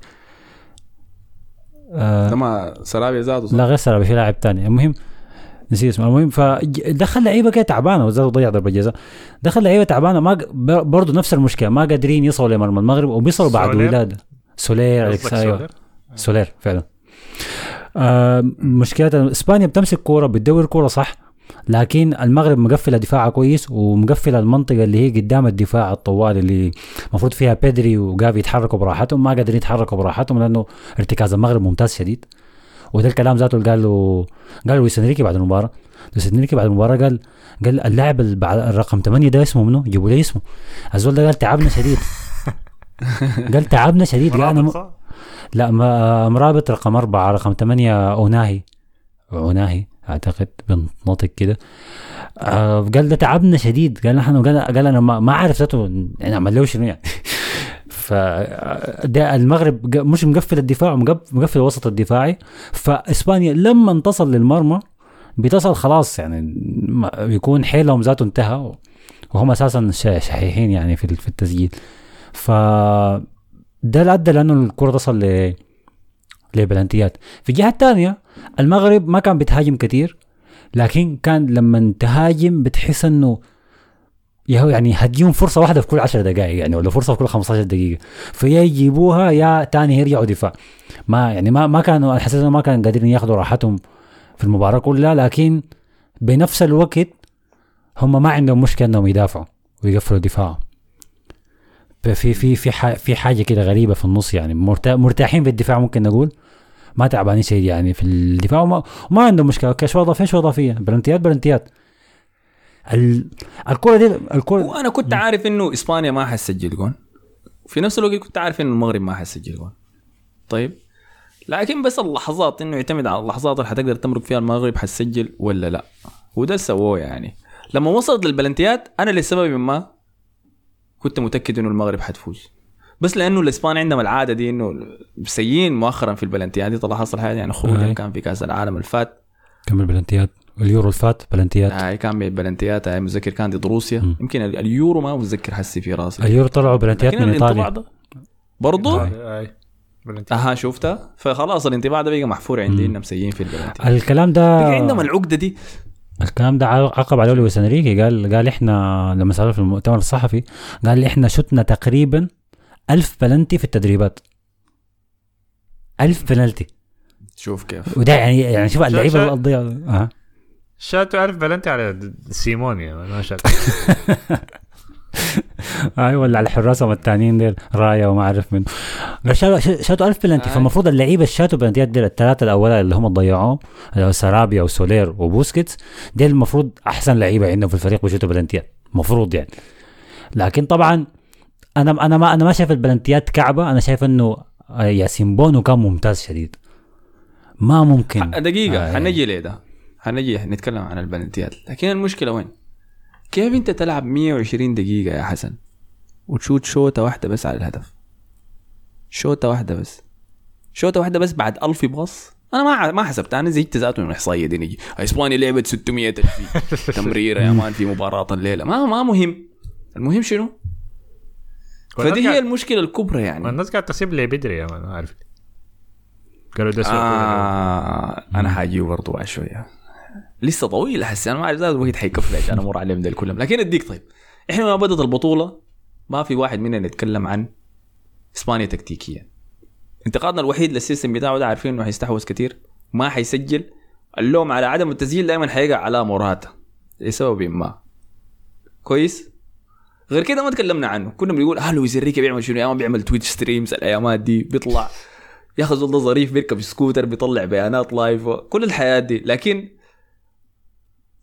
آه لما سرابيا زادوا لا غير سرابيا في لاعب ثاني المهم نسيت اسمه. المهم فدخل لعيبه كده تعبانه وزاد ضيع ضربه جزاء. دخل لعيبه تعبانه ما برضه نفس المشكله، ما قادرين يصلوا لمرمى المغرب وبيصلوا بعد ولاده. سولير سولير, سولير فعلا. آه مشكله اسبانيا بتمسك كوره بتدور كوره صح، لكن المغرب مقفله دفاعها كويس ومقفله المنطقه اللي هي قدام الدفاع الطوال اللي المفروض فيها بيدري وجافي يتحركوا براحتهم، ما قادرين يتحركوا براحتهم لانه ارتكاز المغرب ممتاز شديد. وده الكلام ذاته اللي قالوا قالوا لويس انريكي بعد المباراه. لويس انريكي بعد المباراه قال قال اللاعب الرقم ثمانية ده اسمه منو؟ جيبوا لي اسمه. الزول ده قال تعبنا شديد. قال تعبنا شديد. قال انا م... لا ما مرابط رقم أربعة رقم ثمانية اوناهي اوناهي اعتقد بنطق كده. آه قال ده تعبنا شديد. قال نحن قال قال انا ما, ما عارف ذاته يعني عمل له شنو يعني. فده المغرب مش مقفل الدفاع ومقفل الوسط الدفاعي. فاسبانيا لما انتصل للمرمى بتصل خلاص يعني يكون حيلهم ذاته انتهى وهم اساسا شحيحين يعني في في التسجيل. ف ده ادى لانه الكره تصل ل لبلانتيات. في الجهه الثانيه المغرب ما كان بتهاجم كتير، لكن كان لما تهاجم بتحس انه يهو يعني هديهم فرصة واحدة في كل عشر دقائق يعني، ولا فرصة في كل خمسة عشر دقيقة، فيا يجيبوها يا تاني يرجعوا دفاع. ما يعني ما ما كانوا حسيت ما كانوا قادرين ياخذوا راحتهم في المباراة كلها، لكن بنفس الوقت هم ما عندهم مشكلة انهم يدافعوا ويقفلوا دفاع. في في في في حاجة كده غريبة في النص يعني، مرتاحين في الدفاع ممكن نقول، ما تعبانين شيء يعني في الدفاع وما, وما عندهم مشكلة. اوكي شو اضافيه شو اضافيه بلنتيات بلنتيات الكرة دي الكرة. وانا كنت عارف انه اسبانيا ما حتسجل جون، في نفس الوقت كنت عارف انه المغرب ما حتسجل جون. طيب لكن بس اللحظات انه يعتمد على اللحظات اللي حتقدر تمرق فيها المغرب حتسجل ولا لا، وده سووه يعني. لما وصلت للبلنتيات انا لسبب ما كنت متاكد انه المغرب حتفوز، بس لانه الاسبان عندهم العاده دي انه سيئين مؤخرا في البلنتيات دي. طلع حصل حاجه يعني خروجهم كان في كاس العالم الفات كمل بلنتيات، اليورو الفات بلنتيات هاي كان بلنتيات. هاي متذكر كان ضد روسيا، يمكن اليورو ما متذكر حسي في راسي. اليورو طلعوا بلنتيات من ايطاليا برضو هاي اها شفتها. فخلاص الانطباع ده بقى محفور عندي انهم سيئين في البلنتيات. الكلام ده بقى عندهم العقده دي. الكلام ده عقب عليه لويس انريكي، قال قال احنا لما سألوه في المؤتمر الصحفي قال احنا شتنا تقريبا ألف بلنتي في التدريبات. ألف بلنتي شوف كيف. وده يعني يعني شوف اللعيبه القضيه اه شاتوا ألف بلنتي على سيمون يعني ما شات. اي ولا على الحراسه الثانيين ديل رايا وما اعرف من شاتوا ألف بلنتي. فالمفروض اللعيبه شاتوا بلنتيات ديل الثلاثه الاولى اللي هم ضيعوهم سرابيا وسولير وبوسكيتس ديل المفروض احسن لعيبه عندهم في الفريق بيشوتوا بلنتيات مفروض يعني. لكن طبعا انا انا ما انا ما شايف البلنتيات كعبه. انا شايف انه ياسين بونو كان ممتاز شديد. ما ممكن دقيقه آه حنجي ليه ده حنجي نتكلم عن البلنتيات. لكن المشكله وين؟ كيف انت تلعب مية وعشرين دقيقه يا حسن وتشوت شوطه واحده بس على الهدف؟ شوطه واحده بس شوطه واحده بس بعد ألف باص. انا ما ما حسبت انا زي ذاته من الاحصائيه دي. نجي اسبانيا لعبت ستمية تمريره يا مان في مباراه الليله. ما ما مهم. المهم شنو؟ فدي هي المشكله الكبرى يعني. الناس قاعده تسيب لي بدري يا مان عارف. قالوا ده آه انا حاجي برضو بعد شويه لسه طويل حسي. انا ما اعرف ذا الوقت حيكفي عشان امر عليهم ده كلهم. لكن اديك طيب احنا ما بدت البطوله ما في واحد مننا يتكلم عن اسبانيا تكتيكيا. انتقادنا الوحيد للسيستم بتاعه ده عارفين انه هيستحوذ كتير ما حيسجل. اللوم على عدم التسجيل دائما حيقع على موراتا لسبب ما كويس. غير كده ما تكلمنا عنه. كنا بنقول اه لويس انريكي بيعمل شنو؟ ايام بيعمل تويتش ستريمز الايامات دي بيطلع ياخذ ولد ظريف بيركب سكوتر بيطلع بيانات لايف كل الحياة دي. لكن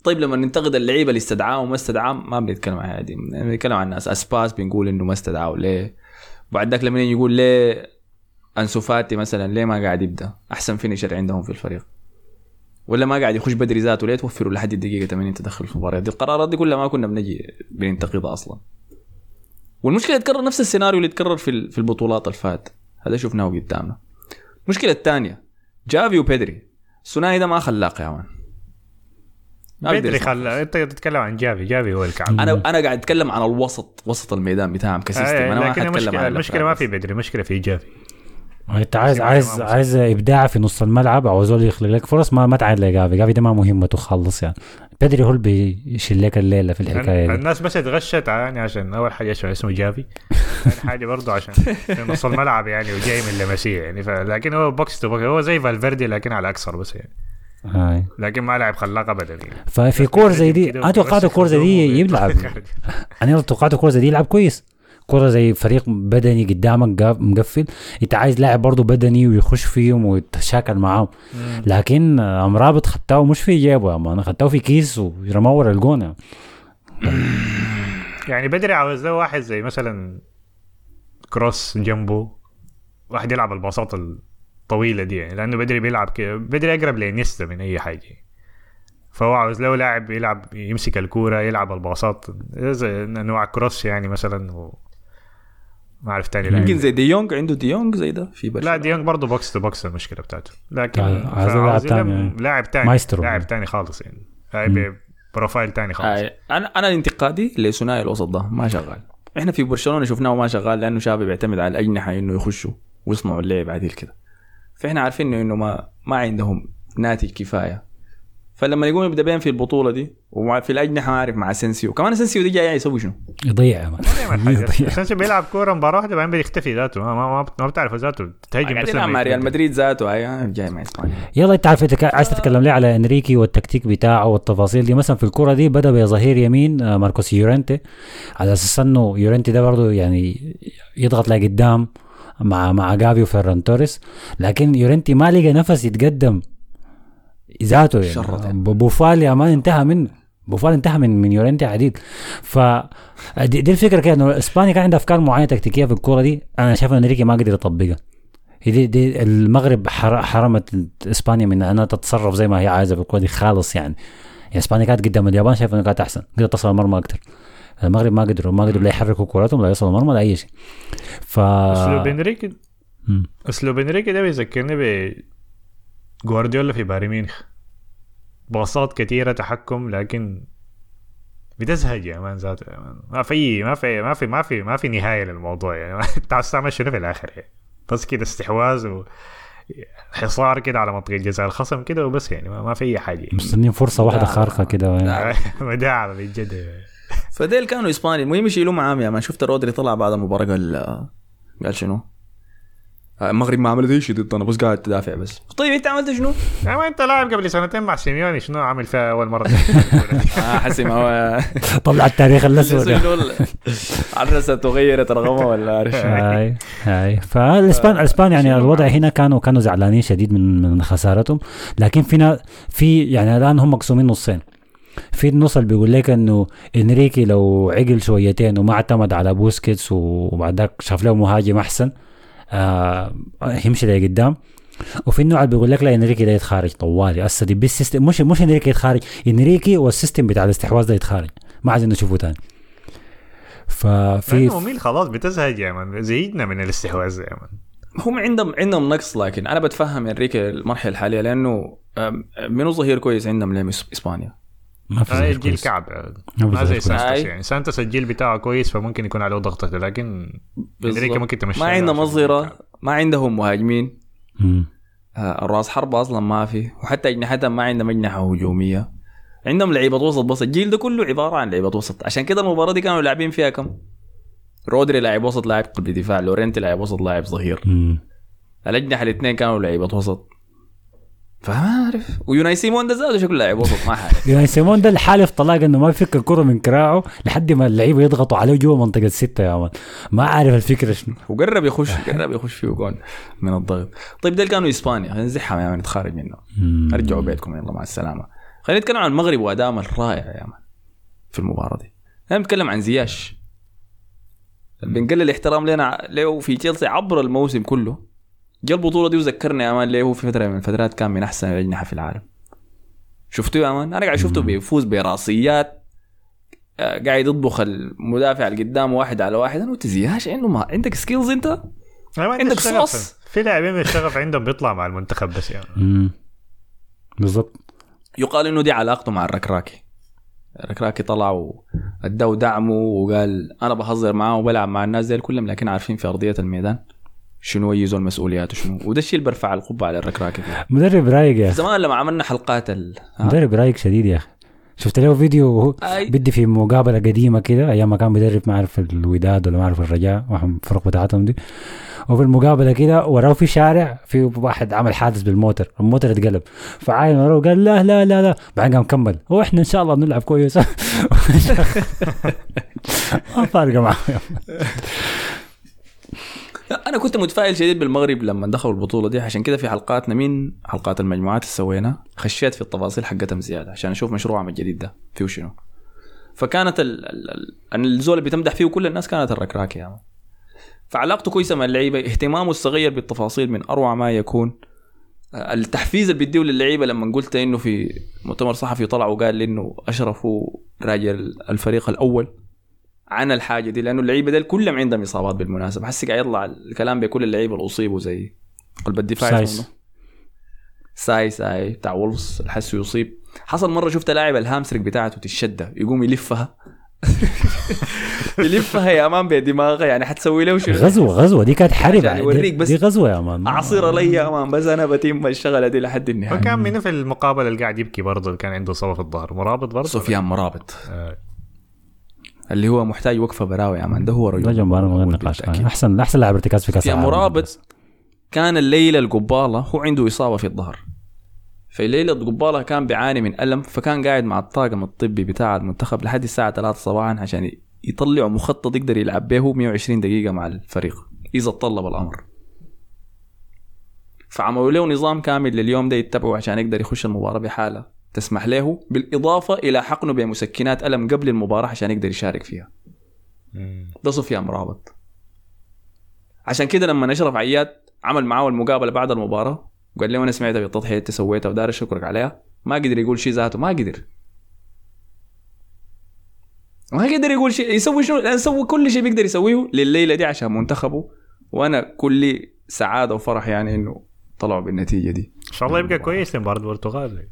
طيب لما ننتقد اللعيبه اللي استدعاه وما استدعاه ما بنتكلم عن هذه، بنتكلم عن الناس. اسباس بنقول انه ما استدعاه ليه، وبعد ذاك لما يقول ليه أنسو فاتي مثلا ليه ما قاعد يبدا احسن فينيشر عندهم في الفريق، ولا ما قاعد يخش بدري ذاته، ليه توفروا لحد الدقيقه ثمانين تدخل في المباراه دي. القرارات دي كلها ما كنا بنجي بننتقدها اصلا. والمشكله تكرر نفس السيناريو اللي تكرر في في البطولات الفات، هذا شفناه قدامنا. المشكله الثانيه جافي وبيدري، الثنائي ده ما خلاق يا مان. بيدري خل انت تتكلم عن جافي، جافي هو الكعب. انا انا قاعد اتكلم عن الوسط، وسط الميدان بتاعهم كسيستم. آه انا ما حتكلم حتكلم عن المشكله ما في بيدري، مشكله في جافي. انت عايز عايز عايز ابداع في نص الملعب او زول يخلق لك فرص، ما ما تعال لجافي. جافي ده ما مهمته خالص يعني. بيدري هو اللي بيشيل لك الليله في الحكايه دي. الناس بس اتغشت يعني عشان اول حاجه اسمه اسمه جافي، ثاني حاجه برضه عشان في نص الملعب يعني وجاي من لمسيه يعني ف... لكن هو بوكس تو بوكس، هو زي فالفيردي لكن على اكثر بس يعني. هاي. لكن ما لعب خلاق ابدا يعني. ففي كور زي دي انا توقعت كور زي دي يلعب. انا توقعت كور زي دي يلعب كويس. كرة زي فريق بدني قدامك مقفل، انت عايز لاعب برضو بدني ويخش فيهم ويتشاكل معاهم. لكن امرابط خدتاه مش في جيبه يا مان، خدتاه في كيس ورماه ورا الجون يعني. يعني بدري عاوز له واحد زي مثلا كروس جنبه، واحد يلعب الباصات الطويلة دي يعني، لأنه بدري بيلعب كده، بدري أقرب لإنيستا من أي حاجة. فهو عاوز له لاعب يلعب يمسك الكورة يلعب الباصات زي نوع كروس يعني مثلا و... ما عرفت تاني لاعب يمكن زي ديونج، عنده ديونج زي ده في برشلونة. لا ديونج برضه بوكس تو بوكس المشكلة بتاعته، لكن عاوز لاعب لاعب تاني لاعب تاني خالص يعني، هاي بروفايل تاني خالص. أنا أنا الانتقادي لثنائي الوسط ده ما شغال. إحنا في برشلونة شفناه ما شغال لأنه شافي بيعتمد على الأجنحة إنه يخشوا ويصنعوا اللعب عديل كده، فإحنا عارفين إنه ما ما عندهم ناتج كفاية. فلما يقوم يبدا بين في البطوله دي وفي الاجنحه عارف مع اسنسيو كمان، اسنسيو دي جاي يسوي شنو؟ يضيع يا مان. اسنسيو بيلعب كوره مباراه واحده بعدين بيختفي ذاته، ما ما ما بتعرف ذاته تهاجم بس مع ريال مدريد ذاته هاي جاي مع اسبانيا. يلا انت عارف انت عايز تتكلم لي على انريكي والتكتيك بتاعه والتفاصيل دي. مثلا في الكوره دي بدا بظهير يمين ماركوس يورنتي، على اساس انه يورنتي ده برضه يعني يضغط لقدام مع مع جافي وفيران توريس، لكن يورنتي ما لقى نفس يتقدم ذاته يعني. بوفال يا مان انتهى منه، بوفال انتهى من من يورنتي عديد. ف دي, دي الفكره كده، انه اسبانيا كان عندها افكار معينه تكتيكيه في الكوره دي، انا شايف ان انريكي ما قدر يطبقها. دي, دي المغرب حرمت اسبانيا من انها تتصرف زي ما هي عايزه في الكوره دي خالص يعني. يعني اسبانيا كانت قدام اليابان شايف انها كانت احسن، قدرت تصل المرمى اكثر. المغرب ما قدروا ما قدروا لا يحركوا كورتهم لا يوصلوا المرمى لا اي شيء. ف اسلوب انريكي اسلوب انريكي ده بيذكرني ب جوارديولا في بايرن ميونخ، باصات كثيره تحكم لكن بتزهج يا مان ذاته يا مان. ما في ما في ما في ما في ما في نهايه للموضوع يعني. انت عايز تعمل شنو في الاخر يعني؟ بس كده استحواذ وحصار كده على منطقه جزاء الخصم كده وبس يعني، ما, ما في اي حاجه يعني. مستنيين فرصه واحده خارقه كده مداعبه بجد. فديل كانوا اسباني المهم يشيلوا معاهم يا مان. شفت رودري طلع بعد المباراه قال قال شنو؟ المغرب ما عملت شيء ضدنا بس قاعد تدافع بس. طيب انت عملت شنو؟ يا ما انت لاعب قبل سنتين مع سيميوني، شنو عامل فيها اول مره؟ اه حسي ما هو طلع التاريخ الاسود عرسه تغيرت رقمه ولا عارف. هاي هاي فالاسبان الاسبان يعني الوضع هنا كانوا كانوا زعلانين شديد من من خسارتهم، لكن فينا في يعني الان هم مقسومين نصين. في النص اللي بيقول لك انه انريكي لو عقل شويتين وما اعتمد على بوسكيتس وبعد ذاك شاف له مهاجم احسن آه يمشي لي قدام. وفي النوع اللي بيقول لك لا انريكي ده يتخارج طوالي هسه دي بالسيستم، مش مش انريكي يتخارج، انريكي والسيستم بتاع الاستحواذ ده يتخارج، ما عايزين نشوفه تاني. ففي مين خلاص بتزهج يا مان، زيدنا من الاستحواذ يا مان. هم عندهم عندهم نقص، لكن انا بتفهم انريكي المرحله الحاليه لانه منو ظهير كويس عندهم لهم اسبانيا. ما في جيل كعب ما زي سانتوس يعني. سانتوس الجيل بتاعه كويس فممكن يكون عليه ضغطه، لكن انريكي ممكن تمشي. ما عندهم مظهره، ما عندهم مهاجمين، الراس حربة اصلا ما في، وحتى اجنحتهم ما عندهم اجنحه هجوميه، عندهم لعيبه وسط بس. الجيل ده كله عباره عن لعيبه وسط، عشان كده المباراه دي كانوا لاعبين فيها كم؟ رودري لاعب وسط لاعب قلب دفاع، لورينتي لاعب وسط لاعب ظهير، الاجنحه الاثنين كانوا لعيبه وسط. فما أعرف. ويوناي سيمون ده زاده شكله لاعب وسط ما حاجه. يوناي سيمون ده الحالف طلاق انه ما يفك الكره من كراعه لحد ما اللعيبه يضغطوا عليه جوا منطقه ستة يا مان. ما عارف الفكره شنو. وقرب يخش قرب يخش فيه جون من الضغط. طيب ده كانوا اسبانيا، نزحهم يا مان نتخارج منه. ارجعوا بيتكم يلا مع السلامه. خلينا نتكلم عن المغرب وأدائهم الرائع يا مان في المباراة دي. أنا بتكلم عن زياش بنقل الاحترام لنا له في تشيلسي عبر الموسم كله. جا البطولة دي وذكرني يا مان له في فترة من الفترات كان من أحسن الأجنحة في العالم. شفتوا يا مان؟ أنا قاعد شفته بيفوز براسيات، قاعد يطبخ المدافع اللي قدام واحد على واحد. أنا قلت زياش عنده ما عندك سكيلز أنت؟ عندك صوص. في لاعبين من الشغف عندهم بيطلع مع المنتخب بس يعني. امم بالضبط. يقال إنه دي علاقته مع الركراكي. الركراكي طلع وأدوا دعمه وقال أنا بهزر معاه وبلعب مع الناس دي كلهم، لكن عارفين في أرضية الميدان شنو يجوا المسؤوليات وشنو. وده الشيء اللي برفع القبة على الركراكي. مدرب رايق يا زمان لما عملنا حلقات ال... مدرب رايق شديد يا أخي. شفت له فيديو وهو بدي في مقابلة قديمة كده أيام ما كان بيدرب ما أعرف الوداد ولا ما أعرف الرجاء واحد الفرق بتاعتهم دي. وفي المقابلة كده وراه في شارع في واحد عمل حادث بالموتر، الموتر اتقلب فعاين وراه قال لا لا لا لا بعدين قام كمل هو إحنا إن شاء الله بنلعب كويس. ما فارقة معه. أنا كنت متفائل شديد بالمغرب لما دخلوا البطولة دي، عشان كده في حلقاتنا من حلقات المجموعات اللي سوينا خشيت في التفاصيل حقتهم زيادة عشان أشوف مشروعهم الجديد ده فيه شنو. فكانت ال ال ال الزول اللي بتمدح فيه وكل الناس كانت الركراكي يعني. فعلاقته كويسة مع اللعيبة، اهتمامه الصغير بالتفاصيل من أروع ما يكون. التحفيز اللي بيديه للعيبة لما قلت إنه في مؤتمر صحفي طلع وقال إنه أشرف هو راجل الفريق الأول عن الحاجة دي، لأنه اللعيبة ده كلهم عندهم إصابات بالمناسبة. حسي قاعد يطلع الكلام بكل اللعيبة اللي أصيبوا زي قلب الدفاع سايس سايس ساي بتاع وولفز الحسي يصيب. حصل مرة شفت لاعب الهامستريك بتاعته تشدة يقوم يلفها يلفها يا أمان بدماغه يعني حتسوي له شيء. غزوة غزوة دي كانت حرب يعني دي, دي غزوة يا أمان. عصير لي يا أمان بس أنا بتيم الشغلة دي لحد النهاية. وكان منه في المقابلة اللي قاعد يبكي برضه كان عنده صوة في الظهر مرابط برضه. سفيان مرابط آه. اللي هو محتاج وقفة براوي يا مان. ده هو رجل أحسن أحسن لاعب ارتكاز في كأس العالم. مرابط كان الليلة القبالة هو عنده إصابة في الظهر، في ليلة قبالة كان بيعاني من ألم، فكان قاعد مع الطاقم الطبي بتاع المنتخب لحد الساعة ثلاثة صباحا عشان يطلعوا مخطط يقدر يلعب به مئة وعشرين دقيقة مع الفريق إذا طلب الأمر. فعملوا له نظام كامل لليوم ده يتبعه عشان يقدر يخش المباراة بحالة تسمح له، بالإضافة إلى حقنه بمسكنات ألم قبل المباراة عشان يقدر يشارك فيها. ده سفيان مرابط. عشان كده لما نشرف عياد عمل معاه المقابلة بعد المباراة قال له أنا سمعت بالتضحية اللي سويتها ودار أشكرك عليها، ما قدر يقول شيء ذاته، ما قدر ما قدر يقول شيء يسوي شنو، لأن سوي كل شيء بيقدر يسويه لليلة دي عشان منتخبه. وأنا كل سعادة وفرح يعني إنه طلعوا بالنتيجة دي. إن شاء الله يبقى كويس لمباراة البرتغال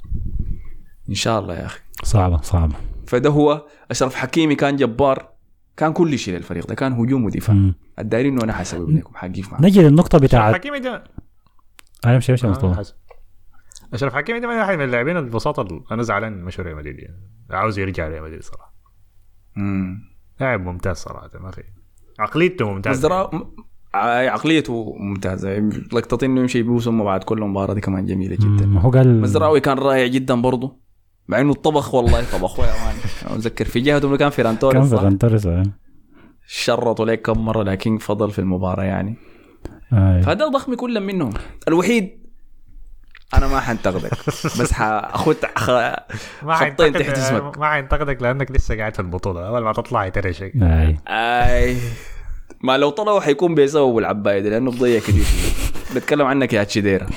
إن شاء الله يا أخي. صعبة صعبة. فده هو أشرف حكيمي كان جبار، كان كل شيء للفريق ده، كان هجوم ودفاع. الداري إنه أنا حسوي لكم حقيقي معه. نجي للنقطة بتاعت حكيمي ده أنا مش مش مصطفى. أشرف حكيمي ده واحد من اللاعبين البساطة. أنا زعلان مشهور ريال مدريد يعني. عاوز يرجع ريال مدريد صراحة. امم لاعب ممتاز صراحة، ما في عقليته ممتازة. مزرعة عقليته ممتازة، لقطة إنه يمشي بوسم بعد كل مباراة دي كمان جميلة جدا. هو قال مزراوي كان رائع جدا برضو، مع إنه الطبخ والله طبخ يا مان. أتذكر في جهته إنه كان فيران توريس، كان فيران توريس شرطوا لك كم مرة لكن فضل في المباراة يعني. آه. فهذا ضخم كل منهم. الوحيد أنا ما حنتقدك بس حأخذ خطين تحت اسمك. ما حنتقدك لأنك لسه قاعد في البطولة، أول ما تطلع يترشك. أي أي ما لو طلعوا حيكون بيسووا العباية دي لأنه بضيع كتير. بتكلم عنك يا تشيديرا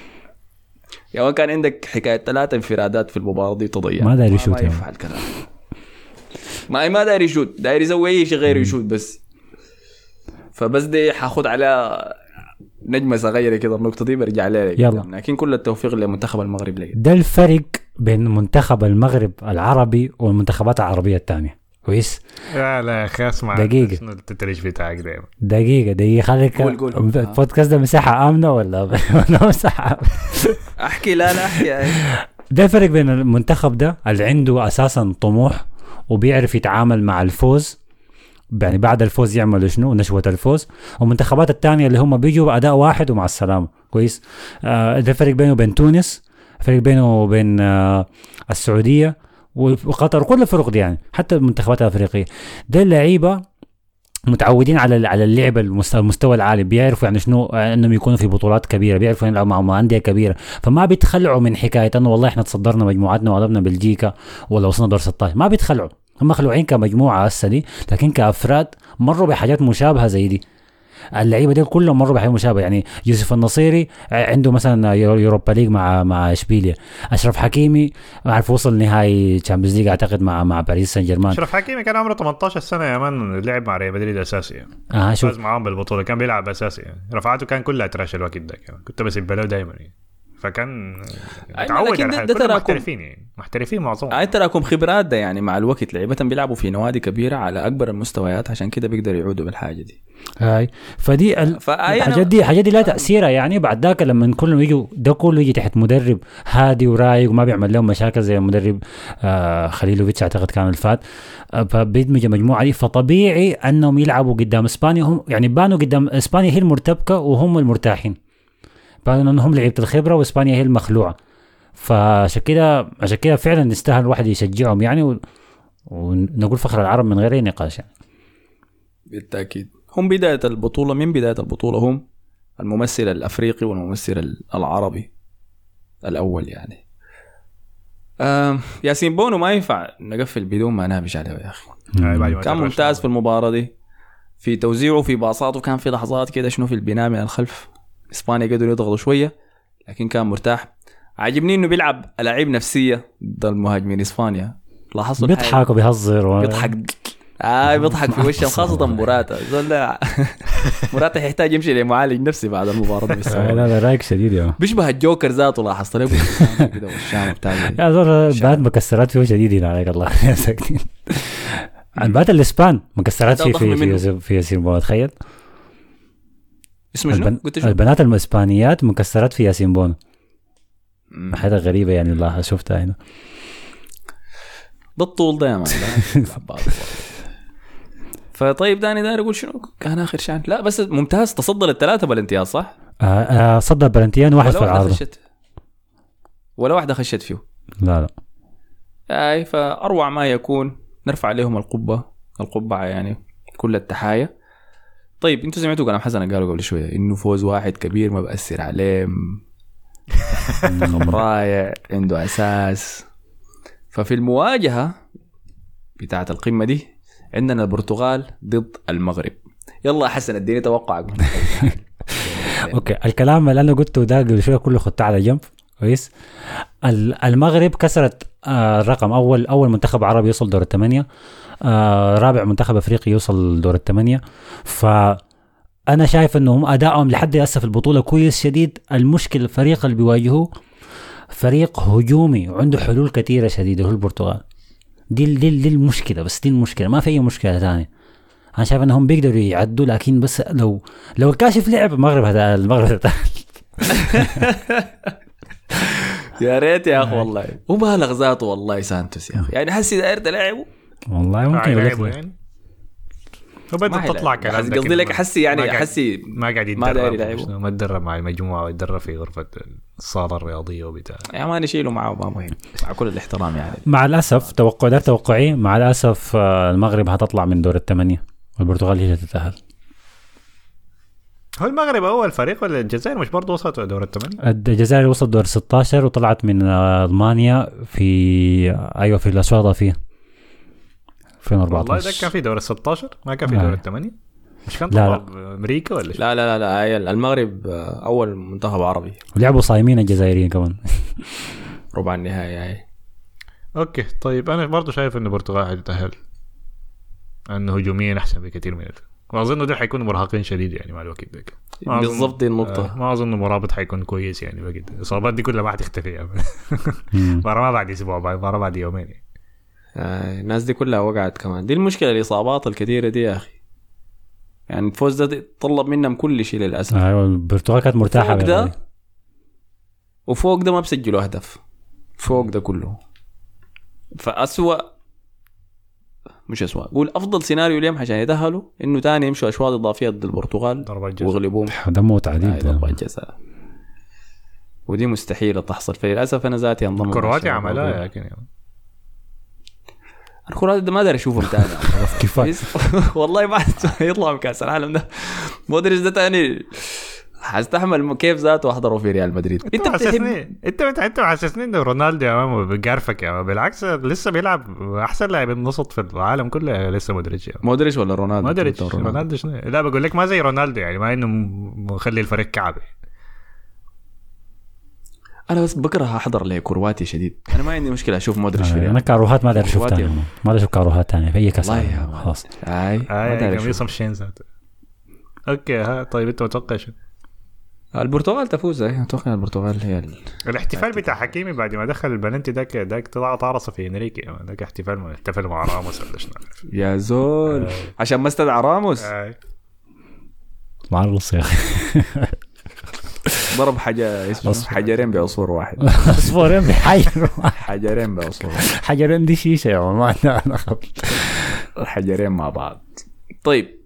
يا وان كان عندك حكاية ثلاثة انفرادات في المباراة دي تضيع. ما داير يشوت ما يفعل كلام. ما ما داير يشوت، داير يسوي أي شيء غير يشوت بس. فبس دي حاخد على نجمة صغيرة كده النقطة دي برجع عليها. لكن كل التوفيق لمنتخب المغرب ليه. ده الفرق بين منتخب المغرب العربي والمنتخبات العربية الثانية. كويس. لا لا خاص مع دقيقة. شنو التتريش بتاعك دايما. دقيقة دقيقة خليك. البودكاست ده مساحة آمنة ولا ولا مساحة؟ أحكي لا لا أحكي. ده الفرق بين المنتخب ده اللي عنده أساسا طموح وبيعرف يتعامل مع الفوز، يعني بعد الفوز يعملوا شنو نشوة الفوز، والمنتخبات الثانية اللي هم بيجوا بأداء واحد ومع السلامة. كويس. آه ده الفرق بينه وبين تونس، فرق بينه وبين آه السعودية وقطر وكل الفرق دي يعني، حتى المنتخبات الأفريقية. ده اللعيبة متعودين على على اللعب المستوى العالي، بيعرفوا يعني شنو انهم يكونوا في بطولات كبيره، بيعرفوا يلعبوا مع انديه كبيره، فما بيتخلعوا من حكايه انه والله احنا تصدرنا مجموعاتنا وغلبنا بلجيكا ولا وصلنا دور ستة عشر. ما بيتخلعوا، هم مخلوعين كمجموعه هسه دي، لكن كافراد مروا بحاجات مشابهه زي دي. اللعيبه دي كلهم مروا بحاجات مشابهه، يعني يوسف النصيري عنده مثلا يوروبا ليج مع مع اشبيليا، اشرف حكيمي عارف وصل نهائي تشامبيونز ليج اعتقد مع مع باريس سان جيرمان. اشرف حكيمي كان عمره ثمانية عشر سنه يا مان، لعب مع ريال مدريد اساسي يعني. اه شوف فاز معاهم بالبطوله، كان بيلعب اساسي يعني. رفعته كان كلها تراش الوقت ده يعني. كنت بسيب له دائما يعني. فكان تعود على حاجه، كلهم محترفين يعني، محترفين معظمهم. انت راكم خبرات ده يعني مع الوقت، لعيبه بيلعبوا في نوادي كبيره على اكبر المستويات، عشان كده بيقدروا يعودوا بالحاجه دي. هاي فدي ال... الحاجات دي الحاجات دي لا تاثيرها يعني. بعد ذاك لما كلهم يجوا ده كله يجي تحت مدرب هادي ورايق وما بيعمل لهم مشاكل زي مدرب آه خليلوفيتش اعتقد كان الفات، آه فبيدمج المجموعه دي، فطبيعي انهم يلعبوا قدام اسبانيا. هم يعني بانوا قدام اسبانيا هي المرتبكه وهم المرتاحين، بانوا انهم لعيبه الخبره واسبانيا هي المخلوعه. فعشان كده عشان كده فعلا يستاهل الواحد يشجعهم يعني، و... ونقول فخر العرب من غير اي نقاش يعني. بالتاكيد هم بدايه البطوله، من بدايه البطوله هم الممثل الافريقي والممثل العربي الاول يعني. آه ياسين بونو ما ينفع نقفل بدون ما نهبش عليه يا اخي. كان ممتاز في المباراه دي، في توزيعه في باصاته، كان في لحظات كده شنو في البناء من الخلف. اسبانيا قدروا يضغطوا شويه لكن كان مرتاح. عجبني انه بيلعب ألاعيب نفسيه ضد المهاجمين اسبانيا. لاحظوا بيضحك وبيهزر و... بيضحك آه بيضحك في وشه، خاصه مراته زول مراته يحتاج يمشي لمعالج نفسي بعد المباراه بس. لا لا رايك شديد يا بيشبه الجوكر ذاته. لاحظت له كده والشام بتاعه يا زول بعد مكسرات فيه شديد هنا عليك الله يا ساكتين. عن بعد الاسبان مكسرات فيه في في في ياسين بونو. تخيل اسمه شنو؟ قلت شنو؟ البنات الاسبانيات مكسرات في ياسين بونو. حاجه غريبه يعني الله شفتها هنا. بالطول ده يا مان. فطيب داني داير يقول شنو كان اخر شان؟ لا بس ممتاز، تصدى للثلاثه بالامتياز صح؟ آه آه صدى بلنتيان واحد في العارضه خشت. ولا واحده خشت فيه. لا لا اي فاروع ما يكون نرفع عليهم القبه القبعه يعني كل التحايا. طيب انتوا سمعتوا كلام حسن قالوا قبل شويه انه فوز واحد كبير ما بأثر عليه، رايع عنده اساس. ففي المواجهه بتاعه القمه دي عندنا البرتغال ضد المغرب. يلا حسن اديني توقعك. اوكي الكلام اللي انا قلته ده قبل شويه كله خدته على جنب كويس. المغرب كسرت الرقم، اول اول منتخب عربي يوصل دور الثمانيه، رابع منتخب افريقي يوصل دور الثمانيه. فانا شايف انهم ادائهم لحد هسه في البطوله كويس شديد. المشكله الفريق اللي بيواجهوه فريق هجومي وعنده حلول كثيره شديده، هو البرتغال. دي دي دي المشكله، بس دي المشكله ما في اي مشكله ثانيه. انا شايف انهم بيقدروا يعدوا، لكن بس لو لو الكاشف لعب المغرب هذا المغرب يا ريت يا اخي والله. وبالغ ذاته والله سانتوس يا اخي، يعني حسي داير تلعبه والله ممكن يلعبوا يعني. وبدأ تطلع كلام قصدي لك حسي يعني حسي ما قاعد يتدرب، ما تدرب مع المجموعه ويتدرب في غرفه الصاله الرياضيه وبتاع. يا ما نشيله معه ما مهم، مع كل الاحترام يعني. مع الاسف توقع ده توقعي مع الاسف المغرب هتطلع من دور الثمانيه والبرتغال هي تتاهل. هو المغرب اول فريق ولا الجزائر مش برضه وصلت دور الثمانيه؟ الجزائر وصلت دور ستة عشر وطلعت من المانيا في ايوه في الاشواط فيه ألفين وأربعة عشر. والله ده كان في دور ستة عشر ما كان في دور الثمانيه. مش كان طلع امريكا ولا لا لا لا لا المغرب اول منتخب عربي ولعبوا صايمين الجزائريين كمان ربع النهائي هاي. اوكي طيب انا برضو شايف ان البرتغال هتتاهل، انه هجوميا احسن بكثير من الفرق. واظن ده حيكونوا مرهقين شديد يعني مع الوقت ده. بالضبط دي النقطه. آه ما اظن مرابط حيكون كويس يعني بقى. الاصابات دي كلها ما حتختفي يعني. ما بعد اسبوع ما بعد يومين يعني. آه الناس دي كلها وقعت كمان. دي المشكله الاصابات الكثيره دي يا اخي. يعني الفوز ده طلب منهم كل شيء للاسف. ايوه البرتغال كانت مرتاحه فوق ده وفوق ده ما بسجلوا اهداف فوق ده كله. فاسوا مش اسوا قول افضل سيناريو ليهم عشان يتاهلوا انه تاني يمشوا اشواط اضافيه ضد البرتغال ويغلبوهم. ده موت عديد ضربات جزاء ودي مستحيله تحصل. فللاسف انا ذاتي انضم كرواتيا عملها لكن الكرات ده ما أقدر أشوفه تاني كفاية والله بعد يطلع من كأس العالم ده مودريتش ده تاني حستحمل كيف ذاته أحضره في ريال مدريد. انت محسسني انت انت محسسني انه رونالدو يا ماما بيعرفك يا ماما. بالعكس لسه بيلعب احسن لاعب النصط في العالم كله لسه مودريتش. مودريتش ولا رونالدو؟ مودريتش رونالدو شنو؟ لا بقول لك ما زي رونالدو يعني ما انه مخلي الفريق كعبي. انا بس بكره احضر لكرواتي شديد. انا ما عندي مشكله اشوف مودريتش انا كاروهات ما ادري اشوف ثاني ما ادري اشوف كاروهات ثانيه في اي كاس خلاص. اي اي قميص مشين ذاته. اوكي ها طيب انت متوقع شو؟ البرتغال تفوز. اي اتوقع البرتغال هي ال... الاحتفال بتاع حكيمي بعد ما دخل البلنتي داك داك طلع طارصه في انريكي داك احتفال احتفل مع راموس ولا شنو يا زول آه. عشان ما استدعى راموس آه. مع الرص يا اخي ضرب حاجه اسمه حجرين بعصفور واحد. عصفورين بحجر حجرين بعصفور حجرين دي شيشه يا ما انا حجرين مع بعض. طيب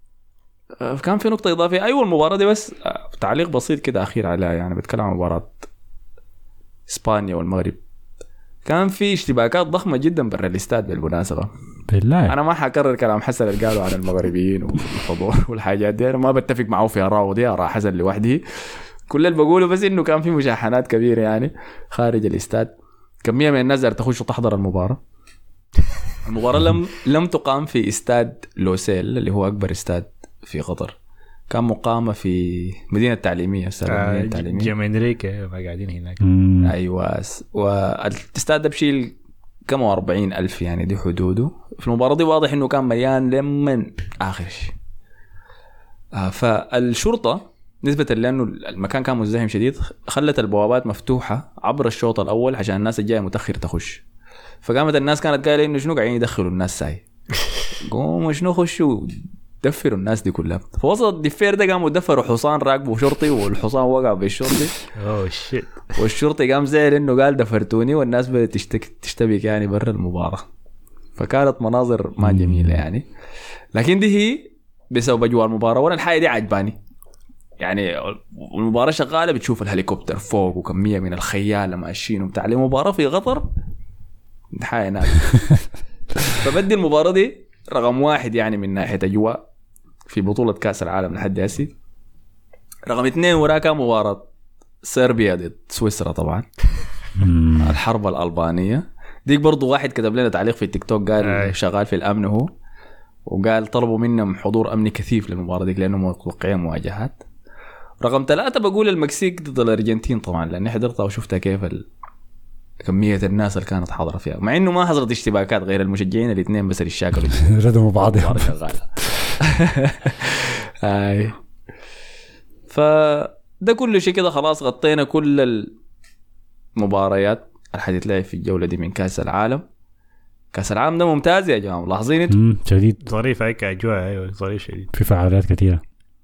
كان في نقطة إضافية أيوة المباراة دي بس تعليق بسيط كده أخير عليها. يعني بتكلم عن مباراة إسبانيا والمغرب. كان في اشتباكات ضخمة جدا برا الاستاد بالمناسبة. بالله أنا ما حكرر كلام حسن اللي قالوا عن المغربيين والحضور والحاجات دي. أنا ما بتفق معه في آراءه دي آراء حسن لوحده. كل اللي بقوله بس إنه كان في مشاحنات كبيرة يعني خارج الاستاد. كمية من الناس تخش وتحضر المباراة. المباراة لم لم تقام في استاد لوسيل اللي هو أكبر استاد في قطر. كان مقامة في مدينة تعليمية السلامية التعليمية جامينريكا ما قاعدين هناك. مم. أيوة والاستاد ده بشيل كم وأربعين ألف يعني دي حدوده. في المباراة دي واضح إنه كان مليان لمن آخر شيء. آه فالشرطة نسبة لأنه المكان كان مزدحم شديد خلت البوابات مفتوحة عبر الشوط الأول عشان الناس الجاية متأخر تخش. فقامت الناس كانت قايلة إنه شنو قاعدين يدخلوا الناس ساي قوموا شنو خشوا دفروا الناس دي كلها. فوسط الدفير ده قاموا دفروا حصان راكبوا شرطي والحصان وقع بالشرطي. اوه شيت. والشرطي قام زعل انه قال دفرتوني والناس بدأت تشتك تشتبك يعني برا المباراة. فكانت مناظر ما جميلة يعني. لكن دي هي بسبب اجواء المباراة وانا الحاجة دي عجباني. يعني المباراة شغالة بتشوف الهليكوبتر فوق وكمية من الخيال ماشيين وبتاع لي مباراة في قطر حاجة ناس. فبدي المباراة دي رقم واحد يعني من ناحية أجواء في بطولة كأس العالم لحد هسي. رقم اثنين وراك مباراة صربيا ضد سويسرا طبعا الحرب الألبانية ديك برضو. واحد كتب لنا تعليق في التيك توك قال شغال في الأمن هو وقال طلبوا منهم حضور أمني كثيف للمباراة ديك لأنهم متوقعين مواجهات. رقم ثلاثة بقول المكسيك ضد الأرجنتين طبعا لأني حضرتها وشفتها كيف ال... كمية الناس اللي كانت حاضرة فيها مع إنه ما حصلت اشتباكات غير المشجعين الاثنين بس اللي الشاكلوا ردموا بعضهم شغالة. هاي فده كل شيء كده خلاص غطينا كل المباريات اللي حتتلعب في الجولة دي من كأس العالم. كأس العالم ده ممتاز يا جماعة ملاحظين انتوا؟ شديد ظريف هيك أجواء. أيوة ظريف شديد في فعاليات كثيرة.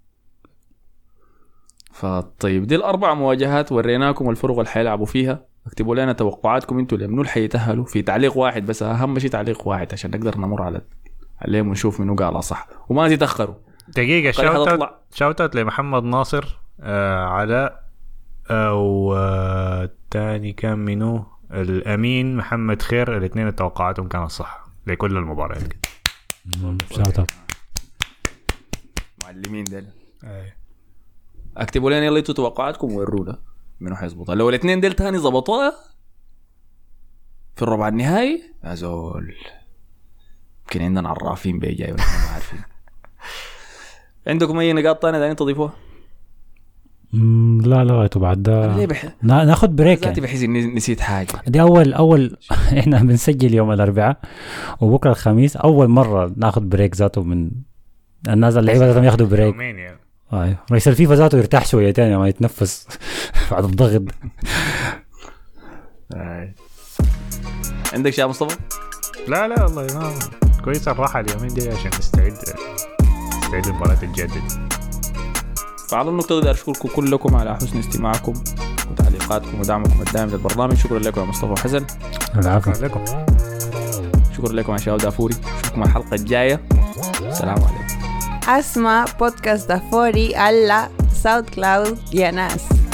فطيب دي الأربع مواجهات وريناكم الفرق اللي حيلعبوا فيها. اكتبوا لنا توقعاتكم انتوا لمنو اللي حيتأهلوا في تعليق واحد بس أهم شيء تعليق واحد عشان نقدر نمر على عليهم ونشوف منو قال صح وما تتأخروا. دقيقة شاوتات شاوتات لمحمد ناصر آه على والثاني آه كان منو الأمين محمد خير الاثنين توقعاتهم كانت صح لكل المباريات. شاوتات معلمين دل. اكتبوا لنا يلا انتوا توقعاتكم ورونا منو حيظبطها. لو الاثنين ديل تاني ظبطوها في الربع النهائي يا زول يمكن عندنا عرافين بيجاي ولا ما عارفين. عندكم اي نقاط ثانيه ثانيه تضيفوها؟ لا لا بعد ده بح... ناخذ بريك. ذاتي بحس اني نسيت حاجه. دي اول اول احنا بنسجل يوم الاربعاء وبكره الخميس اول مره ناخذ بريك ذاته من الناس اللعيبه ذاتهم ياخذوا بريك. ايوه رئيس الفيفا ذاته يرتاح شويتين ما يتنفس بعد الضغط. عندك شيء مصطفى؟ لا لا والله ما كويس الراحه اليومين دي عشان نستعد نستعد للمباراه الجايه. فعلى النقطة دي أشكركم كلكم على حسن استماعكم وتعليقاتكم ودعمكم الدائم للبرنامج. شكرا لكم يا مصطفى وحسن. العفو لكم. شكرا لكم يا شباب دافوري. نشوفكم الحلقة الجاية. السلام عليكم. اسمع بودكاست دافوري على ساوند كلاود يا ناس.